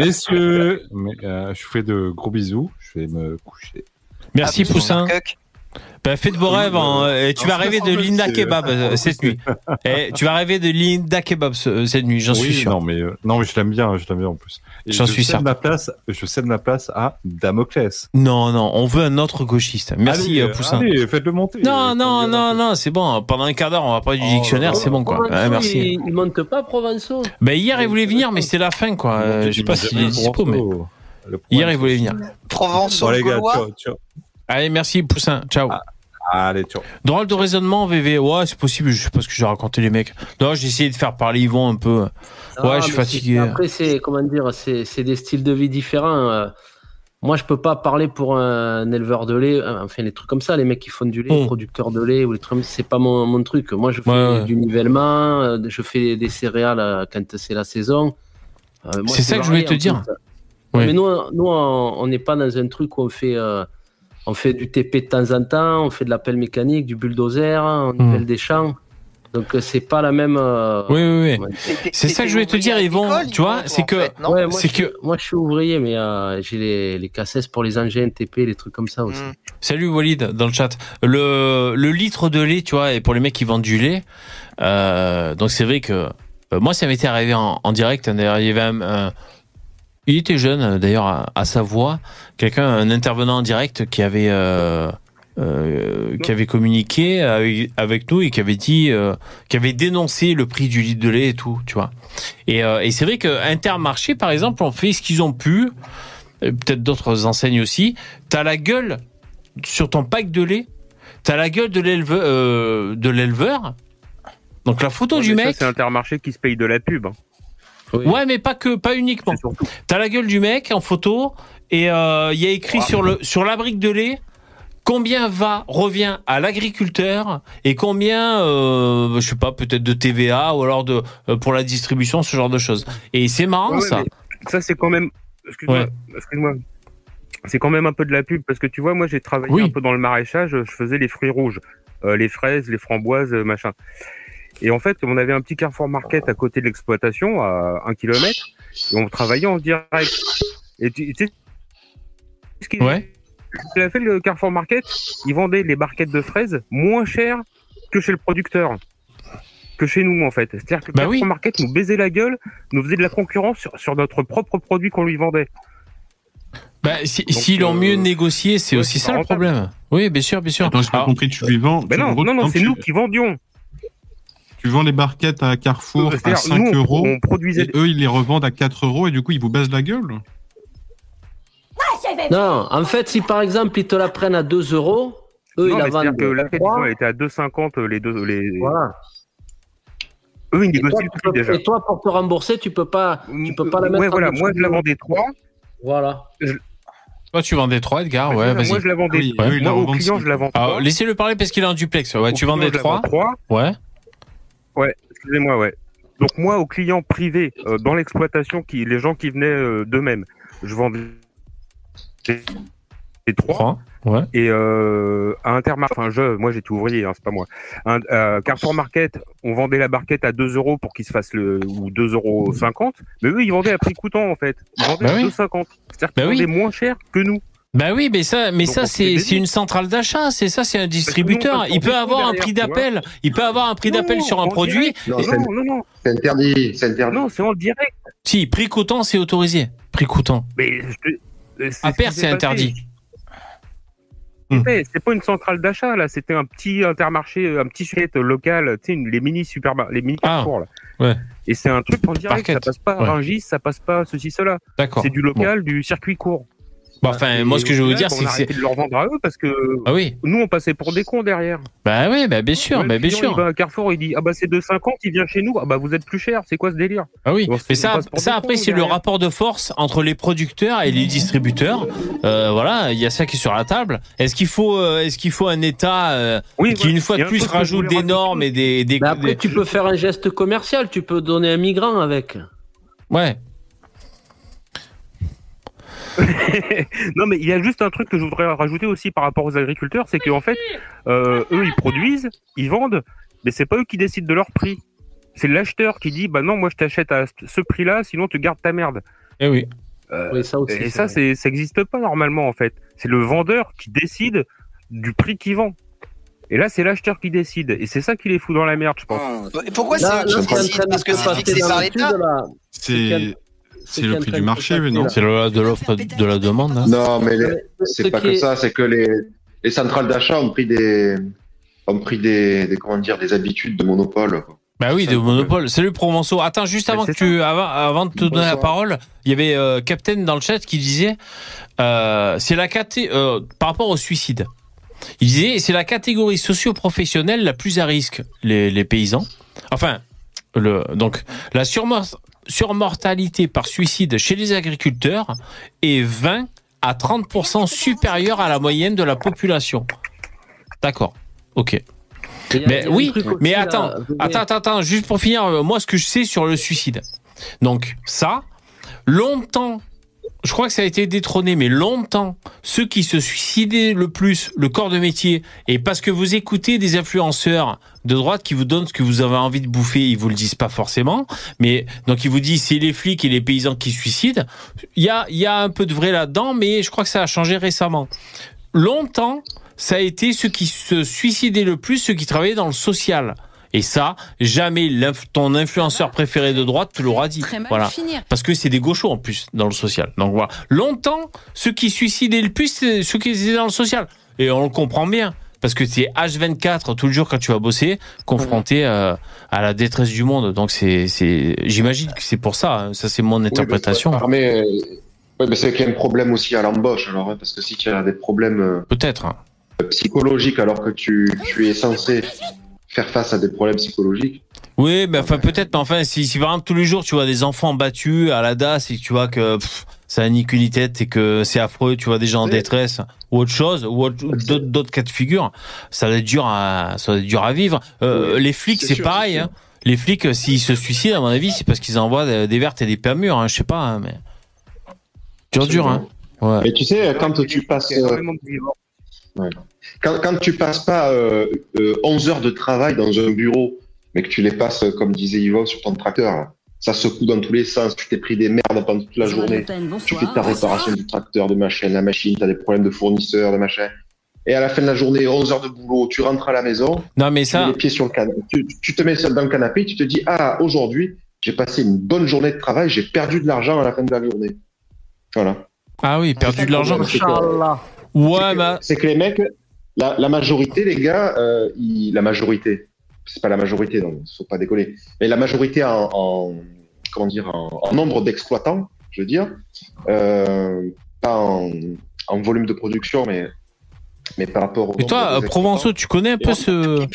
Messieurs, je vous fais de gros bisous. Je vais me coucher. Merci Poussin. Ben, fais de beaux rêves. Et tu vas rêver de Linda Kebab cette nuit. Et tu vas rêver de Linda Kebab cette nuit, j'en suis sûr. Non, mais je l'aime bien en plus. Et j'en suis sûr. Je cède ma place à Damoclès. Non, on veut un autre gauchiste. Merci, Poussin. Allez, faites-le monter. Non, c'est bon. Pendant un quart d'heure, on va parler du dictionnaire, c'est bon, quoi. Merci. Il monte pas, Provençal. Ben, hier, il voulait venir, mais c'était la fin, quoi. Je sais pas s'il est dispo, mais. Hier, il voulait venir. Provençal gaulois. Allez, merci, Poussin. Ciao. Allez, ciao. Drôle de raisonnement, VV. Ouais, c'est possible. Je sais pas ce que j'ai raconté, les mecs. Non, j'ai essayé de faire parler Yvon un peu. Ouais, je suis fatigué. Après, c'est des styles de vie différents. Moi, je peux pas parler pour un éleveur de lait. Enfin, les trucs comme ça, les mecs qui font du lait, producteurs de lait ou les trucs, c'est pas mon truc. Moi, je fais du nivellement, je fais des céréales quand c'est la saison. Moi, c'est ça que je voulais te dire. Mais nous, on n'est pas dans un truc où on fait du TP de temps en temps, on fait de la pelle mécanique, du bulldozer, on nivelle des champs. Donc c'est pas la même. Oui. C'est ça que je voulais te dire, Yvon. Tu vois, c'est que. Moi, je suis ouvrier, mais j'ai les cassettes pour les engins TP, les trucs comme ça aussi. Salut Walid dans le chat. Le litre de lait, tu vois, et pour les mecs qui vendent du lait. Donc c'est vrai que moi, ça m'était arrivé en direct. D'ailleurs, il y avait il était jeune, d'ailleurs, à Savoie, un intervenant en direct qui avait communiqué avec nous et qui avait dit, qui avait dénoncé le prix du litre de lait et tout, tu vois. Et c'est vrai que Intermarché, par exemple, ont fait ce qu'ils ont pu, peut-être d'autres enseignes aussi. T'as la gueule sur ton pack de lait, t'as la gueule de l'éleveur. Donc la photo du mec. Ça, c'est Intermarché qui se paye de la pub. Oui. Ouais, mais pas uniquement. T'as la gueule du mec en photo et il y a écrit sur la brique de lait combien revient à l'agriculteur et combien, je sais pas, peut-être de TVA ou alors pour la distribution, ce genre de choses. Et c'est marrant ça. Ça c'est quand même. Excuse-moi. C'est quand même un peu de la pub parce que tu vois, moi j'ai travaillé un peu dans le maraîchage. Je faisais les fruits rouges, les fraises, les framboises, machin. Et en fait, on avait un petit Carrefour Market à côté de l'exploitation, à 1 kilomètre, et on travaillait en direct. Et tu sais ce qu'il a fait le Carrefour Market? Il vendait les barquettes de fraises moins chères que chez le producteur, que chez nous en fait. C'est-à-dire que le Carrefour Market nous baisait la gueule, nous faisait de la concurrence sur notre propre produit qu'on lui vendait. S'ils l'ont mieux négocié, c'est aussi ça le problème. Oui, bien sûr. Attends, j'ai pas compris, tu lui vends. Non, c'est nous qui vendions. Tu vends les barquettes à Carrefour à 5 €, et eux, ils les revendent à 4 € et du coup, ils vous baissent la gueule? Non, en fait, si par exemple, ils te la prennent à 2 €, eux, ils la vendent. C'est-à-dire que la question elle était à 2,50 les deux. Voilà. Eux, ils négocient tout déjà. Et toi, pour te rembourser, tu peux pas la mettre voilà, moi, je la vendais 3. Voilà. Toi, tu vendais 3, Edgar. Ouais, vas-y. Moi, je la vendais. Moi, au client, je la vends 3. Laissez-le parler parce qu'il est en duplex. Ouais, tu vendais 3. Ouais. Ouais, excusez-moi, ouais. Donc moi, aux clients privés, dans l'exploitation, les gens qui venaient d'eux-mêmes, je vendais les 3. Ouais. Et à Intermarché, moi j'étais ouvrier, c'est pas moi. Carrefour Market, on vendait la barquette à 2 € pour qu'ils se fassent ou 2,50 €. Mais eux, ils vendaient à prix coûtant en fait. Ils vendaient à 2,50 €. C'est-à-dire qu'ils vendaient moins cher que nous. Bah oui, mais ça, c'est une centrale d'achat, c'est un distributeur. Il peut avoir un prix d'appel. Il peut avoir un prix d'appel sur un produit. Non, c'est interdit. Non, c'est en direct. Si, prix coûtant, c'est autorisé. Prix coûtant. Mais à perte, c'est interdit. C'est pas une centrale d'achat là, c'était un petit Intermarché, un petit sujet local, tu sais, les mini Carrefour là. Ouais. Et c'est un truc en direct, ça passe pas à Rungis, ça passe pas ceci cela. D'accord. C'est du local, du circuit court. Moi, ce que je veux vous dire, c'est que on a arrêté de leur vendre à eux parce que nous, on passait pour des cons derrière. Bah oui, bien sûr, bien sûr. Il va à Carrefour, il dit c'est 2,50, il vient chez nous, vous êtes plus cher, c'est quoi ce délire? Ah oui, mais ça après, c'est le rapport de force entre les producteurs et les distributeurs. Voilà, il y a ça qui est sur la table. Est-ce qu'il faut un État qui, une fois de plus, rajoute des normes et des... Après, tu peux faire un geste commercial, tu peux donner un migrant avec. Ouais. Non, mais il y a juste un truc que je voudrais rajouter aussi par rapport aux agriculteurs, c'est qu'en fait, eux, ils produisent, ils vendent, mais c'est pas eux qui décident de leur prix. C'est l'acheteur qui dit, non, moi je t'achète à ce prix-là, sinon tu gardes ta merde. Et oui. Ça aussi, et ça, ça n'existe pas normalement en fait. C'est le vendeur qui décide du prix qu'il vend. Et là, c'est l'acheteur qui décide. Et c'est ça qui les fout dans la merde, je pense. Et pourquoi c'est eux qui décident? Parce que c'est fixé par l'État. C'est le prix du marché, non? C'est de l'offre de la demande. Hein. Non, mais c'est pas que ça. C'est que les centrales d'achat ont pris des habitudes de monopole. Bah oui, de monopole. Salut Provençaux. Attends, juste avant avant de te donner la parole, il y avait Captain dans le chat qui disait c'est la par rapport au suicide. Il disait c'est la catégorie socio-professionnelle la plus à risque, les paysans. Enfin, donc la surmortalité par suicide chez les agriculteurs est 20 à 30% supérieure à la moyenne de la population. D'accord. Ok. Mais oui, mais attends, juste pour finir, moi ce que je sais sur le suicide. Donc ça, longtemps, je crois que ça a été détrôné, mais longtemps, ceux qui se suicidaient le plus, le corps de métier, et parce que vous écoutez des influenceurs de droite qui vous donnent ce que vous avez envie de bouffer, ils vous le disent pas forcément, mais donc ils vous disent c'est les flics et les paysans qui se suicident. Il y a un peu de vrai là-dedans, mais je crois que ça a changé récemment. Longtemps, ça a été ceux qui se suicidaient le plus, ceux qui travaillaient dans le social. Et ça, jamais ton influenceur préféré de droite te l'aura dit. Voilà. Parce que c'est des gauchos en plus dans le social. Donc voilà. Longtemps, ceux qui suicidaient le plus, c'est ceux qui étaient dans le social. Et on le comprend bien. Parce que c'est H24 tout le jour quand tu vas bosser, confronté à la détresse du monde. Donc j'imagine que c'est pour ça. Hein. Ça, c'est mon interprétation. Oui, mais c'est qu'il y a un problème aussi à l'embauche, alors, hein, parce que si tu as des problèmes peut-être psychologiques, alors que tu es censé faire face à des problèmes psychologiques. Oui, mais enfin peut-être, mais enfin si par exemple tous les jours tu vois des enfants battus à la DAS et que tu vois que ça n'a ni queue ni tête et que c'est affreux, tu vois des gens en détresse ou autre chose ou d'autres cas de figure, ça va être dur à vivre. Les flics c'est pareil. Hein. Les flics s'ils se suicident à mon avis c'est parce qu'ils envoient des vertes et des permures. Hein, je sais pas, hein, mais dur. Hein. Ouais. Mais tu sais quand tu passes quand tu passes pas 11 heures de travail dans un bureau, mais que tu les passes, comme disait Yvon, sur ton tracteur, ça secoue dans tous les sens, tu t'es pris des merdes pendant toute la journée, tu fais ta réparation du tracteur, de la machine, tu as des problèmes de fournisseurs, de machin. Et à la fin de la journée, 11 heures de boulot, tu rentres à la maison, non, mais tu mets les pieds sur le canapé, tu te mets dans le canapé, tu te dis, ah, aujourd'hui, j'ai passé une bonne journée de travail, j'ai perdu de l'argent à la fin de la journée. Voilà. Ah oui, perdu de l'argent. C'est que les mecs, la majorité, les gars, la majorité, c'est pas la majorité, donc faut pas décoller, mais la majorité en nombre d'exploitants, je veux dire, pas en volume de production, mais par rapport au. Et toi, Provençaux, tu connais un peu ce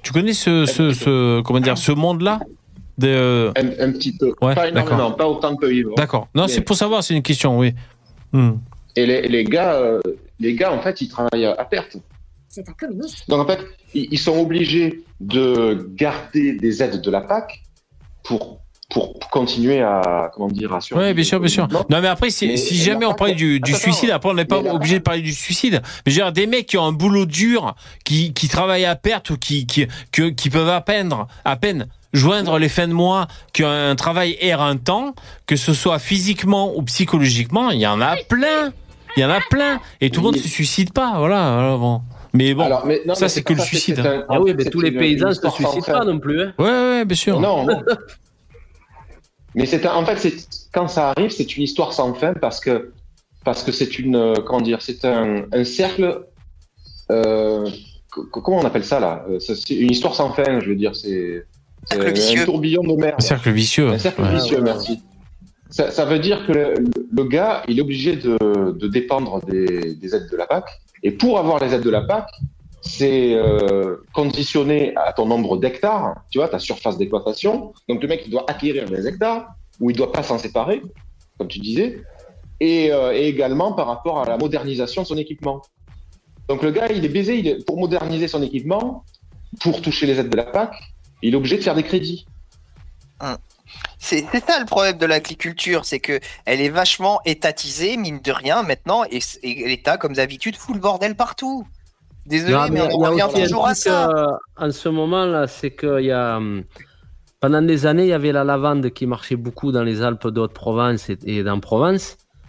monde-là? Un petit peu. Ouais, pas énormément, pas autant que Yves. D'accord. Non, c'est pour savoir, c'est une question, oui. Et les gars, en fait, ils travaillent à perte. C'est un communiste. Donc, en fait, ils sont obligés de garder des aides de la PAC pour continuer à survivre. Oui, bien sûr. Non, mais après, si jamais on parlait du suicide, après, on n'est pas obligé de parler du suicide. Mais genre, des mecs qui ont un boulot dur, qui travaillent à perte ou qui peuvent à peine joindre les fins de mois, qui ont un travail éreintant, que ce soit physiquement ou psychologiquement, il y en a plein. Et tout le monde ne se suicide pas. Voilà bon. Mais bon, ça c'est que le suicide. Mais tous les paysans ne se suicident pas non plus. Hein. Ouais, bien sûr. Non. Mais quand ça arrive, c'est une histoire sans fin parce que c'est c'est un cercle. Comment on appelle ça là? C'est une histoire sans fin, je veux dire. C'est un tourbillon de merde. Un cercle vicieux. Un cercle vicieux, merci. Ça veut dire que le gars, il est obligé de dépendre des aides de la PAC. Et pour avoir les aides de la PAC, c'est conditionné à ton nombre d'hectares, tu vois, ta surface d'exploitation. Donc le mec, il doit acquérir des hectares, ou il ne doit pas s'en séparer, comme tu disais, et également par rapport à la modernisation de son équipement. Donc le gars, il est baisé, pour moderniser son équipement, pour toucher les aides de la PAC, il est obligé de faire des crédits. C'est ça le problème de l'agriculture, c'est que elle est vachement étatisée, mine de rien, maintenant, et l'État, comme d'habitude, fout le bordel partout. Désolé, mais on revient toujours à ça. En ce moment-là, c'est qu'il y a... Pendant des années, il y avait la lavande qui marchait beaucoup dans les Alpes de Haute-Provence et dans Provence.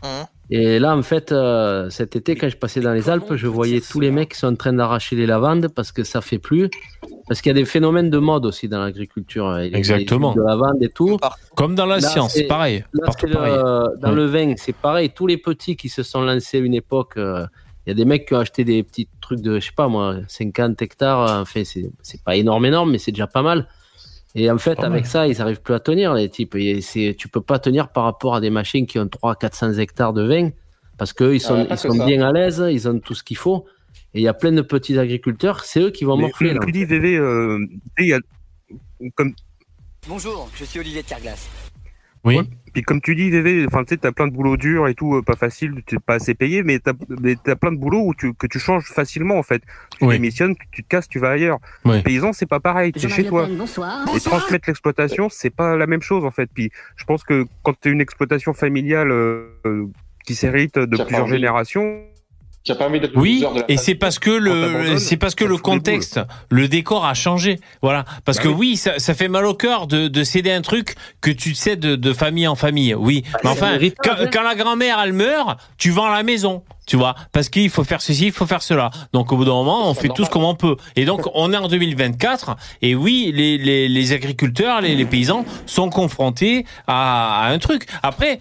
Et là, en fait, cet été, quand je passais dans les Alpes, je voyais tous les mecs qui sont en train d'arracher les lavandes parce que ça fait plus. Parce qu'il y a des phénomènes de mode aussi dans l'agriculture. Exactement. De lavande et tout. Comme dans la science, c'est pareil. Partout pareil. Dans le vin, c'est pareil. Tous les petits qui se sont lancés à une époque, il y a des mecs qui ont acheté des petits trucs de, je sais pas moi, 50 hectares. Enfin, c'est pas énorme, mais c'est déjà pas mal. Et en fait, avec ça, ils n'arrivent plus à tenir, les types. Tu peux pas tenir par rapport à des machines qui ont 300-400 hectares de vin, parce qu'eux, ils sont bien à l'aise, ils ont tout ce qu'il faut. Et il y a plein de petits agriculteurs, c'est eux qui vont morfler. Tu dis, VV, comme... Bonjour, je suis Olivier de Carglass. Oui. Ouais. Puis comme tu dis, VV, tu sais, t'as plein de boulots durs et tout, pas facile, tu n'es pas assez payé, mais t'as plein de boulots que tu changes facilement, en fait. Tu démissionnes, tu te casses, tu vas ailleurs. Oui. Le paysan, c'est pas pareil, tu es chez toi. Bonsoir. Et transmettre l'exploitation, c'est pas la même chose, en fait. Puis je pense que quand tu as une exploitation familiale qui s'hérite de plusieurs générations... Oui, et c'est parce que le contexte, le décor a changé. Voilà, parce que oui, ça fait mal au cœur de céder un truc que tu cèdes de famille en famille. Oui, mais enfin, quand la grand-mère elle meurt, tu vends la maison. Tu vois, parce qu'il faut faire ceci, il faut faire cela. Donc au bout d'un moment, on fait tout ce qu'on on peut. Et donc on est en 2024. Et oui, les agriculteurs, les paysans sont confrontés à un truc. Après,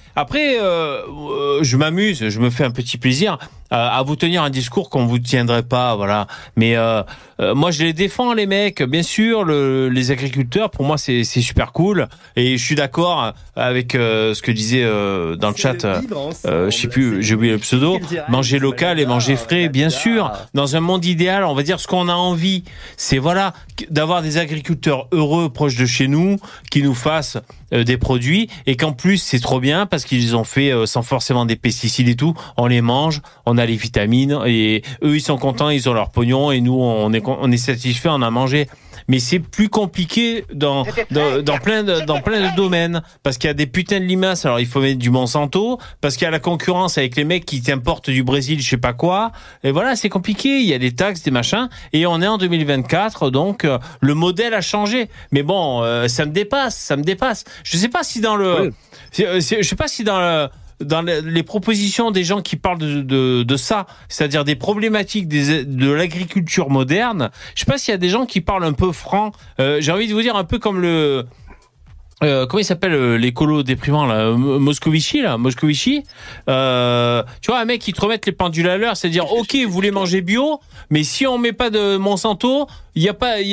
je m'amuse, je me fais un petit plaisir à vous tenir un discours qu'on vous tiendrait pas, voilà. Mais moi, je les défends, les mecs. Bien sûr, les agriculteurs, pour moi, c'est super cool. Et je suis d'accord avec ce que disait dans le chat. Je sais plus, j'ai oublié le pseudo. Manger local et manger frais, bien sûr. Dans un monde idéal, on va dire ce qu'on a envie. C'est voilà d'avoir des agriculteurs heureux proches de chez nous, qui nous fassent des produits et qu'en plus c'est trop bien parce qu'ils ont fait sans forcément des pesticides et tout. On les mange, on a les vitamines et eux ils sont contents, ils ont leur pognon et nous on est satisfait, on a mangé. Mais c'est plus compliqué dans plein de domaines parce qu'il y a des putains de limaces. Alors il faut mettre du Monsanto parce qu'il y a la concurrence avec les mecs qui t'importent du Brésil, je sais pas quoi. Et voilà, c'est compliqué. Il y a des taxes, des machins. Et on est en 2024, donc le modèle a changé. Mais bon, ça me dépasse. Je sais pas si dans dans les propositions des gens qui parlent de ça, c'est-à-dire des problématiques de l'agriculture moderne, je sais pas s'il y a des gens qui parlent un peu franc. J'ai envie de vous dire un peu comme comment il s'appelle l'écolo déprimant là, Moscovici. Tu vois, un mec qui te remet les pendules à l'heure, c'est-à-dire ok, vous voulez manger bio, mais si on met pas de Monsanto, il y a pas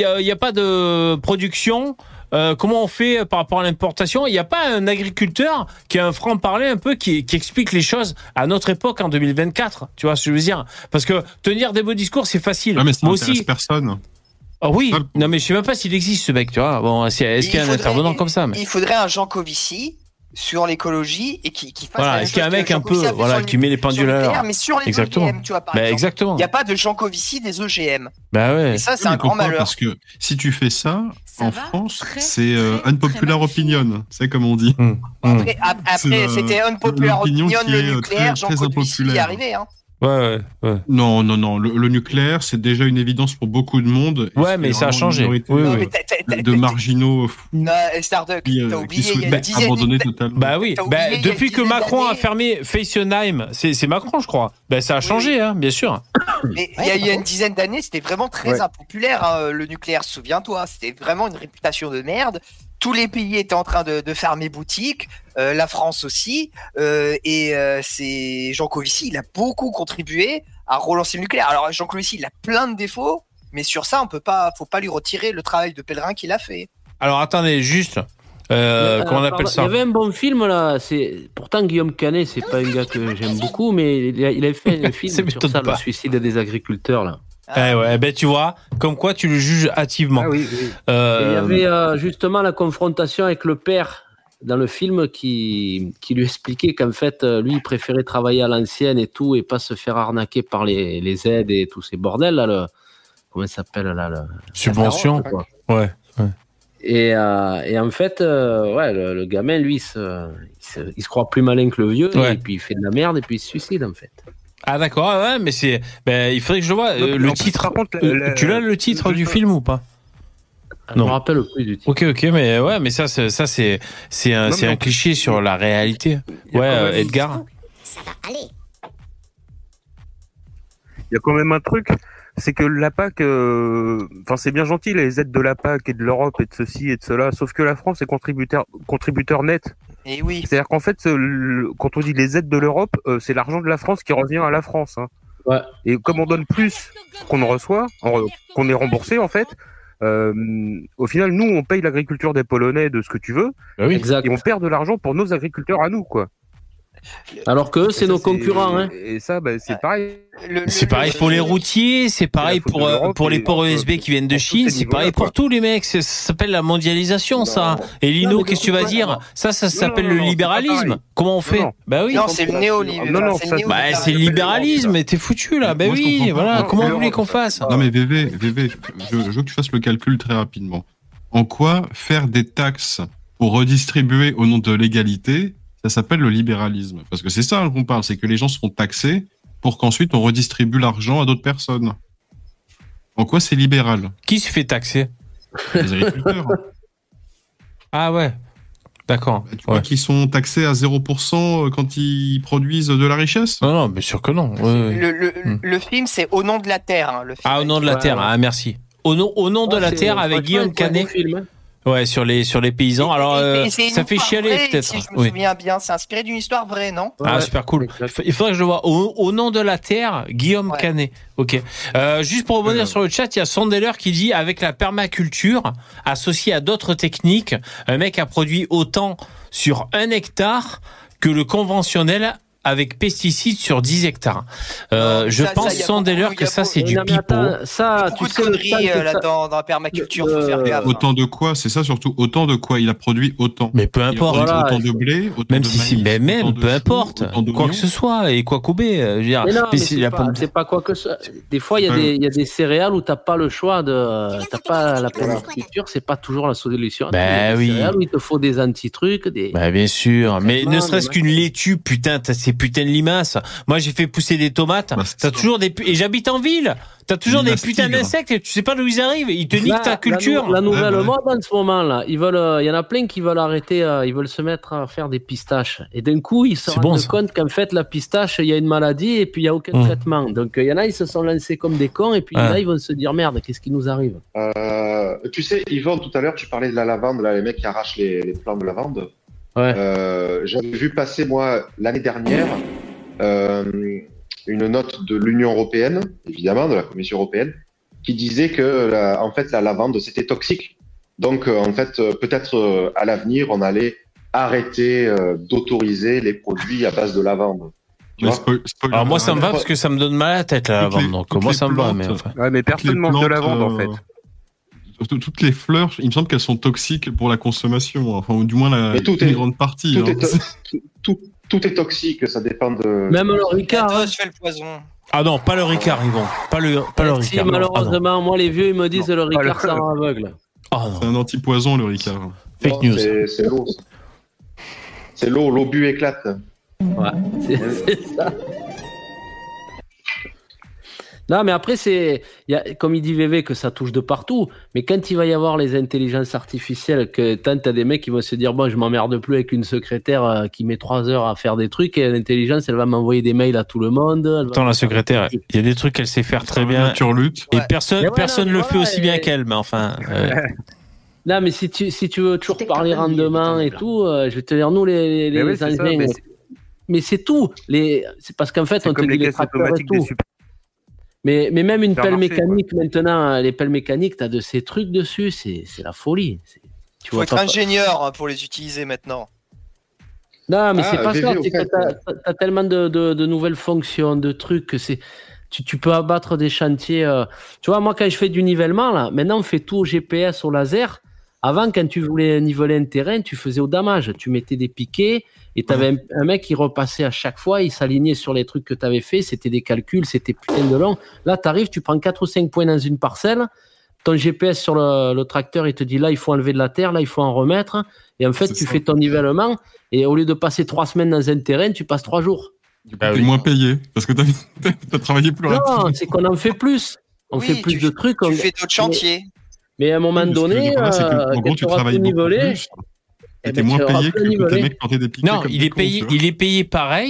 de production. Comment on fait par rapport à l'importation? Il n'y a pas un agriculteur qui a un franc-parler un peu qui explique les choses à notre époque en 2024. Tu vois ce que je veux dire? Parce que tenir des beaux discours, c'est facile. Ah, mais ça moi n'intéresse aussi. Personne. Oh oui, non mais je sais même pas s'il existe ce mec, tu vois. Bon, est-ce qu'il y a un intervenant comme ça? Il faudrait un Jean Covici sur l'écologie et qui fasse. Voilà, est-ce qu'il y a un mec un peu, voilà, qui met les pendules à l'heure? Mais sur les exactement. OGM, tu vois, par exemple. Exactement. Il n'y a pas de Jean Covici des OGM. Bah ouais. Et ça, c'est un grand malheur. Parce que si tu fais ça en France, c'est unpopular opinion, c'est comme on dit. Après, c'était unpopular opinion, le nucléaire, Jean Covici y est arrivé, hein. Ouais. Non. Le nucléaire, c'est déjà une évidence pour beaucoup de monde. Ouais, mais ça a changé. De marginaux fous. Non, Starduck, t'as oublié, il y a une dizaine abandonné totalement. Bah oui, depuis que Macron a fermé Fessenheim, c'est Macron, je crois. Ben ça a changé, hein, bien sûr. Mais il y a une dizaine d'années, c'était vraiment très impopulaire, hein, le nucléaire, souviens-toi. C'était vraiment une réputation de merde. Tous les pays étaient en train de fermer boutique, la France aussi, et c'est Jean Covici, il a beaucoup contribué à relancer le nucléaire. Alors Jean Covici, il a plein de défauts, mais sur ça, faut pas lui retirer le travail de pèlerin qu'il a fait. Alors attendez, juste, comment on appelle ça? Il y avait un bon film là. Pourtant Guillaume Canet, c'est pas un gars que j'aime beaucoup, mais il avait fait un film sur ça, le suicide des agriculteurs là. Ben tu vois, comme quoi tu le juges hâtivement. Ah oui. Il y avait justement la confrontation avec le père dans le film qui lui expliquait qu'en fait, lui, il préférait travailler à l'ancienne et tout, et pas se faire arnaquer par les aides et tous ces bordels là. Comment ça s'appelle là? Subvention. Ouais. Et en fait, le gamin, lui, il se croit plus malin que le vieux, et puis il fait de la merde, et puis il se suicide en fait. Ah d'accord, ouais, mais il faudrait que je le vois. Le titre, par contre, tu l'as le titre du film ou pas? Je me rappelle plus du titre. Ok, mais ça c'est un cliché sur la réalité. Ouais, Edgar. ça va aller. Il y a quand même un truc, c'est que la PAC, c'est bien gentil les aides de la PAC et de l'Europe et de ceci et de cela, sauf que la France est contributeur net. Et oui. C'est-à-dire qu'en fait, quand on dit les aides de l'Europe, c'est l'argent de la France qui revient à la France. Hein. Ouais. Et comme on donne plus qu'on en reçoit, qu'on est remboursé en fait, au final, nous, on paye l'agriculture des Polonais, de ce que tu veux, exact. Et on perd de l'argent pour nos agriculteurs à nous, quoi. Alors que c'est nos concurrents, hein. Et ça, c'est pareil. C'est pareil pour les routiers, c'est pareil pour les ports USB qui viennent de Chine, c'est pareil pour tous les mecs. Ça s'appelle la mondialisation, ça. Et Lino, qu'est-ce que tu vas dire? Ça s'appelle le libéralisme. Comment on fait? Bah oui. Non, c'est le néolibéralisme. C'est le libéralisme, mais t'es foutu là. Bah oui, voilà. Comment vous voulez qu'on fasse? Non mais VV, je veux que tu fasses le calcul très rapidement. En quoi faire des taxes pour redistribuer au nom de l'égalité, ça s'appelle le libéralisme. Parce que c'est ça qu'on parle, c'est que les gens seront taxés pour qu'ensuite on redistribue l'argent à d'autres personnes. En quoi c'est libéral? Qui se fait taxer? Les agriculteurs. Ah ouais, d'accord. Tu crois qu'ils sont taxés à 0% quand ils produisent de la richesse? Non, bien sûr que non. Le film, c'est Au nom de la Terre. Hein, le film. Au nom de la Terre, ah merci. Au nom de la Terre avec Guillaume Canet. Ouais, sur les paysans. Alors, ça fait chialer vraie, peut-être. Si je me souviens bien, c'est inspiré d'une histoire vraie, non? Ah, super cool. Il faudrait que je le vois. Au nom de la Terre, Guillaume Canet. Ok. Juste pour rebondir sur le chat, il y a Sandeller qui dit, avec la permaculture, associée à d'autres techniques, un mec a produit autant sur 1 hectare que le conventionnel avec pesticides sur 10 hectares. Je pense, Sandeller, que ça, c'est du pipeau. Ça, tu sais, dans la permaculture, faut faire gaffe. Autant de quoi? C'est ça surtout. Autant de quoi? Il a produit autant. Mais peu importe. Autant de blé, autant même de si maïs, même peu importe. Quoi que ce soit. Et quoi qu'oubé. C'est pas quoi que ce soit. Des fois, il y a des céréales où t'as pas le choix t'as pas la permaculture, c'est pas toujours la solution. Ben oui. Céréales où il te faut des anti-trucs. Ben bien sûr. Mais ne serait-ce qu'une laitue, putain, ces putains de limaces. Moi, j'ai fait pousser des tomates. T'as toujours et j'habite en ville. T'as toujours des putains d'insectes et tu sais pas d'où ils arrivent. Ils te niquent ta culture. La nouvelle mode en ce moment là, il y en a plein qui veulent arrêter, ils veulent se mettre à faire des pistaches. Et d'un coup, ils se rendent compte qu'en fait, la pistache, il y a une maladie et puis il y a aucun traitement. Donc il y en a, ils se sont lancés comme des cons et puis là, ils vont se dire merde, qu'est-ce qui nous arrive? Tu sais, Yvonne, tout à l'heure, tu parlais de la lavande, là, les mecs qui arrachent les plants de lavande. Ouais. J'avais vu passer, moi, l'année dernière, une note de l'Union européenne, évidemment, de la Commission européenne, qui disait que, en fait, la lavande, c'était toxique. Donc, en fait, peut-être à l'avenir, on allait arrêter d'autoriser les produits à base de lavande. Alors moi, ça me va parce que ça me donne mal à la tête, la lavande. Donc, moi, ça me va. Mais enfin... Ouais, mais personne mange de lavande, en fait. Toutes les fleurs, il me semble qu'elles sont toxiques pour la consommation, enfin, ou du moins une grande partie. Tout est toxique, ça dépend de... Même le Ricard. Fait le poison. Ah non, pas le Ricard, Yvon. Pas le Ricard. Malheureusement, moi, les vieux, ils me disent que le Ricard, ça rend aveugle. C'est un antipoison, le Ricard. Fake news. C'est l'eau. C'est l'eau bu éclate. Ouais, c'est ça. Non, mais après, comme il dit VV, que ça touche de partout. Mais quand il va y avoir les intelligences artificielles, que tant t'as des mecs qui vont se dire, bon, je m'emmerde plus avec une secrétaire qui met 3 heures à faire des trucs, et l'intelligence, elle va m'envoyer des mails à tout le monde. Attends, la secrétaire, il y a des trucs qu'elle sait faire très bien. Et personne le fait aussi bien qu'elle, mais enfin. Non, mais si tu veux toujours parler rendement et tout, je vais te dire, nous, les Indiens. Mais c'est tout. C'est parce qu'en fait, on te dit les tracteurs et tout. Mais même une pelle mécanique, maintenant, les pelles mécaniques, t'as de ces trucs dessus, c'est la folie. Tu faut être ingénieur pour les utiliser maintenant. Non, mais c'est pas ça. C'est que t'as tellement de nouvelles fonctions, de trucs que tu peux abattre des chantiers. Tu vois, moi, quand je fais du nivellement, là, maintenant, on fait tout au GPS, au laser. Avant, quand tu voulais niveler un terrain, tu faisais au damage. Tu mettais des piquets et tu avais un mec qui repassait à chaque fois, il s'alignait sur les trucs que tu avais fait. C'était des calculs, c'était putain de long. Là, tu arrives, tu prends 4 ou 5 points dans une parcelle. Ton GPS sur le tracteur, il te dit là, il faut enlever de la terre, là, il faut en remettre. Et en fait, tu fais ton nivellement. Et au lieu de passer 3 semaines dans un terrain, tu passes 3 jours. Tu es moins payé parce que tu as travaillé plus rapidement. Non, c'est qu'on en fait plus. On fait plus de trucs. Tu fais d'autres chantiers. Mais à un moment donné, en gros, tu travailles beaucoup plus. Tu es moins payé que les mecs plantaient des piquets. Non, il est payé pareil,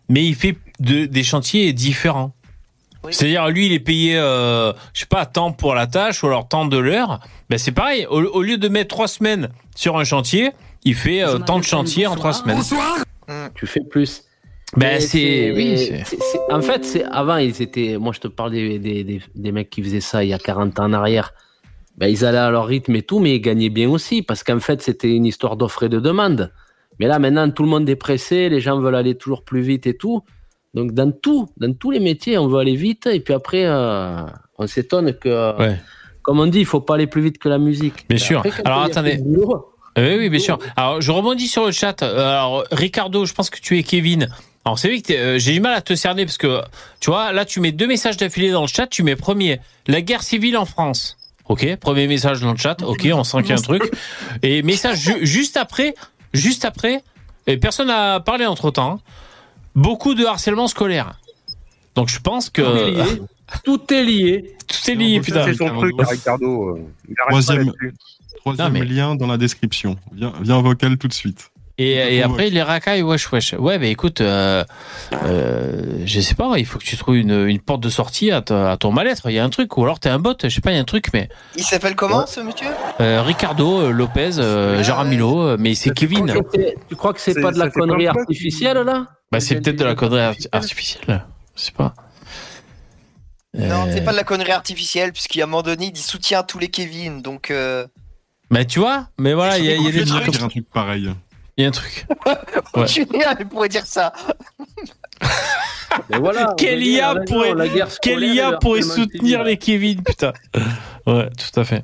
mais il fait des chantiers différents. Oui. C'est-à-dire, lui, il est payé, je sais pas, tant pour la tâche ou alors tant de l'heure. Ben, c'est pareil. Au lieu de mettre 3 semaines sur un chantier, il fait tant de chantiers en 3 semaines. Bonsoir. Tu fais plus. Ben, en fait, avant, ils étaient. Moi, je te parle des mecs qui faisaient ça il y a 40 ans en arrière. Ben, ils allaient à leur rythme et tout, mais ils gagnaient bien aussi. Parce qu'en fait, c'était une histoire d'offre et de demande. Mais là, maintenant, tout le monde est pressé. Les gens veulent aller toujours plus vite et tout. Donc, dans tous les métiers, on veut aller vite. Et puis après, on s'étonne que, comme on dit, il ne faut pas aller plus vite que la musique. Bien sûr. Alors, attendez. Oui, bien sûr. Alors, je rebondis sur le chat. Alors, Ricardo, je pense que tu es Kevin. Alors, c'est vrai que j'ai du mal à te cerner parce que, tu vois, là, tu mets 2 messages d'affilée dans le chat. Tu mets premier, la guerre civile en France. OK, premier message dans le chat. OK, on sent qu'il y a un truc. Et message juste après, et personne n'a parlé entre-temps, hein, beaucoup de harcèlement scolaire. Donc, je pense que... Tout est lié. Tout est lié, putain. C'est son truc, Ricardo. Troisième lien dans la description. Viens en vocal tout de suite. Et après, les racailles, wesh. Ouais, bah écoute, je sais pas, il faut que tu trouves une porte de sortie à ton mal-être. Il y a un truc, ou alors t'es un bot, je sais pas, il y a un truc, mais... Il s'appelle comment, ce monsieur Ricardo Lopez Jaramillo, mais c'est Kevin. Tu crois que c'est pas de la connerie artificielle, là? Bah, c'est peut-être de la connerie artificielle, je sais pas. Non, c'est pas de la connerie artificielle, puisqu'à un moment donné, il dit soutien à tous les Kevin, donc... Mais tu vois, mais voilà, il y a des trucs comme un truc pareil. Il y a un truc. Je suis né, elle pourrait dire ça. Mais voilà, quel IA pourrait soutenir les Kevin, putain. Ouais, tout à fait.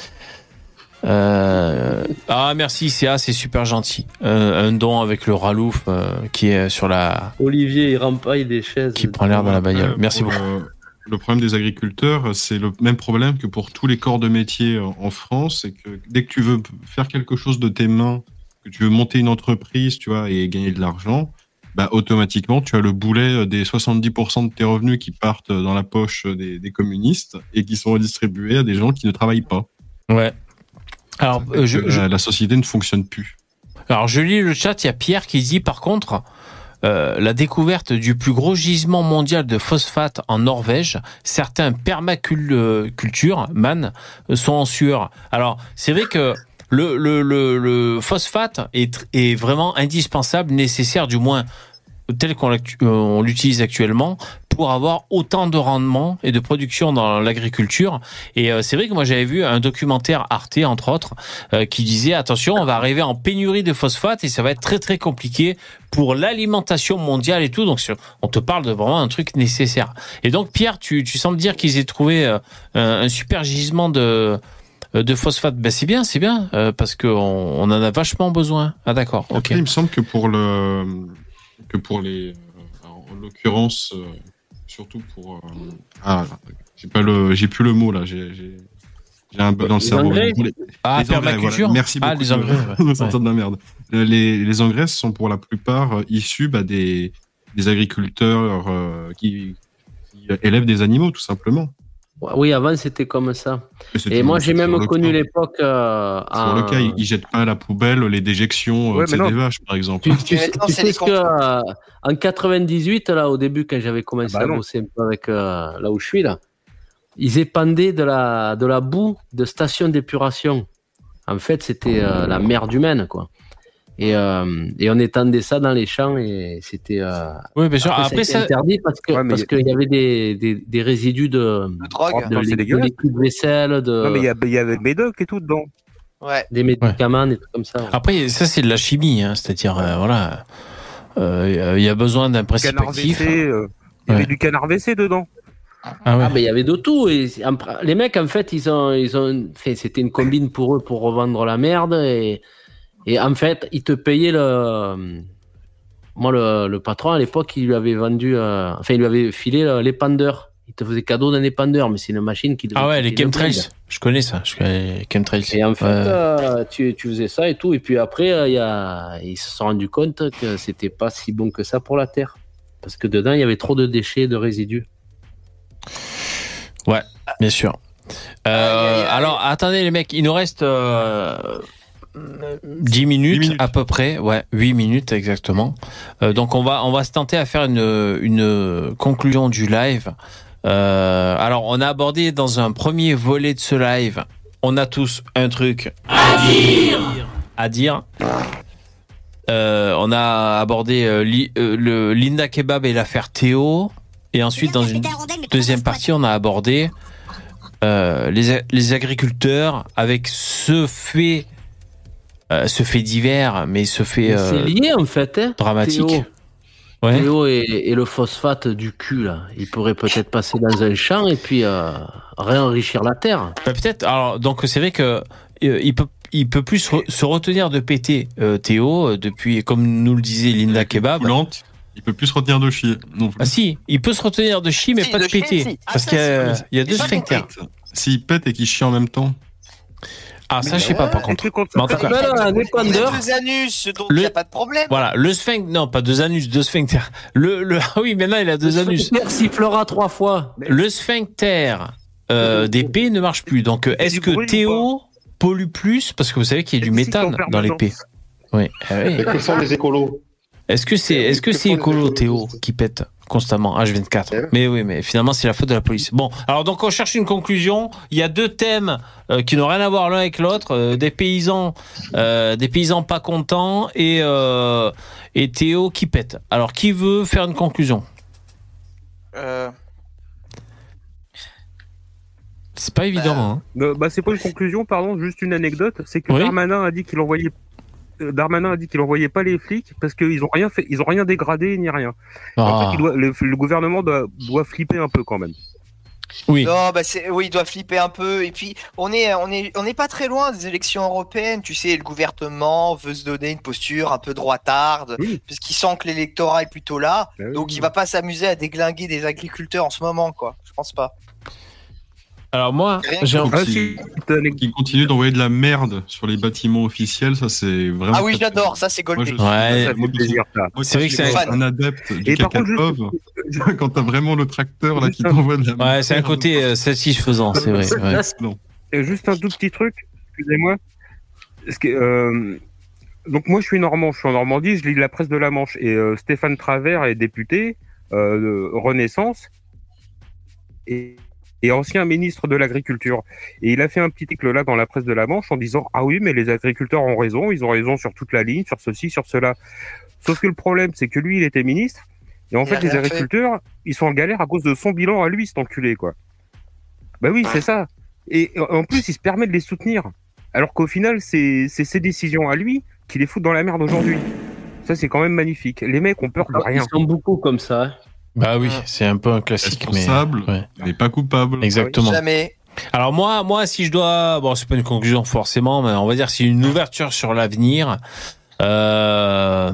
Ah, merci CA, c'est super gentil. Un don avec le Ralouf qui est sur la... Olivier, il rempaille des chaises. Qui prend l'air dans la bagnole. Merci beaucoup. Le problème des agriculteurs, c'est le même problème que pour tous les corps de métier en France, c'est que dès que tu veux faire quelque chose de tes mains, que tu veux monter une entreprise, tu vois, et gagner de l'argent, bah, automatiquement, tu as le boulet des 70% de tes revenus qui partent dans la poche des communistes et qui sont redistribués à des gens qui ne travaillent pas. Ouais. Alors, la société ne fonctionne plus. Alors, je lis le chat, il y a Pierre qui dit, par contre, la découverte du plus gros gisement mondial de phosphate en Norvège, certains permaculture, sont en sueur. Alors, c'est vrai que le phosphate est vraiment indispensable, nécessaire, du moins tel qu'on l'utilise actuellement, pour avoir autant de rendement et de production dans l'agriculture. Et c'est vrai que moi j'avais vu un documentaire Arte, entre autres, qui disait attention, on va arriver en pénurie de phosphate et ça va être très très compliqué pour l'alimentation mondiale et tout. Donc on te parle de vraiment un truc nécessaire. Et donc Pierre, tu sembles dire qu'ils aient trouvé un super gisement de phosphate. Ben c'est bien, parce qu'on en a vachement besoin. Ah d'accord, ok. Après, il me semble que pour les, en l'occurrence, surtout pour, j'ai plus le mot là, j'ai un bug dans le cerveau. Engrais les permaculture. Voilà. Merci beaucoup. Les engrais. De la merde. Les engrais sont pour la plupart issus des agriculteurs qui élèvent des animaux, tout simplement. Oui, avant c'était comme ça. Et moi j'ai même connu l'époque. Sur le cas, ils jettent pas à la poubelle les déjections des vaches, par exemple. Tu sais ce que en 98, là, au début, quand j'avais commencé à bosser un peu avec là où je suis là, ils épandaient de la boue de stations d'épuration. En fait, c'était la merde humaine, quoi. Et on étendait ça dans les champs et c'était. Oui, bien sûr. Après, ça interdit parce qu'il y avait des résidus de drogue, de liquide vaisselle, Non, mais il y avait le médoc et tout dedans. Ouais. Des médicaments, des trucs comme ça. Ouais. Après, ça c'est de la chimie, hein, c'est-à-dire voilà, il y a besoin d'un principe actif. Il y avait du canard WC dedans. Ah ouais. Mais il y avait de tout. Et les mecs, en fait, ils ont fait. C'était une combine pour eux pour revendre la merde et en fait, il te payait Moi, le patron, à l'époque, il lui avait vendu... il lui avait filé l'épandeur. Il te faisait cadeau d'un épandeur, mais c'est une machine qui... Ah ouais, les chemtrails. Je connais ça. Les chemtrails. Et en fait, tu faisais ça et tout. Et puis après, ils se sont rendus compte que c'était pas si bon que ça pour la Terre. Parce que dedans, il y avait trop de déchets, de résidus. Ouais, bien sûr. Alors, attendez les mecs, il nous reste 10 minutes à peu près, ouais, 8 minutes exactement. Donc on va se tenter à faire une conclusion du live. Alors on a abordé dans un premier volet de ce live, on a tous un truc à dire. On a abordé le Linda Kebab et l'affaire Théo, et ensuite dans une deuxième partie on a abordé les agriculteurs avec ce fait divers, mais ce fait c'est lié en fait, hein, dramatique. Théo et le phosphate du cul là, il pourrait peut-être passer dans un champ et puis réenrichir la terre. Peut-être. Alors donc c'est vrai que il peut plus se retenir de péter Théo depuis, comme nous le disait Linda Kebab. Il peut plus se retenir de chier. Non plus. Ah si, il peut se retenir de chier, mais pas de péter. Si. Parce qu'il y a deux sphincters. S'il pète et qu'il chie en même temps. Ah, ça, je sais pas, par contre. Mais en tout cas, deux anus, donc il n'y a pas de problème. Voilà, le sphincter. Non, pas deux anus, deux sphincters. Ah oui, maintenant, il a deux anus. Le sifflera 3 fois. Le sphincter d'épée ne marche plus. Donc, est-ce que Théo pollue plus? Parce que vous savez qu'il y a du méthane dans l'épée. Oui. Mais que font les écolos? Est-ce que c'est écolo, Théo, qui pète constamment H24? Mais oui, mais finalement, c'est la faute de la police. Bon, alors donc on cherche une conclusion. Il y a deux thèmes qui n'ont rien à voir l'un avec l'autre. Des paysans pas contents et Théo qui pète. Alors, qui veut faire une conclusion? C'est pas évident. C'est pas une conclusion, pardon, juste une anecdote. C'est que Darmanin a dit qu'il envoyait pas les flics parce qu'ils ont rien fait, ils ont rien dégradé ni rien. En fait, le gouvernement doit flipper un peu quand même. Oui. Non, il doit flipper un peu. Et puis, on est pas très loin des élections européennes. Tu sais, le gouvernement veut se donner une posture un peu droitarde, puisqu'il sent que l'électorat est plutôt là. Donc, il va pas s'amuser à déglinguer des agriculteurs en ce moment, quoi. Je pense pas. Alors moi, j'ai un qui continue d'envoyer de la merde sur les bâtiments officiels, ça c'est vraiment. Ah oui, j'adore, ça c'est goldé. C'est vrai que c'est un adepte du cacapov. Quand t'as vraiment le tracteur là qui t'envoie de la merde. Ouais, c'est un côté satisfaisant, c'est vrai. Et juste un tout petit truc, excusez-moi. Donc moi je suis normand, je suis en Normandie, je lis la presse de la Manche et Stéphane Travers est député Renaissance et ancien ministre de l'Agriculture. Et il a fait un petit article là dans la presse de la Manche en disant « Ah oui, mais les agriculteurs ont raison, ils ont raison sur toute la ligne, sur ceci, sur cela. » Sauf que le problème, c'est que lui, il était ministre, et en fait, les agriculteurs, ils sont en galère à cause de son bilan à lui, cet enculé, quoi. Bah oui, c'est ça. Et en plus, il se permet de les soutenir. Alors qu'au final, c'est ses décisions à lui qui les foutent dans la merde aujourd'hui. Ça, c'est quand même magnifique. Les mecs ont peur de rien. Ils sont beaucoup comme ça. Bah oui, c'est un peu un classique. Responsable, mais pas coupable. Exactement. Jamais. Alors moi, si je dois, bon, c'est pas une conclusion forcément, mais on va dire c'est une ouverture sur l'avenir. Je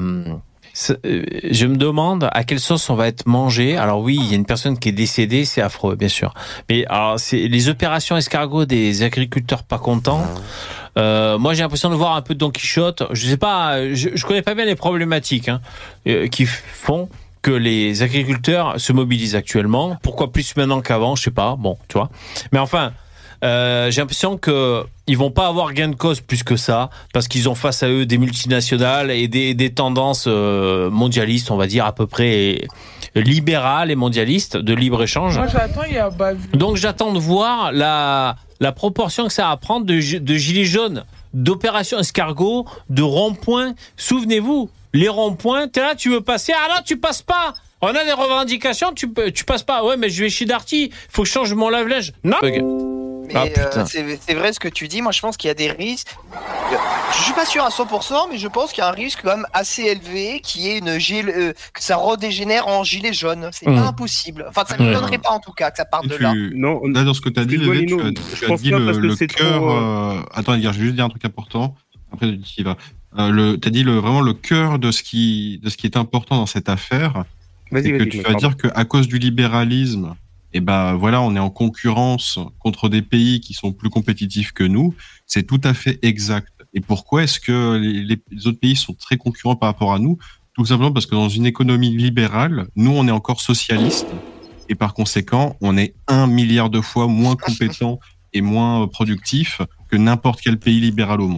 me demande à quelle sauce on va être mangé. Alors oui, il y a une personne qui est décédée, c'est affreux, bien sûr. Mais alors, c'est les opérations escargots des agriculteurs pas contents. Moi, j'ai l'impression de voir un peu de Don Quichotte. Je sais pas, je connais pas bien les problématiques qui font que les agriculteurs se mobilisent actuellement. Pourquoi plus maintenant qu'avant? Je sais pas. Bon, tu vois. Mais enfin, j'ai l'impression que ils vont pas avoir gain de cause plus que ça, parce qu'ils ont face à eux des multinationales et des tendances mondialistes, on va dire à peu près libérales et mondialistes de libre-échange. Moi, j'attends, Donc j'attends de voir la proportion que ça va prendre de gilets jaunes, d'opérations escargot, de ronds-points. Souvenez-vous, les ronds-points, t'es là, tu veux passer, ah non, tu passes pas. On a des revendications, tu passes pas. Ouais, mais je vais chez Darty, faut que je change mon lave-linge. Non. Mais c'est vrai ce que tu dis. Moi, je pense qu'il y a des risques. Je suis pas sûr à 100%, mais je pense qu'il y a un risque quand même assez élevé qui est que ça redégénère en gilet jaune. C'est pas impossible. Enfin, ça ne m'étonnerait pas en tout cas que ça parte de là. Non, là, dans ce que tu as dit, tu as dit le cœur. Attends, je vais juste dire un truc important. Après, tu vas. T'as dit vraiment le cœur de ce qui est important dans cette affaire. Tu vas dire qu'à cause du libéralisme, et voilà, on est en concurrence contre des pays qui sont plus compétitifs que nous. C'est tout à fait exact. Et pourquoi est-ce que les autres pays sont très concurrents par rapport à nous? Tout simplement parce que dans une économie libérale, nous, on est encore socialiste. Et par conséquent, on est 1 milliard de fois moins compétent et moins productif que n'importe quel pays libéral au monde.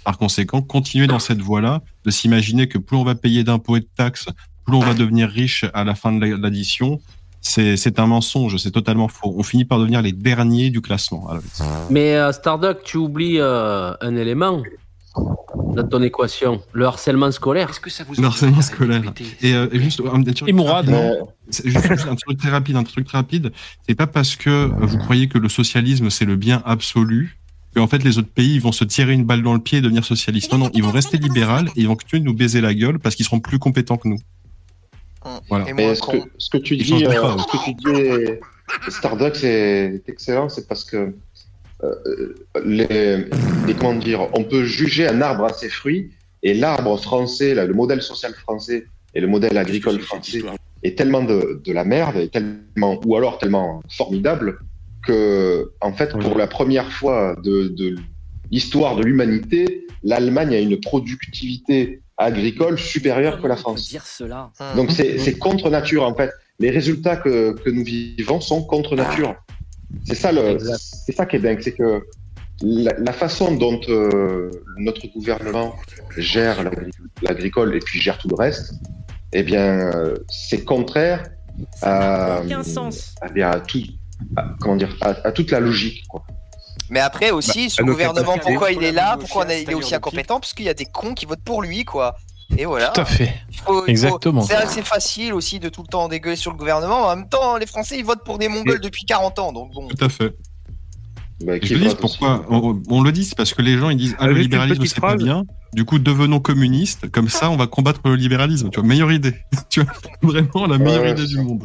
Par conséquent, continuer dans cette voie-là, de s'imaginer que plus on va payer d'impôts et de taxes, plus on va devenir riche à la fin de l'addition, c'est un mensonge, c'est totalement faux. On finit par devenir les derniers du classement. Mais Starduck, tu oublies un élément dans ton équation, le harcèlement scolaire. Est-ce que ça vous Le harcèlement scolaire. Et juste Et Mourad. Juste un truc très rapide. C'est pas parce que vous croyez que le socialisme c'est le bien absolu qu'en fait les autres pays ils vont se tirer une balle dans le pied et devenir socialistes. Non, ils vont rester libérales et ils vont continuer de nous baiser la gueule parce qu'ils seront plus compétents que nous. Voilà. Mais ce que tu dis, Starduck, c'est excellent, c'est parce que comment dire, on peut juger un arbre à ses fruits, et l'arbre français, là, le modèle social français et le modèle agricole français est tellement de la merde, et tellement, ou alors tellement formidable que, en fait, pour la première fois de l'histoire de l'humanité, l'Allemagne a une productivité agricole supérieure que la France. Donc c'est contre nature en fait. Les résultats que nous vivons sont contre nature. C'est ça qui est dingue, c'est que la façon dont notre gouvernement gère l'agricole et puis gère tout le reste, eh bien c'est contraire à toute la logique, quoi. Mais après aussi, ce gouvernement, pourquoi il est là, pourquoi il est aussi incompétent, parce qu'il y a des cons qui votent pour lui, quoi. Et voilà. Tout à fait. Exactement. C'est assez facile aussi de tout le temps dégueuler sur le gouvernement. En même temps, les Français, ils votent pour des Mongols depuis 40 ans, donc bon. Tout à fait. Je dis pourquoi on le dit, c'est parce que les gens ils disent le libéralisme c'est pas bien. Du coup, devenons communistes. Comme ça, on va combattre le libéralisme. Tu vois, meilleure idée. Tu vois, vraiment la meilleure idée du monde.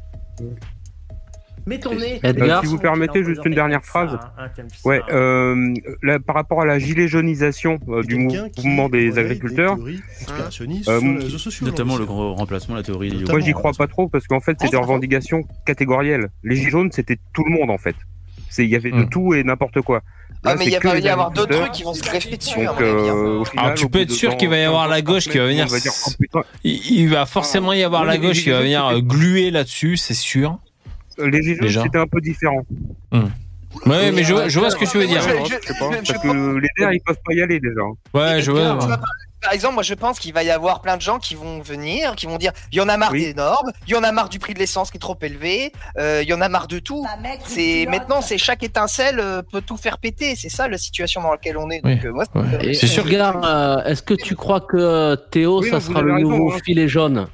Si vous permettez juste une dernière phrase. Ouais, là, par rapport à la gilet jaunisation du mouvement des agriculteurs, notamment le grand remplacement, la théorie. Moi, j'y crois pas trop parce qu'en fait, c'est des revendications catégorielles. Les gilets jaunes, c'était tout le monde en fait. Il y avait de tout et n'importe quoi. Là, mais il va y avoir d'autres trucs qui vont se greffer dessus. Donc, alors tu peux être sûr qu'il va y avoir la gauche qui va venir. Il va forcément y avoir la gauche qui va venir gluer là-dessus, c'est sûr. Les gilets jaunes, c'était un peu différent. Ouais, mais je vois ce que tu veux dire. Je sais pas, parce que les verts, ils peuvent pas y aller déjà. Ouais, je vois. Par exemple, moi je pense qu'il va y avoir plein de gens qui vont venir, qui vont dire il y en a marre des normes, il y en a marre du prix de l'essence qui est trop élevé, il y en a marre de tout. Maintenant, c'est chaque étincelle peut tout faire péter. C'est ça la situation dans laquelle on est. Donc, c'est sûr. Regarde, est-ce que tu crois que Théo, ça sera le nouveau filet jaune?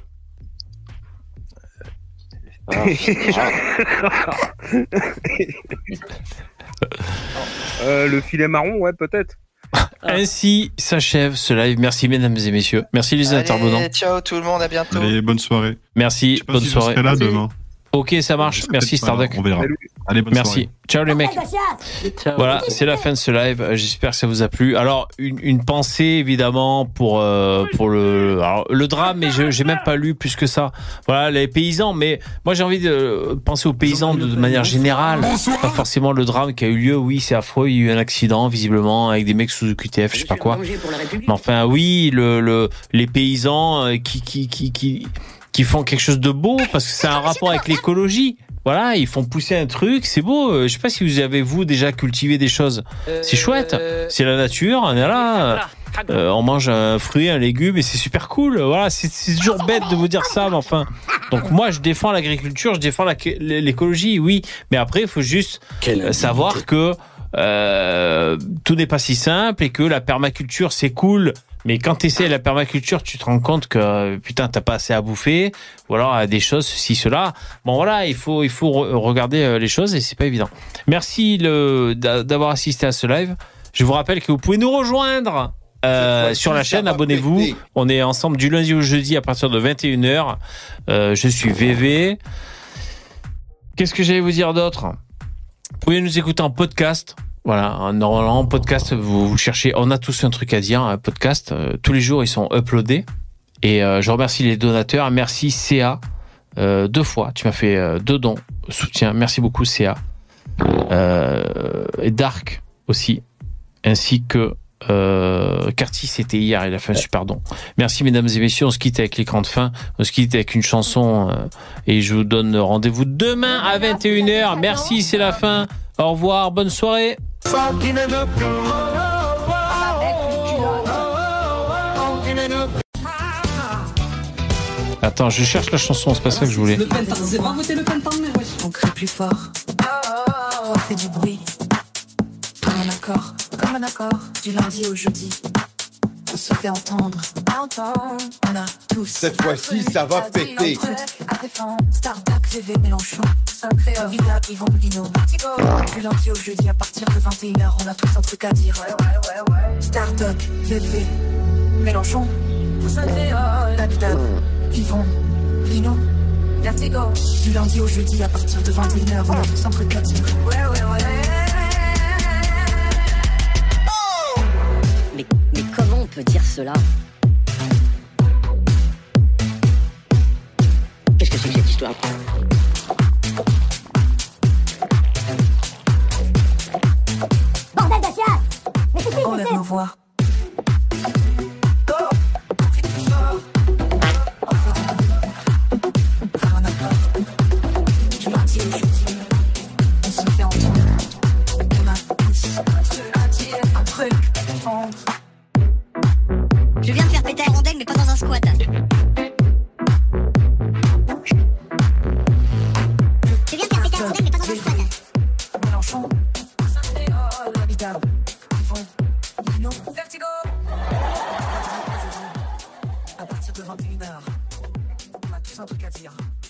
Le filet marron, ouais, peut-être. Ainsi s'achève ce live. Merci mesdames et messieurs. Merci les intervenants. Ciao tout le monde, à bientôt. Allez, bonne soirée. Merci, bonne soirée. Je serai là demain. Ok, ça marche. Merci Starduck. On verra. Allez, bonne Merci. soirée. Ciao les mecs. Voilà, c'est la fin de ce live. J'espère que ça vous a plu. Alors, une pensée évidemment pour le drame, mais j'ai même pas lu plus que ça. Voilà, les paysans. Mais moi, j'ai envie de penser aux paysans de manière générale. Pas forcément le drame qui a eu lieu. Oui, c'est affreux. Il y a eu un accident visiblement avec des mecs sous QTF, je sais pas quoi. Mais enfin, oui, les paysans qui font quelque chose de beau parce que c'est un rapport avec l'écologie. Voilà, ils font pousser un truc, c'est beau. Je sais pas si vous avez déjà cultivé des choses. C'est chouette. C'est la nature, on est là. On mange un fruit, un légume et c'est super cool. Voilà, c'est toujours bête de vous dire ça, mais enfin. Donc moi, je défends l'agriculture, je défends l'écologie, oui. Mais après, il faut juste savoir que tout n'est pas si simple et que la permaculture, c'est cool. Mais quand tu essaies la permaculture, tu te rends compte que putain, t'as pas assez à bouffer, ou alors des choses, ceci, cela. Bon voilà, il faut regarder les choses et c'est pas évident. Merci d'avoir assisté à ce live. Je vous rappelle que vous pouvez nous rejoindre sur la chaîne, abonnez-vous. On est ensemble du lundi au jeudi à partir de 21h. Je suis VV. Qu'est-ce que j'allais vous dire d'autre? Vous pouvez nous écouter en podcast. Voilà, normalement en podcast, vous cherchez, on a tous un truc à dire, un podcast, tous les jours ils sont uploadés, et je remercie les donateurs, merci CA, 2 fois, tu m'as fait 2 dons, soutien, merci beaucoup CA, et Dark aussi, ainsi que Carty, c'était hier, il a fait un super don. Merci mesdames et messieurs, on se quitte avec l'écran de fin, on se quitte avec une chanson, et je vous donne rendez-vous demain à 21h, merci, c'est la fin, au revoir, bonne soirée. Attends, je cherche la chanson, c'est pas ça que je voulais. Le Pentan, vous avez pas voté le Pentan, mais wesh. On crie plus fort. On fait du bruit. Comme un accord, du lundi au jeudi. On se fait entendre. On a tous. Cette fois-ci, ça va péter. Startup, VV, Mélenchon. Vida, Yvon, Lino. Du lundi au jeudi, à partir de 21h, on a tous un truc à dire. Startup, VV, Mélenchon. Vida, Yvon, Lino. Vertigo. Du lundi au jeudi, à partir de 21h, on a tous un truc à dire. Mais comment on peut dire cela? Qu'est-ce que c'est que cette histoire? Bordel de chien! Mais c'est qui? On lève nos voix. Du lundi au jeudi, on se fait entendre. On a tous un truc à défendre. Je viens de faire péter la rondelle, mais pas dans un squat. Je viens de faire péter la rondelle, mais pas dans un squat. Mélenchon, Vida, Yvon, Lino, Vertigo. À partir de 21h, on a tous un truc à dire.